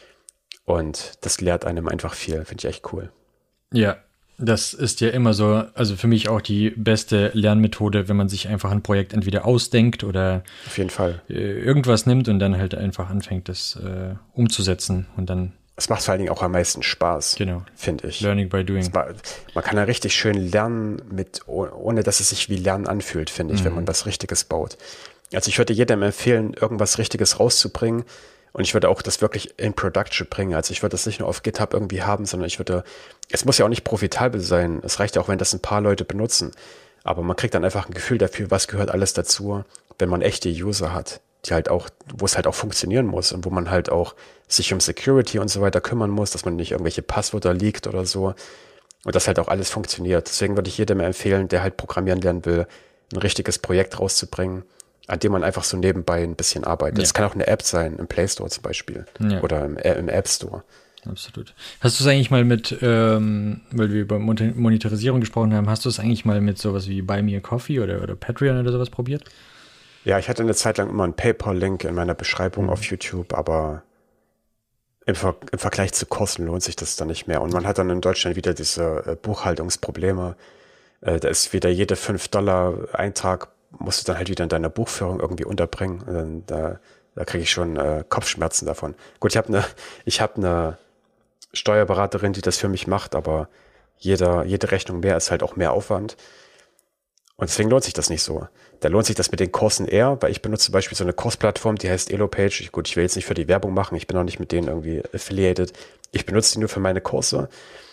S2: Und das lehrt einem einfach viel. Finde ich echt cool.
S1: Ja, das ist ja immer so, also für mich auch die beste Lernmethode, wenn man sich einfach ein Projekt entweder ausdenkt oder
S2: Auf jeden Fall.
S1: irgendwas nimmt und dann halt einfach anfängt, das umzusetzen und dann.
S2: Es macht vor allen Dingen auch am meisten Spaß,
S1: Genau.
S2: finde ich.
S1: Learning by doing.
S2: Man kann ja richtig schön lernen, ohne dass es sich wie Lernen anfühlt, finde ich, wenn man was Richtiges baut. Also ich würde jedem empfehlen, irgendwas Richtiges rauszubringen, und ich würde auch das wirklich in Production bringen. Also ich würde das nicht nur auf GitHub irgendwie haben, sondern es muss ja auch nicht profitabel sein. Es reicht ja auch, wenn das ein paar Leute benutzen. Aber man kriegt dann einfach ein Gefühl dafür, was gehört alles dazu, wenn man echte User hat, die halt auch, wo es halt auch funktionieren muss und wo man halt auch sich um Security und so weiter kümmern muss, dass man nicht irgendwelche Passwörter leakt oder so, und dass halt auch alles funktioniert. Deswegen würde ich jedem empfehlen, der halt programmieren lernen will, ein richtiges Projekt rauszubringen, an dem man einfach so nebenbei ein bisschen arbeitet. Das kann auch eine App sein, im Play Store zum Beispiel, oder im App Store.
S1: Absolut. Hast du es eigentlich mal mit, weil wir über Monetarisierung gesprochen haben, hast du es eigentlich mal mit sowas wie Buy Me a Coffee oder Patreon oder sowas probiert?
S2: Ja, ich hatte eine Zeit lang immer einen PayPal-Link in meiner Beschreibung auf YouTube, aber im Vergleich zu Kosten lohnt sich das dann nicht mehr. Und man hat dann in Deutschland wieder diese Buchhaltungsprobleme. Da ist wieder jede $5 Eintrag, musst du dann halt wieder in deiner Buchführung irgendwie unterbringen. Und dann, da kriege ich schon Kopfschmerzen davon. Gut, ich hab eine Steuerberaterin, die das für mich macht, aber jede Rechnung mehr ist halt auch mehr Aufwand. Und deswegen lohnt sich das nicht so. Da lohnt sich das mit den Kursen eher, weil ich benutze zum Beispiel so eine Kursplattform, die heißt Elopage. Gut, ich will jetzt nicht für die Werbung machen, ich bin auch nicht mit denen irgendwie affiliated. Ich benutze die nur für meine Kurse.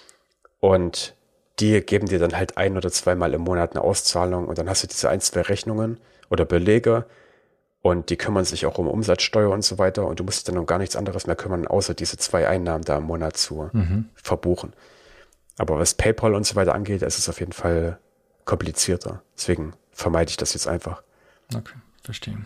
S2: Und die geben dir dann halt 1- oder 2-mal im Monat eine Auszahlung, und dann hast du diese 1-2 Rechnungen oder Belege, und die kümmern sich auch um Umsatzsteuer und so weiter, und du musst dich dann um gar nichts anderes mehr kümmern, außer diese 2 Einnahmen da im Monat zu verbuchen. Aber was PayPal und so weiter angeht, ist es auf jeden Fall komplizierter. Deswegen vermeide ich das jetzt einfach.
S1: Okay. verstehe.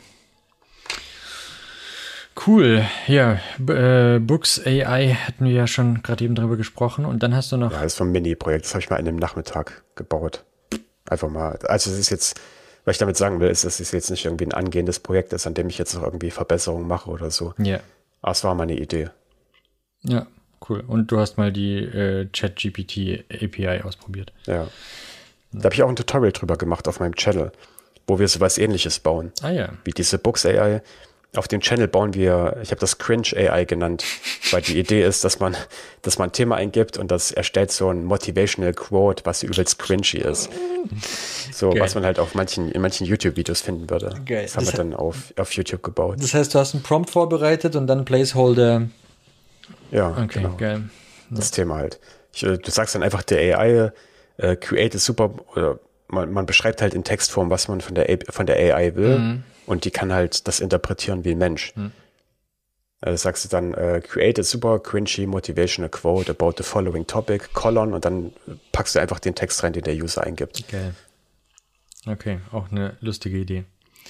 S1: Cool. Ja, Books AI hatten wir ja schon gerade eben drüber gesprochen. Und dann hast du noch...
S2: Ja, das ist so ein Mini-Projekt. Das habe ich mal an einem Nachmittag gebaut. Einfach mal. Also es ist jetzt, was ich damit sagen will, ist, dass es jetzt nicht irgendwie ein angehendes Projekt ist, an dem ich jetzt noch irgendwie Verbesserungen mache oder so.
S1: Ja.
S2: Aber es war meine Idee.
S1: Ja, cool. Und du hast mal die ChatGPT API ausprobiert.
S2: Ja. Da habe ich auch ein Tutorial drüber gemacht auf meinem Channel, wo wir sowas Ähnliches bauen.
S1: Ah ja.
S2: Wie diese Books AI. Auf dem Channel bauen wir, ich habe das Cringe AI genannt, weil die Idee ist, dass man ein Thema eingibt und das erstellt so ein Motivational Quote, was übelst cringy ist. So,
S1: Geil.
S2: was man halt in manchen YouTube-Videos finden würde.
S1: Geil.
S2: Das haben wir dann auf YouTube gebaut.
S1: Das heißt, du hast einen Prompt vorbereitet und dann Placeholder.
S2: Ja,
S1: Okay,
S2: genau.
S1: geil.
S2: Das Thema halt. Du sagst dann einfach der AI, Create ist super, oder man beschreibt halt in Textform, was man von der AI will, und die kann halt das interpretieren wie ein Mensch. Sagst du dann, create a super cringy motivational quote about the following topic, colon, und dann packst du einfach den Text rein, den der User eingibt.
S1: Geil. Okay, auch eine lustige Idee.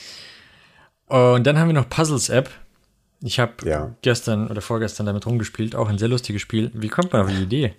S1: Und dann haben wir noch Puzzles-App. Ich habe gestern oder vorgestern damit rumgespielt, auch ein sehr lustiges Spiel. Wie kommt man auf die Idee?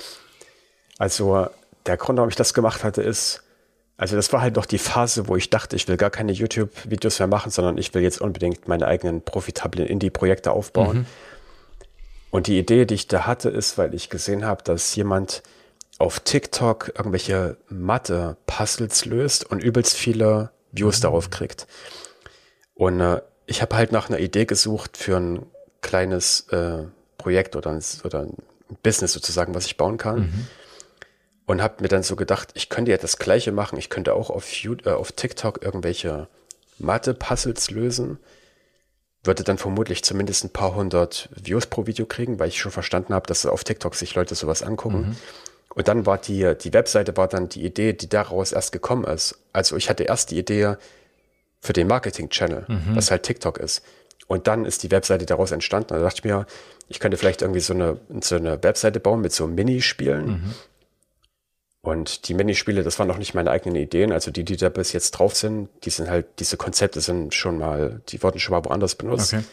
S2: Also der Grund, warum ich das gemacht hatte, ist, also das war halt noch die Phase, wo ich dachte, ich will gar keine YouTube-Videos mehr machen, sondern ich will jetzt unbedingt meine eigenen profitablen Indie-Projekte aufbauen. Und die Idee, die ich da hatte, ist, weil ich gesehen habe, dass jemand auf TikTok irgendwelche Mathe-Puzzles löst und übelst viele Views darauf kriegt. Und ich habe halt nach einer Idee gesucht für ein kleines Projekt oder ein Business sozusagen, was ich bauen kann. Und habe mir dann so gedacht, ich könnte ja das Gleiche machen. Ich könnte auch auf TikTok irgendwelche Mathe-Puzzles lösen. Würde dann vermutlich zumindest ein paar hundert Views pro Video kriegen, weil ich schon verstanden habe, dass auf TikTok sich Leute sowas angucken. Und dann war die Webseite war dann die Idee, die daraus erst gekommen ist. Also ich hatte erst die Idee für den Marketing-Channel, was halt TikTok ist. Und dann ist die Webseite daraus entstanden. Da dachte ich mir, ich könnte vielleicht irgendwie so eine Webseite bauen mit so Minispielen. Und die Minispiele, das waren noch nicht meine eigenen Ideen. Also die da bis jetzt drauf sind, diese Konzepte sind die wurden schon mal woanders benutzt.
S1: Okay.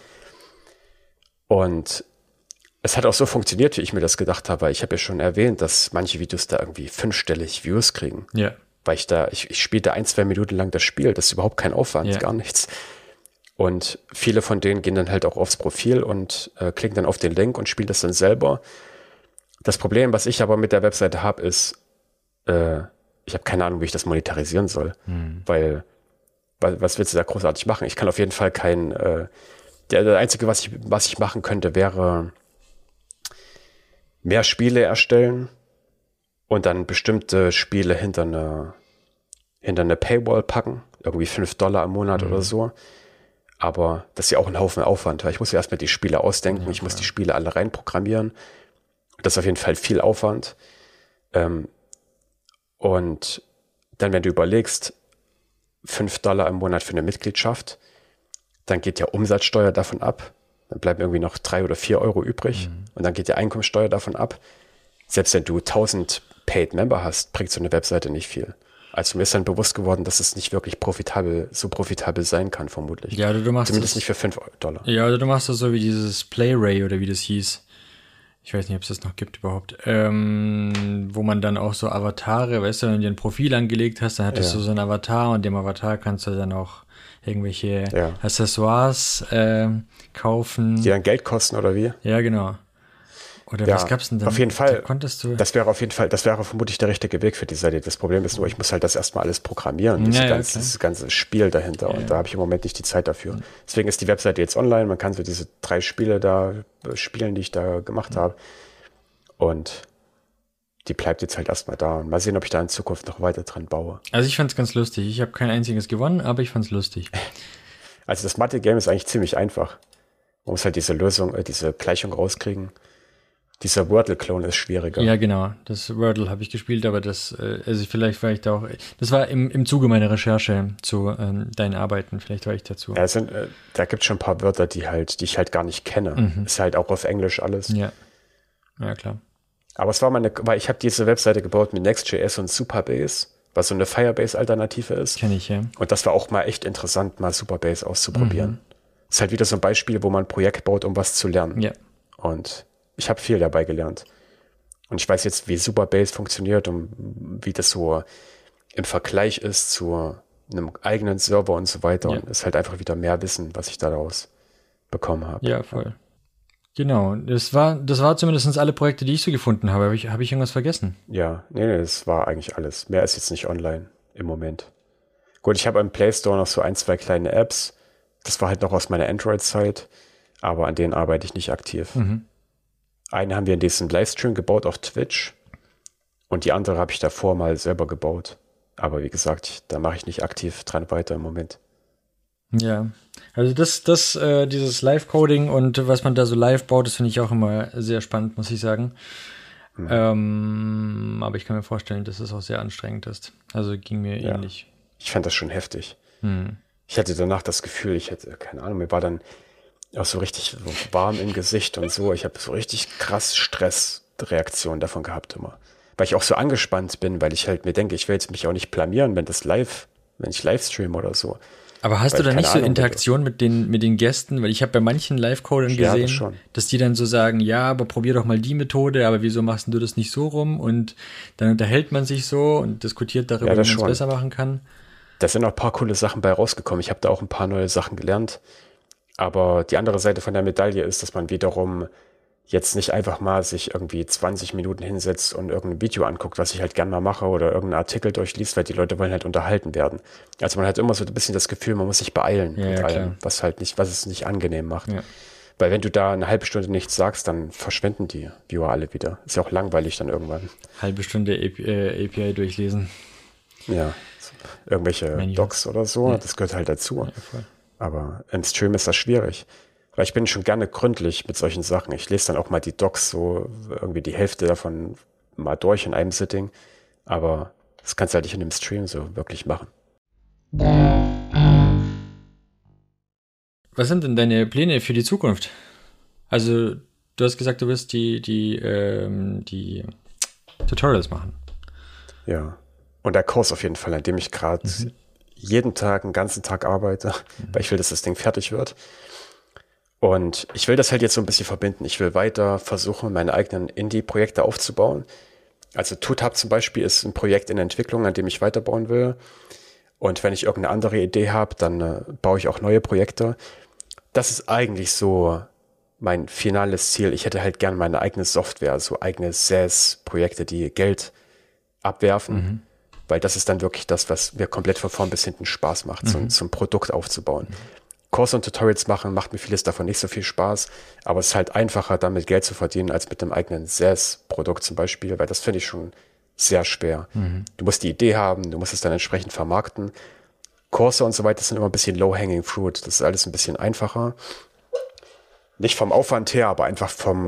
S2: Und es hat auch so funktioniert, wie ich mir das gedacht habe. Ich habe ja schon erwähnt, dass manche Videos da irgendwie 5-stellig Views kriegen.
S1: Ja.
S2: Weil ich spiele da 1-2 Minuten lang das Spiel. Das ist überhaupt kein Aufwand, gar nichts. Und viele von denen gehen dann halt auch aufs Profil und klicken dann auf den Link und spielen das dann selber. Das Problem, was ich aber mit der Webseite habe, ist, ich habe keine Ahnung, wie ich das monetarisieren soll. Weil, was willst du da großartig machen? Ich kann auf jeden Fall der Einzige, was ich machen könnte, wäre mehr Spiele erstellen und dann bestimmte Spiele hinter eine Paywall packen. Irgendwie $5 im Monat oder so. Aber das ist ja auch ein Haufen Aufwand, weil ich muss ja erstmal die Spiele ausdenken. Ich muss die Spiele alle reinprogrammieren. Das ist auf jeden Fall viel Aufwand. Und dann, wenn du überlegst, $5 im Monat für eine Mitgliedschaft, dann geht ja Umsatzsteuer davon ab. Dann bleiben irgendwie noch 3 oder 4 Euro übrig. Und dann geht ja Einkommensteuer davon ab. Selbst wenn du 1000 Paid Member hast, bringt so eine Webseite nicht viel. Also mir ist dann bewusst geworden, dass es nicht wirklich so profitabel sein kann, vermutlich.
S1: Ja, oder du machst
S2: zumindest nicht für $5.
S1: Ja, oder du machst das so wie dieses Playray oder wie das hieß. Ich weiß nicht, ob es das noch gibt überhaupt. Wo man dann auch so Avatare, weißt du, wenn du dir ein Profil angelegt hast, dann hattest du so ein Avatar und dem Avatar kannst du dann auch irgendwelche Accessoires kaufen.
S2: Die dann Geld kosten oder wie?
S1: Ja, genau. Oder was gab's denn da?
S2: Auf jeden Fall.
S1: Da konntest du.
S2: Das wäre vermutlich der richtige Weg für die Seite. Das Problem ist nur, ich muss halt das erstmal alles programmieren, dieses ganze Spiel dahinter. Und da habe ich im Moment nicht die Zeit dafür. Deswegen ist die Webseite jetzt online. Man kann so diese 3 Spiele da spielen, die ich da gemacht habe. Und die bleibt jetzt halt erstmal da. Und mal sehen, ob ich da in Zukunft noch weiter dran baue.
S1: Also ich fand's ganz lustig. Ich habe kein einziges gewonnen, aber ich fand's lustig.
S2: Also das Mathe-Game ist eigentlich ziemlich einfach. Man muss halt diese Gleichung rauskriegen. Dieser Wordle-Clone ist schwieriger.
S1: Ja, genau. Das Wordle habe ich gespielt, aber vielleicht war ich da auch, das war im Zuge meiner Recherche zu deinen Arbeiten, vielleicht war ich dazu.
S2: Ja, da gibt es schon ein paar Wörter, die ich halt gar nicht kenne. Ist halt auch auf Englisch alles.
S1: Ja, klar.
S2: Aber weil ich habe diese Webseite gebaut mit Next.js und Supabase was so eine Firebase-Alternative ist.
S1: Kenn ich, ja.
S2: Und das war auch mal echt interessant, mal Supabase auszuprobieren. Ist halt wieder so ein Beispiel, wo man ein Projekt baut, um was zu lernen.
S1: Ja.
S2: Und ich habe viel dabei gelernt. Und ich weiß jetzt, wie Supabase funktioniert und wie das so im Vergleich ist zu einem eigenen Server und so weiter.
S1: Ja.
S2: Und ist halt einfach wieder mehr Wissen, was ich daraus bekommen habe.
S1: Ja, voll. Genau. Das war zumindest alle Projekte, die ich so gefunden habe. Habe ich irgendwas vergessen?
S2: Ja, nee, das war eigentlich alles. Mehr ist jetzt nicht online im Moment. Gut, ich habe im Play Store noch so 1, 2 kleine Apps. Das war halt noch aus meiner Android-Zeit, aber an denen arbeite ich nicht aktiv. Eine haben wir in diesem Livestream gebaut auf Twitch und die andere habe ich davor mal selber gebaut. Aber wie gesagt, da mache ich nicht aktiv dran weiter im Moment.
S1: Ja, also dieses Live-Coding und was man da so live baut, das finde ich auch immer sehr spannend, muss ich sagen. Aber ich kann mir vorstellen, dass es auch sehr anstrengend ist. Also ging mir ähnlich.
S2: Ich fand das schon heftig. Ich hatte danach das Gefühl, keine Ahnung, mir war dann auch so richtig warm im Gesicht und so. Ich habe so richtig krass Stressreaktionen davon gehabt immer. Weil ich auch so angespannt bin, weil ich halt mir denke, ich will jetzt mich auch nicht blamieren, wenn ich Livestream oder so.
S1: Aber hast du da nicht so Interaktion mit den Gästen? Weil ich habe bei manchen Live-Codern gesehen, dass die dann so sagen, ja, aber probier doch mal die Methode, aber wieso machst du das nicht so rum? Und dann unterhält man sich so und diskutiert darüber, wie man es besser machen kann.
S2: Da sind auch ein paar coole Sachen bei rausgekommen. Ich habe da auch ein paar neue Sachen gelernt. Aber die andere Seite von der Medaille ist, dass man wiederum jetzt nicht einfach mal sich irgendwie 20 Minuten hinsetzt und irgendein Video anguckt, was ich halt gern mal mache, oder irgendeinen Artikel durchliest, weil die Leute wollen halt unterhalten werden. Also man hat immer so ein bisschen das Gefühl, man muss sich beeilen mit allem, was es nicht angenehm macht. Ja. Weil wenn du da eine halbe Stunde nichts sagst, dann verschwinden die Viewer alle wieder. Ist ja auch langweilig dann irgendwann.
S1: Halbe Stunde API durchlesen.
S2: Ja, irgendwelche Docs oder so, das gehört halt dazu. Ja, voll. Aber im Stream ist das schwierig. Weil ich bin schon gerne gründlich mit solchen Sachen. Ich lese dann auch mal die Docs, so irgendwie die Hälfte davon mal durch in einem Sitting. Aber das kannst du halt nicht in einem Stream so wirklich machen.
S1: Was sind denn deine Pläne für die Zukunft? Also, du hast gesagt, du wirst die Tutorials machen.
S2: Ja. Und der Kurs auf jeden Fall, an dem ich gerade jeden Tag, einen ganzen Tag arbeite, weil ich will, dass das Ding fertig wird. Und ich will das halt jetzt so ein bisschen verbinden. Ich will weiter versuchen, meine eigenen Indie-Projekte aufzubauen. Also TuTab zum Beispiel ist ein Projekt in Entwicklung, an dem ich weiterbauen will. Und wenn ich irgendeine andere Idee habe, dann baue ich auch neue Projekte. Das ist eigentlich so mein finales Ziel. Ich hätte halt gern meine eigene Software, so eigene SaaS-Projekte, die Geld abwerfen. Weil das ist dann wirklich das, was mir komplett von vorn bis hinten Spaß macht, so ein Produkt aufzubauen. Kurse und Tutorials machen, macht mir vieles davon nicht so viel Spaß, aber es ist halt einfacher, damit Geld zu verdienen, als mit einem eigenen SaaS-Produkt zum Beispiel, weil das finde ich schon sehr schwer. Du musst die Idee haben, du musst es dann entsprechend vermarkten. Kurse und so weiter sind immer ein bisschen low-hanging fruit, das ist alles ein bisschen einfacher. Nicht vom Aufwand her, aber einfach vom,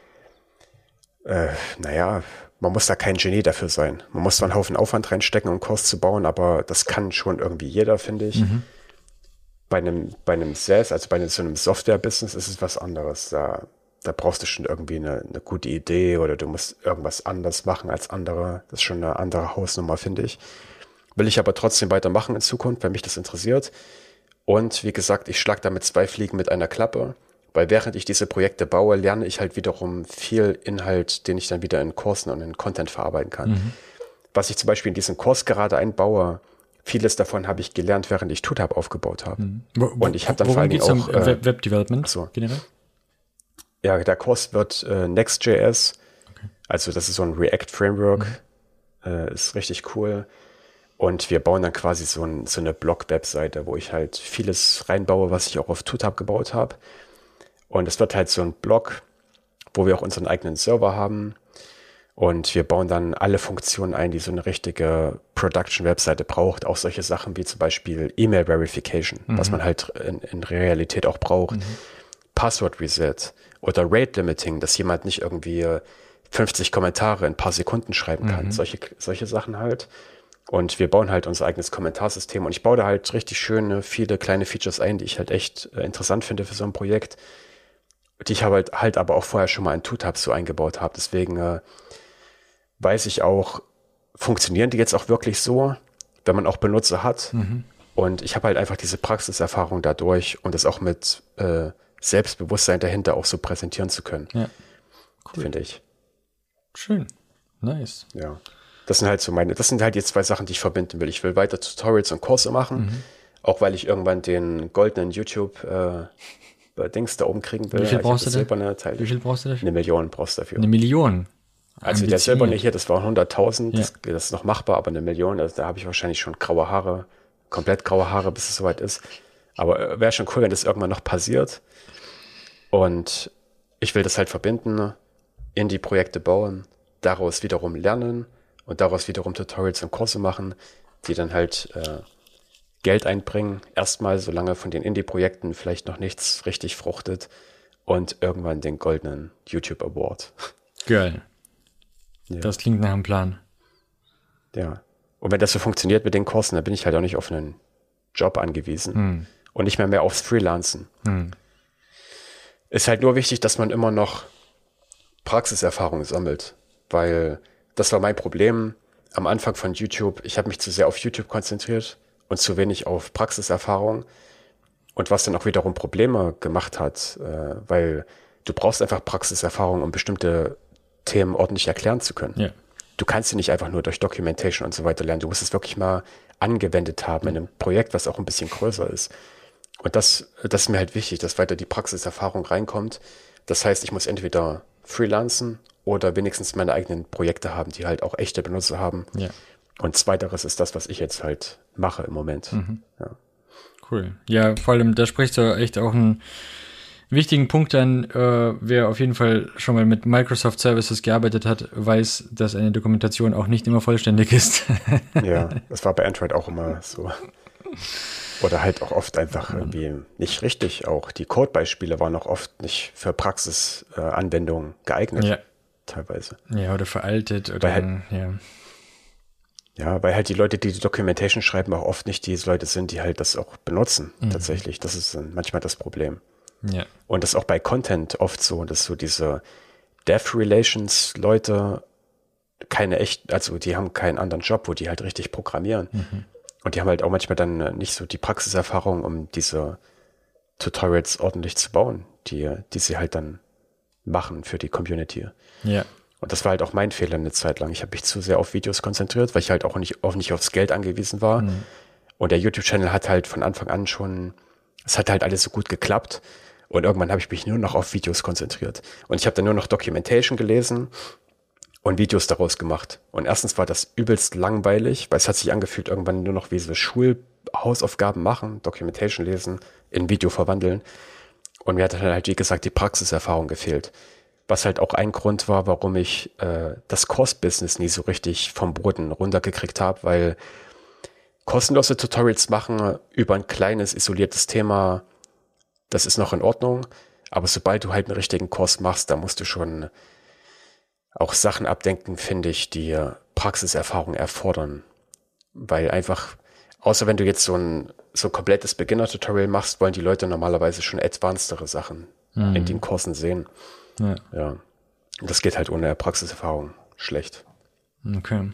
S2: man muss da kein Genie dafür sein. Man muss zwar einen Haufen Aufwand reinstecken, um einen Kurs zu bauen, aber das kann schon irgendwie jeder, finde ich. Bei einem SaaS, also bei so einem Software-Business ist es was anderes. Da brauchst du schon irgendwie eine gute Idee oder du musst irgendwas anders machen als andere. Das ist schon eine andere Hausnummer, finde ich. Will ich aber trotzdem weitermachen in Zukunft, weil mich das interessiert. Und wie gesagt, ich schlage damit 2 Fliegen mit einer Klappe, weil während ich diese Projekte baue, lerne ich halt wiederum viel Inhalt, den ich dann wieder in Kursen und in Content verarbeiten kann. Was ich zum Beispiel in diesen Kurs gerade einbaue, vieles davon habe ich gelernt, während ich TuTab aufgebaut habe. Und ich habe dann vor allem auch
S1: Web-Development generell?
S2: Ja, der Kurs wird Next.js. Okay. Also das ist so ein React-Framework. Ist richtig cool. Und wir bauen dann quasi so eine Blog-Webseite, wo ich halt vieles reinbaue, was ich auch auf TuTab gebaut habe. Und es wird halt so ein Blog, wo wir auch unseren eigenen Server haben. Und wir bauen dann alle Funktionen ein, die so eine richtige Production-Webseite braucht. Auch solche Sachen wie zum Beispiel E-Mail-Verification, was man halt in Realität auch braucht. Password-Reset oder Rate-Limiting, dass jemand nicht irgendwie 50 Kommentare in ein paar Sekunden schreiben kann. Solche Sachen halt. Und wir bauen halt unser eigenes Kommentarsystem. Und ich baue da halt richtig schöne, viele kleine Features ein, die ich halt echt interessant finde für so ein Projekt. Die ich halt aber auch vorher schon mal in TuTab so eingebaut habe. Deswegen weiß ich auch funktionieren die jetzt auch wirklich so, wenn man auch Benutzer hat. Und ich habe halt einfach diese Praxiserfahrung dadurch und das auch mit Selbstbewusstsein dahinter auch so präsentieren zu können.
S1: Ja. Cool.
S2: Finde ich.
S1: Schön. Nice.
S2: Ja. Das sind halt die 2 Sachen, die ich verbinden will. Ich will weiter Tutorials und Kurse machen, auch weil ich irgendwann den goldenen YouTube-Dings da oben kriegen will.
S1: Wie viel brauchst du
S2: dafür?
S1: 1
S2: Million brauchst du dafür.
S1: 1 Million?
S2: Also der silberne hier, das war 100.000,
S1: Ja.
S2: das ist noch machbar, aber 1 Million, da habe ich wahrscheinlich schon graue Haare, komplett graue Haare, bis es soweit ist. Aber wäre schon cool, wenn das irgendwann noch passiert. Und ich will das halt verbinden, Indie-Projekte bauen, daraus wiederum lernen und daraus wiederum Tutorials und Kurse machen, die dann halt Geld einbringen. Erstmal, solange von den Indie-Projekten vielleicht noch nichts richtig fruchtet und irgendwann den goldenen YouTube Award.
S1: Geil.
S2: Ja.
S1: Das klingt nach einem Plan.
S2: Ja. Und wenn das so funktioniert mit den Kursen, dann bin ich halt auch nicht auf einen Job angewiesen und nicht mehr aufs Freelancen. Ist halt nur wichtig, dass man immer noch Praxiserfahrung sammelt, weil das war mein Problem am Anfang von YouTube. Ich habe mich zu sehr auf YouTube konzentriert und zu wenig auf Praxiserfahrung und was dann auch wiederum Probleme gemacht hat, weil du brauchst einfach Praxiserfahrung, um bestimmte Themen ordentlich erklären zu können.
S1: Ja.
S2: Du kannst sie nicht einfach nur durch Documentation und so weiter lernen. Du musst es wirklich mal angewendet haben in einem Projekt, was auch ein bisschen größer ist. Und das ist mir halt wichtig, dass weiter die Praxiserfahrung reinkommt. Das heißt, ich muss entweder freelancen oder wenigstens meine eigenen Projekte haben, die halt auch echte Benutzer haben.
S1: Ja.
S2: Und zweiteres ist das, was ich jetzt halt mache im Moment. Ja.
S1: Cool. Ja, vor allem, da sprichst du echt auch einen wichtigen Punkt an. Wer auf jeden Fall schon mal mit Microsoft Services gearbeitet hat, weiß, dass eine Dokumentation auch nicht immer vollständig ist.
S2: Ja, das war bei Android auch immer so. Oder halt auch oft einfach irgendwie nicht richtig. Auch die Codebeispiele waren auch oft nicht für Praxisanwendungen geeignet.
S1: Ja.
S2: Teilweise.
S1: Ja, oder veraltet oder
S2: Weil Ja, weil halt die Leute, die Documentation schreiben, auch oft nicht die Leute sind, die halt das auch benutzen, tatsächlich. Das ist dann manchmal das Problem.
S1: Ja.
S2: Und das ist auch bei Content oft so, dass so diese Dev-Relations-Leute also die haben keinen anderen Job, wo die halt richtig programmieren. Und die haben halt auch manchmal dann nicht so die Praxiserfahrung, um diese Tutorials ordentlich zu bauen, die sie halt dann machen für die Community.
S1: Ja.
S2: Und das war halt auch mein Fehler eine Zeit lang. Ich habe mich zu sehr auf Videos konzentriert, weil ich halt auch nicht aufs Geld angewiesen war. Und der YouTube-Channel hat halt von Anfang an es hat halt alles so gut geklappt. Und irgendwann habe ich mich nur noch auf Videos konzentriert. Und ich habe dann nur noch Documentation gelesen und Videos daraus gemacht. Und erstens war das übelst langweilig, weil es hat sich angefühlt, irgendwann nur noch wie so Schulhausaufgaben machen, Documentation lesen, in Video verwandeln. Und mir hat dann halt, wie gesagt, die Praxiserfahrung gefehlt. Was halt auch ein Grund war, warum ich das Course-Business nie so richtig vom Boden runtergekriegt habe, weil kostenlose Tutorials machen über ein kleines, isoliertes Thema, das ist noch in Ordnung. Aber sobald du halt einen richtigen Kurs machst, da musst du schon auch Sachen abdenken, finde ich, die Praxiserfahrung erfordern. Weil einfach, außer wenn du jetzt so ein komplettes Beginner-Tutorial machst, wollen die Leute normalerweise schon advancedere Sachen in den Kursen sehen. Ja. Und das geht halt ohne Praxiserfahrung schlecht.
S1: Okay.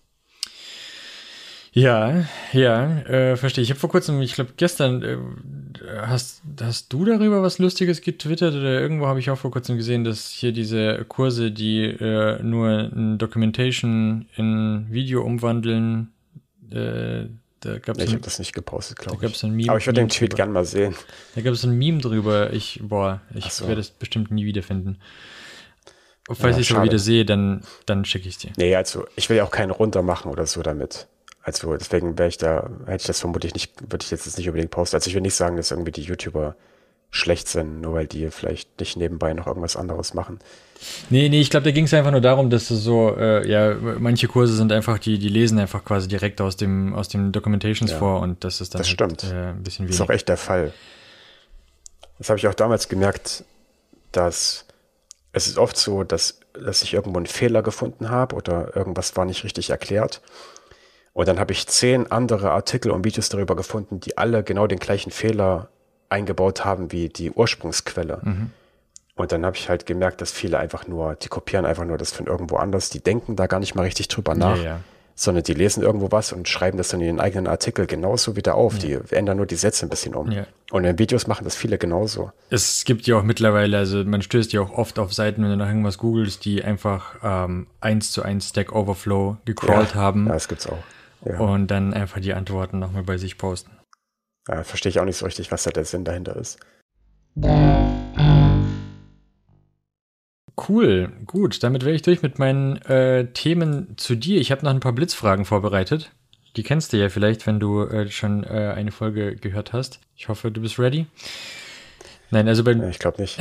S1: Ja, verstehe. Ich habe vor kurzem, ich glaube gestern, hast du darüber was Lustiges getwittert oder irgendwo habe ich auch vor kurzem gesehen, dass hier diese Kurse, die nur ein Documentation in Video umwandeln, da gab's
S2: ich habe das nicht gepostet, glaube ich.
S1: Ein Meme,
S2: aber ich würde den Tweet gern mal sehen.
S1: Da gab es ein Meme drüber. Ich werde es bestimmt nie wiederfinden. Und falls ich es aber wieder sehe, dann schicke ich es dir.
S2: Nee, also ich will ja auch keinen runter machen oder so damit. Also deswegen hätte ich das vermutlich nicht, würde ich jetzt nicht unbedingt posten. Also ich will nicht sagen, dass irgendwie die YouTuber schlecht sind, nur weil die vielleicht nicht nebenbei noch irgendwas anderes machen.
S1: Nee, ich glaube, da ging es einfach nur darum, dass es so, manche Kurse sind einfach, die lesen einfach quasi direkt aus dem Documentations vor und das ist dann
S2: das stimmt.
S1: Ein bisschen wenig.
S2: Das ist auch echt der Fall. Das habe ich auch damals gemerkt, dass es ist oft so, dass ich irgendwo einen Fehler gefunden habe oder irgendwas war nicht richtig erklärt. Und dann habe ich 10 andere Artikel und Videos darüber gefunden, die alle genau den gleichen Fehler eingebaut haben wie die Ursprungsquelle. Und dann habe ich halt gemerkt, dass viele die kopieren einfach nur das von irgendwo anders, die denken da gar nicht mal richtig drüber nach, sondern die lesen irgendwo was und schreiben das dann in den eigenen Artikel genauso wieder auf. Die ändern nur die Sätze ein bisschen um.
S1: Ja.
S2: Und in Videos machen das viele genauso.
S1: Es gibt ja auch mittlerweile, also man stößt ja auch oft auf Seiten, wenn du nach irgendwas googelst, die einfach 1:1 Stack Overflow gecrawlt haben.
S2: Ja, das gibt's auch. Ja.
S1: Und dann einfach die Antworten nochmal bei sich posten.
S2: Ja, verstehe ich auch nicht so richtig, was da der Sinn dahinter ist.
S1: Cool, gut, damit wäre ich durch mit meinen Themen zu dir. Ich habe noch ein paar Blitzfragen vorbereitet. Die kennst du ja vielleicht, wenn du schon eine Folge gehört hast. Ich hoffe, du bist ready. Nein, also
S2: Ich glaube nicht.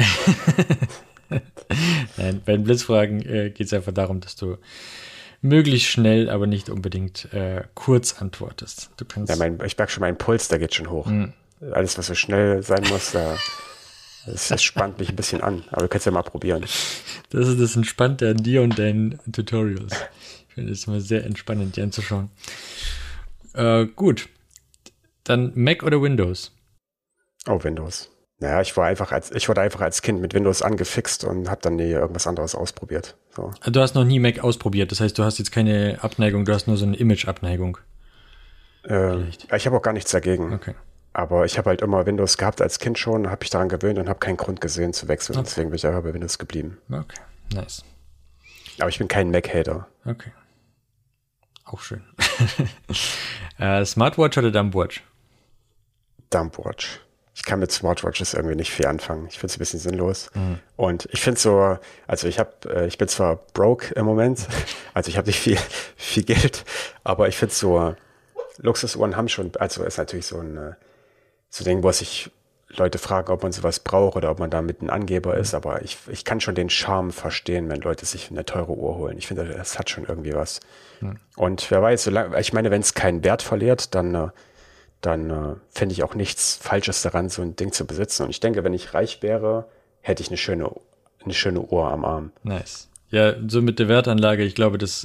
S1: Nein, bei den Blitzfragen geht es einfach darum, dass du möglichst schnell, aber nicht unbedingt kurz antwortest. Du kannst.
S2: Ja, ich merke schon, mein Puls, der geht schon hoch. Alles, was so schnell sein muss, das spannt mich ein bisschen an. Aber du kannst ja mal probieren.
S1: Das ist das Entspannte an dir und deinen Tutorials. Ich finde es immer sehr entspannend, dir anzuschauen. Gut. Dann Mac oder Windows?
S2: Oh, Windows. Naja, ich wurde einfach als Kind mit Windows angefixt und habe dann nie irgendwas anderes ausprobiert. So.
S1: Du hast noch nie Mac ausprobiert, das heißt, du hast jetzt keine Abneigung, du hast nur so eine Image-Abneigung.
S2: Ich habe auch gar nichts dagegen.
S1: Okay.
S2: Aber ich habe halt immer Windows gehabt als Kind schon, habe mich daran gewöhnt und habe keinen Grund gesehen zu wechseln.
S1: Okay.
S2: Deswegen bin ich einfach bei Windows geblieben.
S1: Okay, nice.
S2: Aber ich bin kein Mac-Hater.
S1: Okay. Auch schön. Smartwatch oder Dumbwatch?
S2: Dumbwatch. Ich kann mit Smartwatches irgendwie nicht viel anfangen. Ich finde es ein bisschen sinnlos. Und ich finde so, also ich bin zwar broke im Moment, also ich habe nicht viel Geld, aber ich finde so, Luxusuhren haben schon, also ist natürlich so ein Ding, wo sich Leute fragen, ob man sowas braucht oder ob man damit ein Angeber ist, aber ich kann schon den Charme verstehen, wenn Leute sich eine teure Uhr holen. Ich finde, das hat schon irgendwie was. Und wer weiß, ich meine, wenn es keinen Wert verliert, dann finde ich auch nichts Falsches daran, so ein Ding zu besitzen. Und ich denke, wenn ich reich wäre, hätte ich eine schöne Uhr am Arm.
S1: Nice. Ja, so mit der Wertanlage, ich glaube, das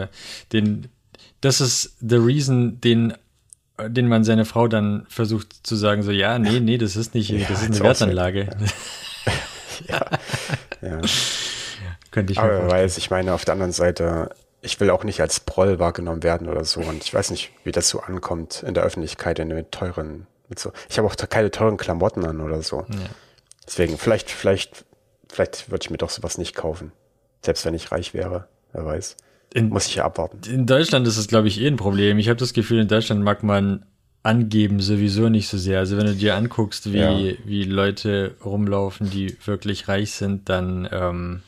S1: ist the reason, den man seine Frau dann versucht zu sagen, so, ja, nee, das ist nicht, das ist eine Wertanlage.
S2: Ja. Ja.
S1: Könnte ich mir
S2: Aber wer
S1: vorstellen.
S2: weiß, ich meine, auf der anderen Seite, ich will auch nicht als Proll wahrgenommen werden oder so. Und ich weiß nicht, wie das so ankommt in der Öffentlichkeit, ich habe auch keine teuren Klamotten an oder so.
S1: Ja.
S2: Deswegen, vielleicht würde ich mir doch sowas nicht kaufen. Selbst wenn ich reich wäre, wer weiß. Muss ich ja abwarten.
S1: In Deutschland ist es, glaube ich, ein Problem. Ich habe das Gefühl, in Deutschland mag man angeben sowieso nicht so sehr. Also wenn du dir anguckst, wie Leute rumlaufen, die wirklich reich sind, dann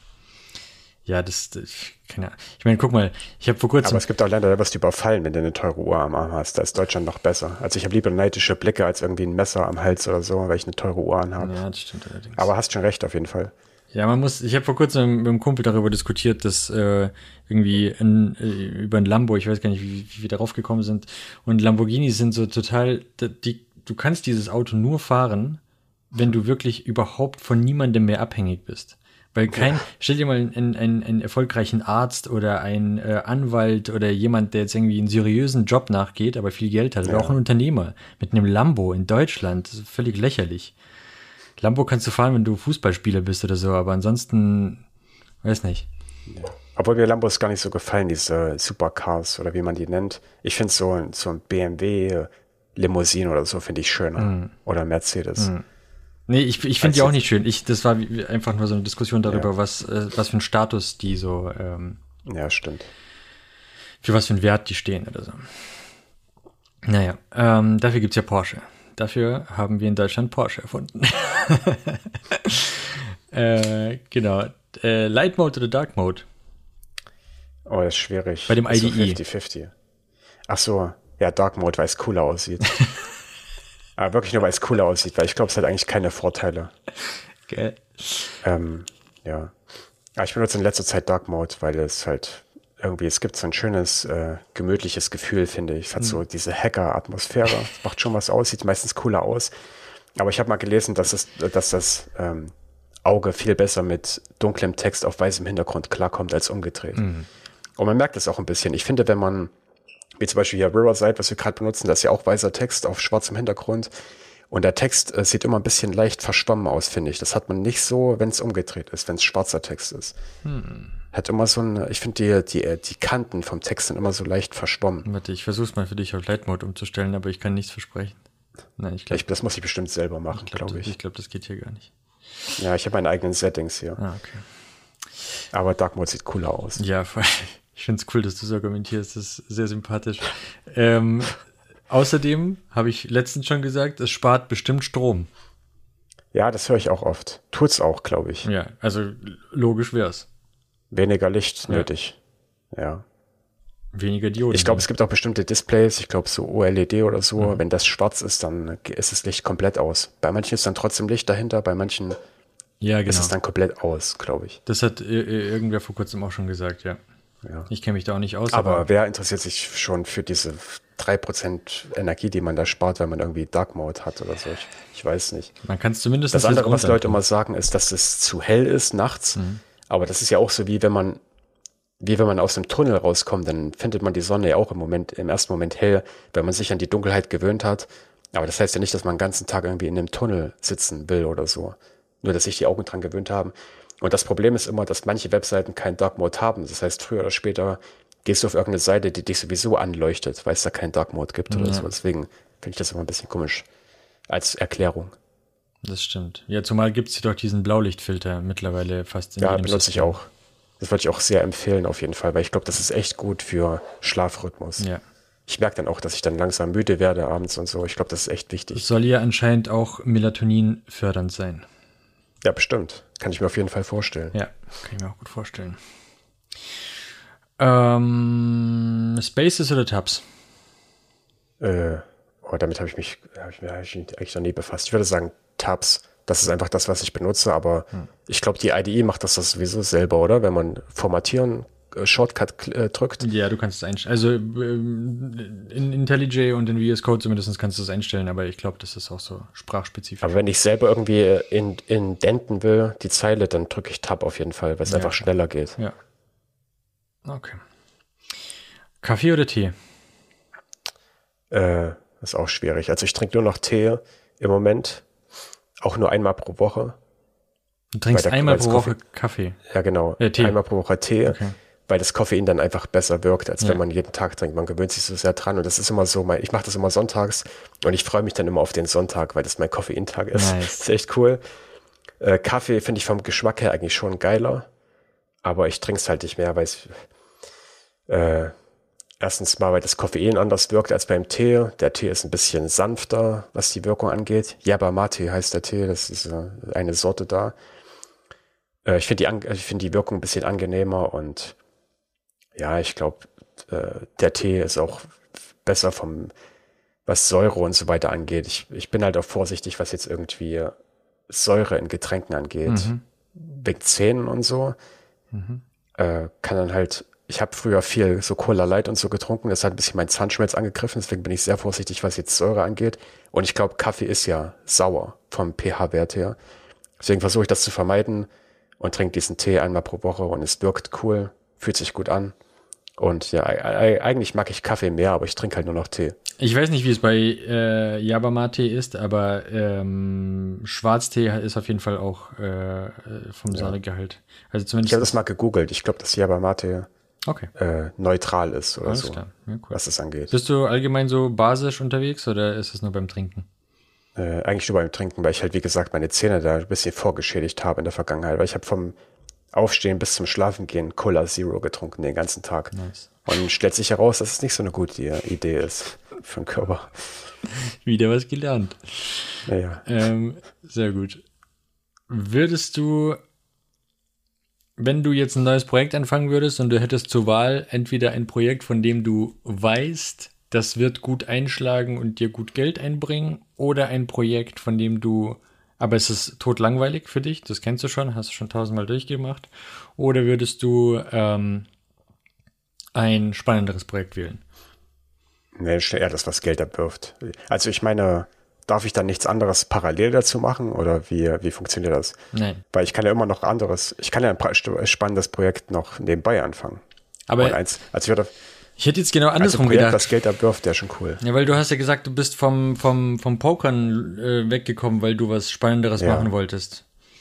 S1: keine Ahnung. Ich meine, guck mal, ich habe vor kurzem...
S2: Aber es gibt auch Länder, da wirst du überfallen, wenn du eine teure Uhr am Arm hast. Da ist Deutschland noch besser. Also ich habe lieber neidische Blicke als irgendwie ein Messer am Hals oder so, weil ich eine teure Uhr anhabe.
S1: Ja, das stimmt allerdings.
S2: Aber hast schon recht, auf jeden Fall.
S1: Ja, ich habe vor kurzem mit einem Kumpel darüber diskutiert, dass irgendwie über ein Lambo, ich weiß gar nicht, wie wir darauf gekommen sind, und Lamborghinis sind so total, du kannst dieses Auto nur fahren, wenn du wirklich überhaupt von niemandem mehr abhängig bist. Weil stell dir mal einen erfolgreichen Arzt oder einen Anwalt oder jemand, der jetzt irgendwie einen seriösen Job nachgeht, aber viel Geld hat, oder auch ein Unternehmer mit einem Lambo in Deutschland, das ist völlig lächerlich. Lambo kannst du fahren, wenn du Fußballspieler bist oder so, aber ansonsten, weiß nicht.
S2: Ja. Obwohl mir Lambos gar nicht so gefallen, diese Supercars oder wie man die nennt. Ich finde so ein BMW Limousine oder so finde ich schöner. Oder Mercedes.
S1: Nee, ich finde die auch nicht schön. Das war einfach nur so eine Diskussion darüber, was für einen Status die so,
S2: ja, stimmt.
S1: für was für einen Wert die stehen oder so. Naja, dafür gibt's ja Porsche. Dafür haben wir in Deutschland Porsche erfunden. Genau. Light Mode oder Dark Mode?
S2: Oh, das ist schwierig.
S1: Bei dem IDE.
S2: So 50-50. Ach so, ja, Dark Mode, weil es cooler aussieht. Aber wirklich nur, weil es cooler aussieht, weil ich glaube, es hat eigentlich keine Vorteile.
S1: Okay.
S2: Ja. Aber ich benutze in letzter Zeit Dark Mode, weil es halt irgendwie, es gibt so ein schönes, gemütliches Gefühl, finde ich. Es hat so diese Hacker-Atmosphäre. Es macht schon was aus, sieht meistens cooler aus. Aber ich habe mal gelesen, dass das Auge viel besser mit dunklem Text auf weißem Hintergrund klarkommt als umgedreht. Und man merkt es auch ein bisschen. Ich finde, wenn man, wie zum Beispiel hier Riverside, was wir gerade benutzen, das ist ja auch weißer Text auf schwarzem Hintergrund. Und der Text sieht immer ein bisschen leicht verschwommen aus, finde ich. Das hat man nicht so, wenn es umgedreht ist, wenn es schwarzer Text ist. hat immer so ich finde die Kanten vom Text sind immer so leicht verschwommen.
S1: Warte, ich versuch's mal für dich auf Light Mode umzustellen, aber ich kann nichts versprechen. Nein, ich glaube,
S2: Das muss ich bestimmt selber machen, glaube ich.
S1: Ich glaube, das geht hier gar nicht.
S2: Ja, ich habe meine eigenen Settings hier.
S1: Ah, okay.
S2: Aber Dark Mode sieht cooler aus.
S1: Ja, voll. Ich finde es cool, dass du so argumentierst. Das ist sehr sympathisch. Außerdem habe ich letztens schon gesagt, es spart bestimmt Strom.
S2: Ja, das höre ich auch oft. Tut's auch, glaube ich.
S1: Ja, also logisch wär's.
S2: Weniger Licht nötig. Ja.
S1: Weniger Dioden.
S2: Ich glaube, es gibt auch bestimmte Displays, ich glaube so OLED oder so. Wenn das schwarz ist, dann ist das Licht komplett aus. Bei manchen ist dann trotzdem Licht dahinter, bei manchen ist es dann komplett aus, glaube ich.
S1: Das hat irgendwer vor kurzem auch schon gesagt, ja. Ich kenne mich da auch nicht aus.
S2: Aber wer interessiert sich schon für diese 3% Energie, die man da spart, wenn man irgendwie Dark Mode hat oder so? Ich weiß nicht.
S1: Man kann es zumindest.
S2: Das andere, was Leute immer sagen, ist, dass es zu hell ist nachts. Aber das ist ja auch so, wie wenn man aus dem Tunnel rauskommt, dann findet man die Sonne ja auch im ersten Moment hell, wenn man sich an die Dunkelheit gewöhnt hat. Aber das heißt ja nicht, dass man den ganzen Tag irgendwie in einem Tunnel sitzen will oder so. Nur, dass sich die Augen dran gewöhnt haben. Und das Problem ist immer, dass manche Webseiten keinen Dark Mode haben. Das heißt, früher oder später gehst du auf irgendeine Seite, die dich sowieso anleuchtet, weil es da keinen Dark Mode gibt oder so. Deswegen finde ich das immer ein bisschen komisch als Erklärung.
S1: Das stimmt. Ja, zumal gibt es hier doch diesen Blaulichtfilter mittlerweile fast in jedem
S2: Ja, benutze ich auch. Das würde ich auch sehr empfehlen auf jeden Fall, weil ich glaube, das ist echt gut für Schlafrhythmus.
S1: Ja.
S2: Ich merke dann auch, dass ich dann langsam müde werde abends und so. Ich glaube, das ist echt wichtig.
S1: Es soll ja anscheinend auch Melatonin fördernd sein.
S2: Ja, bestimmt. Kann ich mir auf jeden Fall vorstellen.
S1: Ja, kann ich mir auch gut vorstellen. Spaces oder Tabs?
S2: Damit habe ich mich eigentlich noch nie befasst. Ich würde sagen Tabs. Das ist einfach das, was ich benutze, aber ich glaube, die IDE macht das sowieso selber, oder? Wenn man formatieren, Shortcut drückt.
S1: Ja, du kannst es einstellen. Also in IntelliJ und in VS Code zumindest kannst du es einstellen, aber ich glaube, das ist auch so sprachspezifisch.
S2: Aber wenn ich selber irgendwie indenten will, die Zeile, dann drücke ich Tab auf jeden Fall, weil es einfach schneller geht.
S1: Ja. Okay. Kaffee oder Tee?
S2: Ist auch schwierig. Also ich trinke nur noch Tee im Moment. Auch nur einmal pro Woche.
S1: Du trinkst einmal pro Woche Kaffee?
S2: Ja, genau.
S1: Tee.
S2: Einmal pro Woche Tee,
S1: okay.
S2: Weil das Koffein dann einfach besser wirkt, als wenn man jeden Tag trinkt. Man gewöhnt sich so sehr dran. Und das ist immer so, ich mache das immer sonntags und ich freue mich dann immer auf den Sonntag, weil das mein Koffeintag ist.
S1: Nice.
S2: Das ist echt cool. Kaffee finde ich vom Geschmack her eigentlich schon geiler. Aber ich trinke es halt nicht mehr, weil es erstens mal, weil das Koffein anders wirkt als beim Tee. Der Tee ist ein bisschen sanfter, was die Wirkung angeht. Yerba Mate heißt der Tee, das ist eine Sorte da. Ich finde die Wirkung ein bisschen angenehmer und ja, ich glaube, der Tee ist auch besser was Säure und so weiter angeht. Ich bin halt auch vorsichtig, was jetzt irgendwie Säure in Getränken angeht. Wegen Zähnen und so. Kann dann halt, ich habe früher viel so Cola Light und so getrunken, das hat ein bisschen meinen Zahnschmelz angegriffen, deswegen bin ich sehr vorsichtig, was jetzt Säure angeht. Und ich glaube, Kaffee ist ja sauer vom pH-Wert her. Deswegen versuche ich das zu vermeiden und trinke diesen Tee einmal pro Woche und es wirkt cool, fühlt sich gut an. Und ja, eigentlich mag ich Kaffee mehr, aber ich trinke halt nur noch Tee.
S1: Ich weiß nicht, wie es bei Yerba Mate ist, aber Schwarztee ist auf jeden Fall auch vom Säuregehalt. Also zumindest.
S2: Ich habe das mal gegoogelt. Ich glaube, dass Yerba Mate neutral ist oder
S1: alles
S2: so,
S1: klar. Ja, cool.
S2: Was das angeht.
S1: Bist du allgemein so basisch unterwegs oder ist es nur beim Trinken?
S2: Eigentlich nur beim Trinken, weil ich halt, wie gesagt, meine Zähne da ein bisschen vorgeschädigt habe in der Vergangenheit. Weil ich habe vom Aufstehen bis zum Schlafengehen Cola Zero getrunken den ganzen Tag.
S1: Nice.
S2: Und stellt sich heraus, dass es nicht so eine gute Idee ist für den Körper.
S1: Wieder was gelernt.
S2: Naja.
S1: Sehr gut. Würdest du, wenn du jetzt ein neues Projekt anfangen würdest und du hättest zur Wahl entweder ein Projekt, von dem du weißt, das wird gut einschlagen und dir gut Geld einbringen, oder ein Projekt, von dem du, aber es ist totlangweilig für dich, das kennst du schon, hast du schon 1000-mal durchgemacht, oder würdest du ein spannenderes Projekt wählen?
S2: Nee, eher das, was Geld abwirft. Also ich meine, darf ich dann nichts anderes parallel dazu machen oder wie funktioniert das?
S1: Nein.
S2: Weil ich kann ja immer noch ich kann ja ein spannendes Projekt noch nebenbei anfangen.
S1: Aber ich hätte jetzt genau andersrum
S2: Projekt,
S1: gedacht.
S2: das Geld abwirft, ja schon cool.
S1: Ja, weil du hast ja gesagt, du bist vom Pokern weggekommen, weil du was Spannenderes machen wolltest.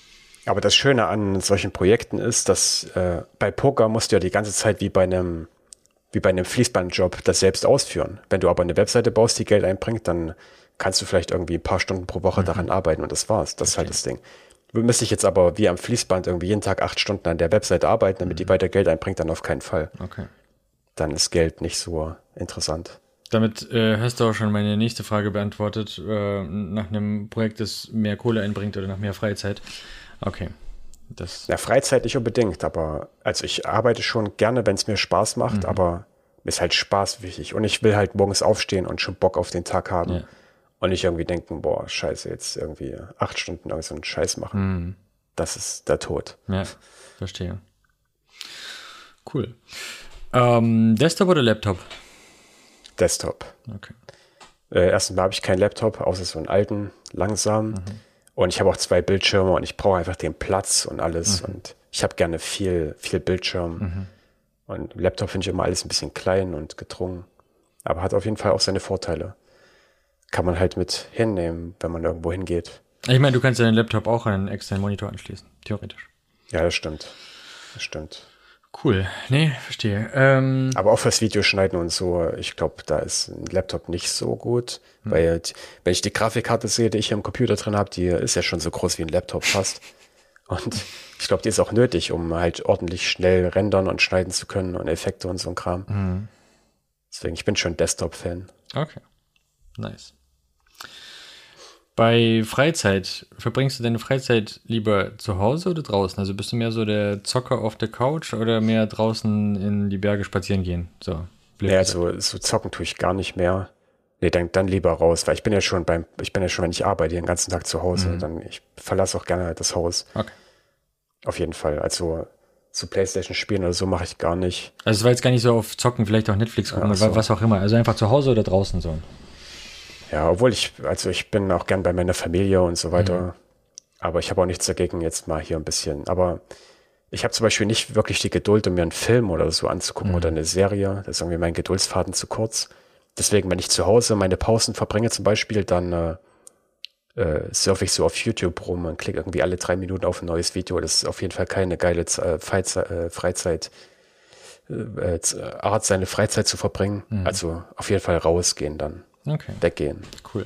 S2: Aber das Schöne an solchen Projekten ist, dass bei Poker musst du ja die ganze Zeit wie bei einem Fließbandjob das selbst ausführen. Wenn du aber eine Webseite baust, die Geld einbringt, dann kannst du vielleicht irgendwie ein paar Stunden pro Woche daran arbeiten und das war's. Das ist halt das Ding. Müsste ich jetzt aber wie am Fließband irgendwie jeden Tag 8 Stunden an der Webseite arbeiten, damit die weiter Geld einbringt, dann auf keinen Fall.
S1: Okay.
S2: Dann ist Geld nicht so interessant.
S1: Damit hast du auch schon meine nächste Frage beantwortet, nach einem Projekt, das mehr Kohle einbringt oder nach mehr Freizeit. Okay.
S2: Ja, Freizeit nicht unbedingt, aber also ich arbeite schon gerne, wenn es mir Spaß macht, aber mir ist halt Spaß wichtig und ich will halt morgens aufstehen und schon Bock auf den Tag haben.
S1: Ja.
S2: Und nicht irgendwie denken, boah, scheiße, jetzt irgendwie 8 Stunden irgend so einen Scheiß machen. Das ist der Tod.
S1: Ja, verstehe. Cool. Desktop oder Laptop?
S2: Desktop.
S1: Okay.
S2: Erstens mal habe ich keinen Laptop, außer so einen alten, langsam. Und ich habe auch 2 Bildschirme und ich brauche einfach den Platz und alles. Und ich habe gerne viel Bildschirm. Und Laptop finde ich immer alles ein bisschen klein und gedrungen. Aber hat auf jeden Fall auch seine Vorteile. Kann man halt mit hinnehmen, wenn man irgendwo hingeht.
S1: Ich meine, du kannst ja deinen Laptop auch an einen externen Monitor anschließen, theoretisch.
S2: Ja, das stimmt. Das stimmt.
S1: Cool. Nee, verstehe.
S2: Aber auch fürs Videoschneiden und so, ich glaube, da ist ein Laptop nicht so gut. Weil, wenn ich die Grafikkarte sehe, die ich hier im Computer drin habe, die ist ja schon so groß wie ein Laptop fast. Und ich glaube, die ist auch nötig, um halt ordentlich schnell rendern und schneiden zu können und Effekte und so ein Kram. Deswegen, ich bin schon Desktop-Fan.
S1: Okay. Nice. Bei Freizeit, verbringst du deine Freizeit lieber zu Hause oder draußen? Also bist du mehr so der Zocker auf der Couch oder mehr draußen in die Berge spazieren gehen? So, blöd
S2: Ja,
S1: gesagt.
S2: so zocken tue ich gar nicht mehr. Nee, dann lieber raus, weil ich bin ja schon, wenn ich arbeite, den ganzen Tag zu Hause, ich verlasse auch gerne das Haus.
S1: Okay.
S2: Auf jeden Fall. Also so Playstation spielen oder so mache ich gar nicht.
S1: Also es war jetzt gar nicht so auf Zocken, vielleicht auch Netflix gucken,
S2: Ach so.
S1: oder was auch immer. Also einfach zu Hause oder draußen so.
S2: Ja, obwohl ich bin auch gern bei meiner Familie und so weiter. Aber ich habe auch nichts dagegen, jetzt mal hier ein bisschen. Aber ich habe zum Beispiel nicht wirklich die Geduld, um mir einen Film oder so anzugucken oder eine Serie. Das ist irgendwie mein Geduldsfaden zu kurz. Deswegen, wenn ich zu Hause meine Pausen verbringe zum Beispiel, dann surfe ich so auf YouTube rum und klicke irgendwie alle 3 Minuten auf ein neues Video. Das ist auf jeden Fall keine geile Art, seine Freizeit zu verbringen. Also auf jeden Fall rausgehen dann.
S1: Okay.
S2: Weggehen.
S1: Cool.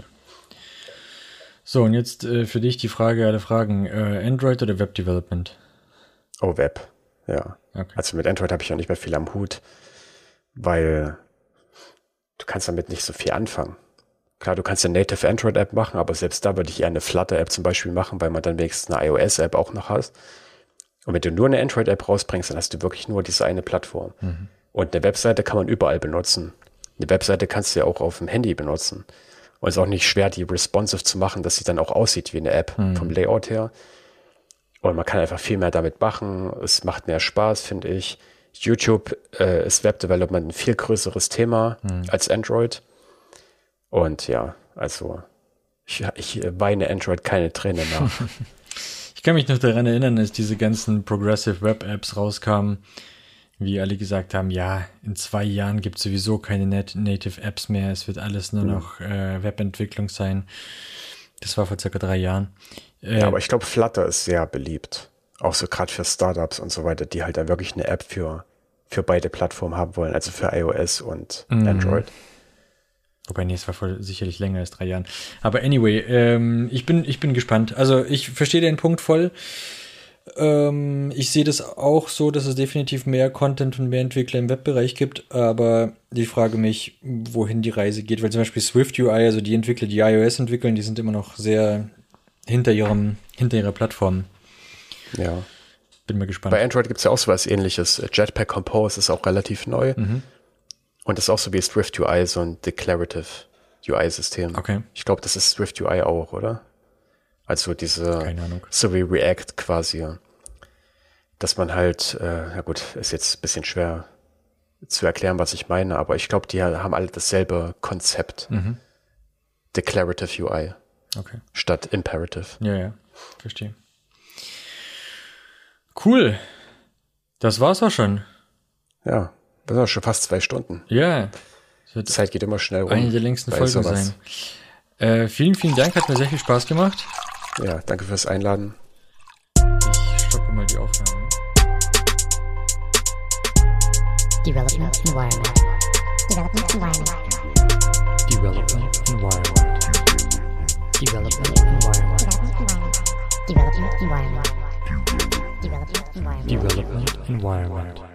S1: So, und jetzt für dich die Frage aller Fragen. Android oder Web Development?
S2: Oh, Web. Ja.
S1: Okay.
S2: Also mit Android habe ich auch nicht mehr viel am Hut, weil du kannst damit nicht so viel anfangen. Klar, du kannst eine Native Android-App machen, aber selbst da würde ich eher eine Flutter-App zum Beispiel machen, weil man dann wenigstens eine iOS-App auch noch hat. Und wenn du nur eine Android-App rausbringst, dann hast du wirklich nur diese eine Plattform. Und eine Webseite kann man überall benutzen. Eine Webseite kannst du ja auch auf dem Handy benutzen. Und es ist auch nicht schwer, die responsive zu machen, dass sie dann auch aussieht wie eine App vom Layout her. Und man kann einfach viel mehr damit machen. Es macht mehr Spaß, finde ich. YouTube ist Web-Development ein viel größeres Thema als Android. Und ja, also ich weine Android keine Träne nach.
S1: Ich kann mich noch daran erinnern, als diese ganzen Progressive Web Apps rauskamen, wie alle gesagt haben, ja, in 2 Jahren gibt es sowieso keine Native Apps mehr, es wird alles nur noch Webentwicklung sein. Das war vor circa 3 Jahren.
S2: Ja, aber ich glaube, Flutter ist sehr beliebt. Auch so gerade für Startups und so weiter, die halt dann wirklich eine App für beide Plattformen haben wollen, also für iOS und Android.
S1: Wobei, nee, es war sicherlich länger als 3 Jahren. Aber anyway, ich bin gespannt. Also ich verstehe den Punkt voll. Ich sehe das auch so, dass es definitiv mehr Content und mehr Entwickler im Webbereich gibt, aber ich frage mich, wohin die Reise geht, weil zum Beispiel Swift UI, also die Entwickler, die iOS entwickeln, die sind immer noch sehr hinter ihrer Plattform.
S2: Ja.
S1: Bin mal gespannt.
S2: Bei Android gibt es ja auch sowas ähnliches. Jetpack Compose ist auch relativ neu. Und das ist auch so wie Swift UI, so ein Declarative UI-System.
S1: Okay.
S2: Ich glaube, das ist Swift UI auch, oder? Also diese,
S1: Keine Ahnung.
S2: So wie React quasi. Dass man halt, ja gut, ist jetzt ein bisschen schwer zu erklären, was ich meine, aber ich glaube, die haben alle dasselbe Konzept. Declarative UI.
S1: Okay.
S2: Statt Imperative.
S1: Ja, verstehe. Cool. Das war's auch schon.
S2: Ja, das sind auch schon fast 2 Stunden.
S1: Ja.
S2: Die Zeit geht immer schnell rum.
S1: Eine der längsten
S2: bei
S1: Folgen
S2: sowas.
S1: sein. Vielen Dank, hat mir sehr viel Spaß gemacht.
S2: Ja, danke fürs Einladen.
S1: Ich auch, ja.
S3: Development environment. Development environment.
S1: Development environment. Development environment.
S3: Development environment. Development environment.
S1: Development environment.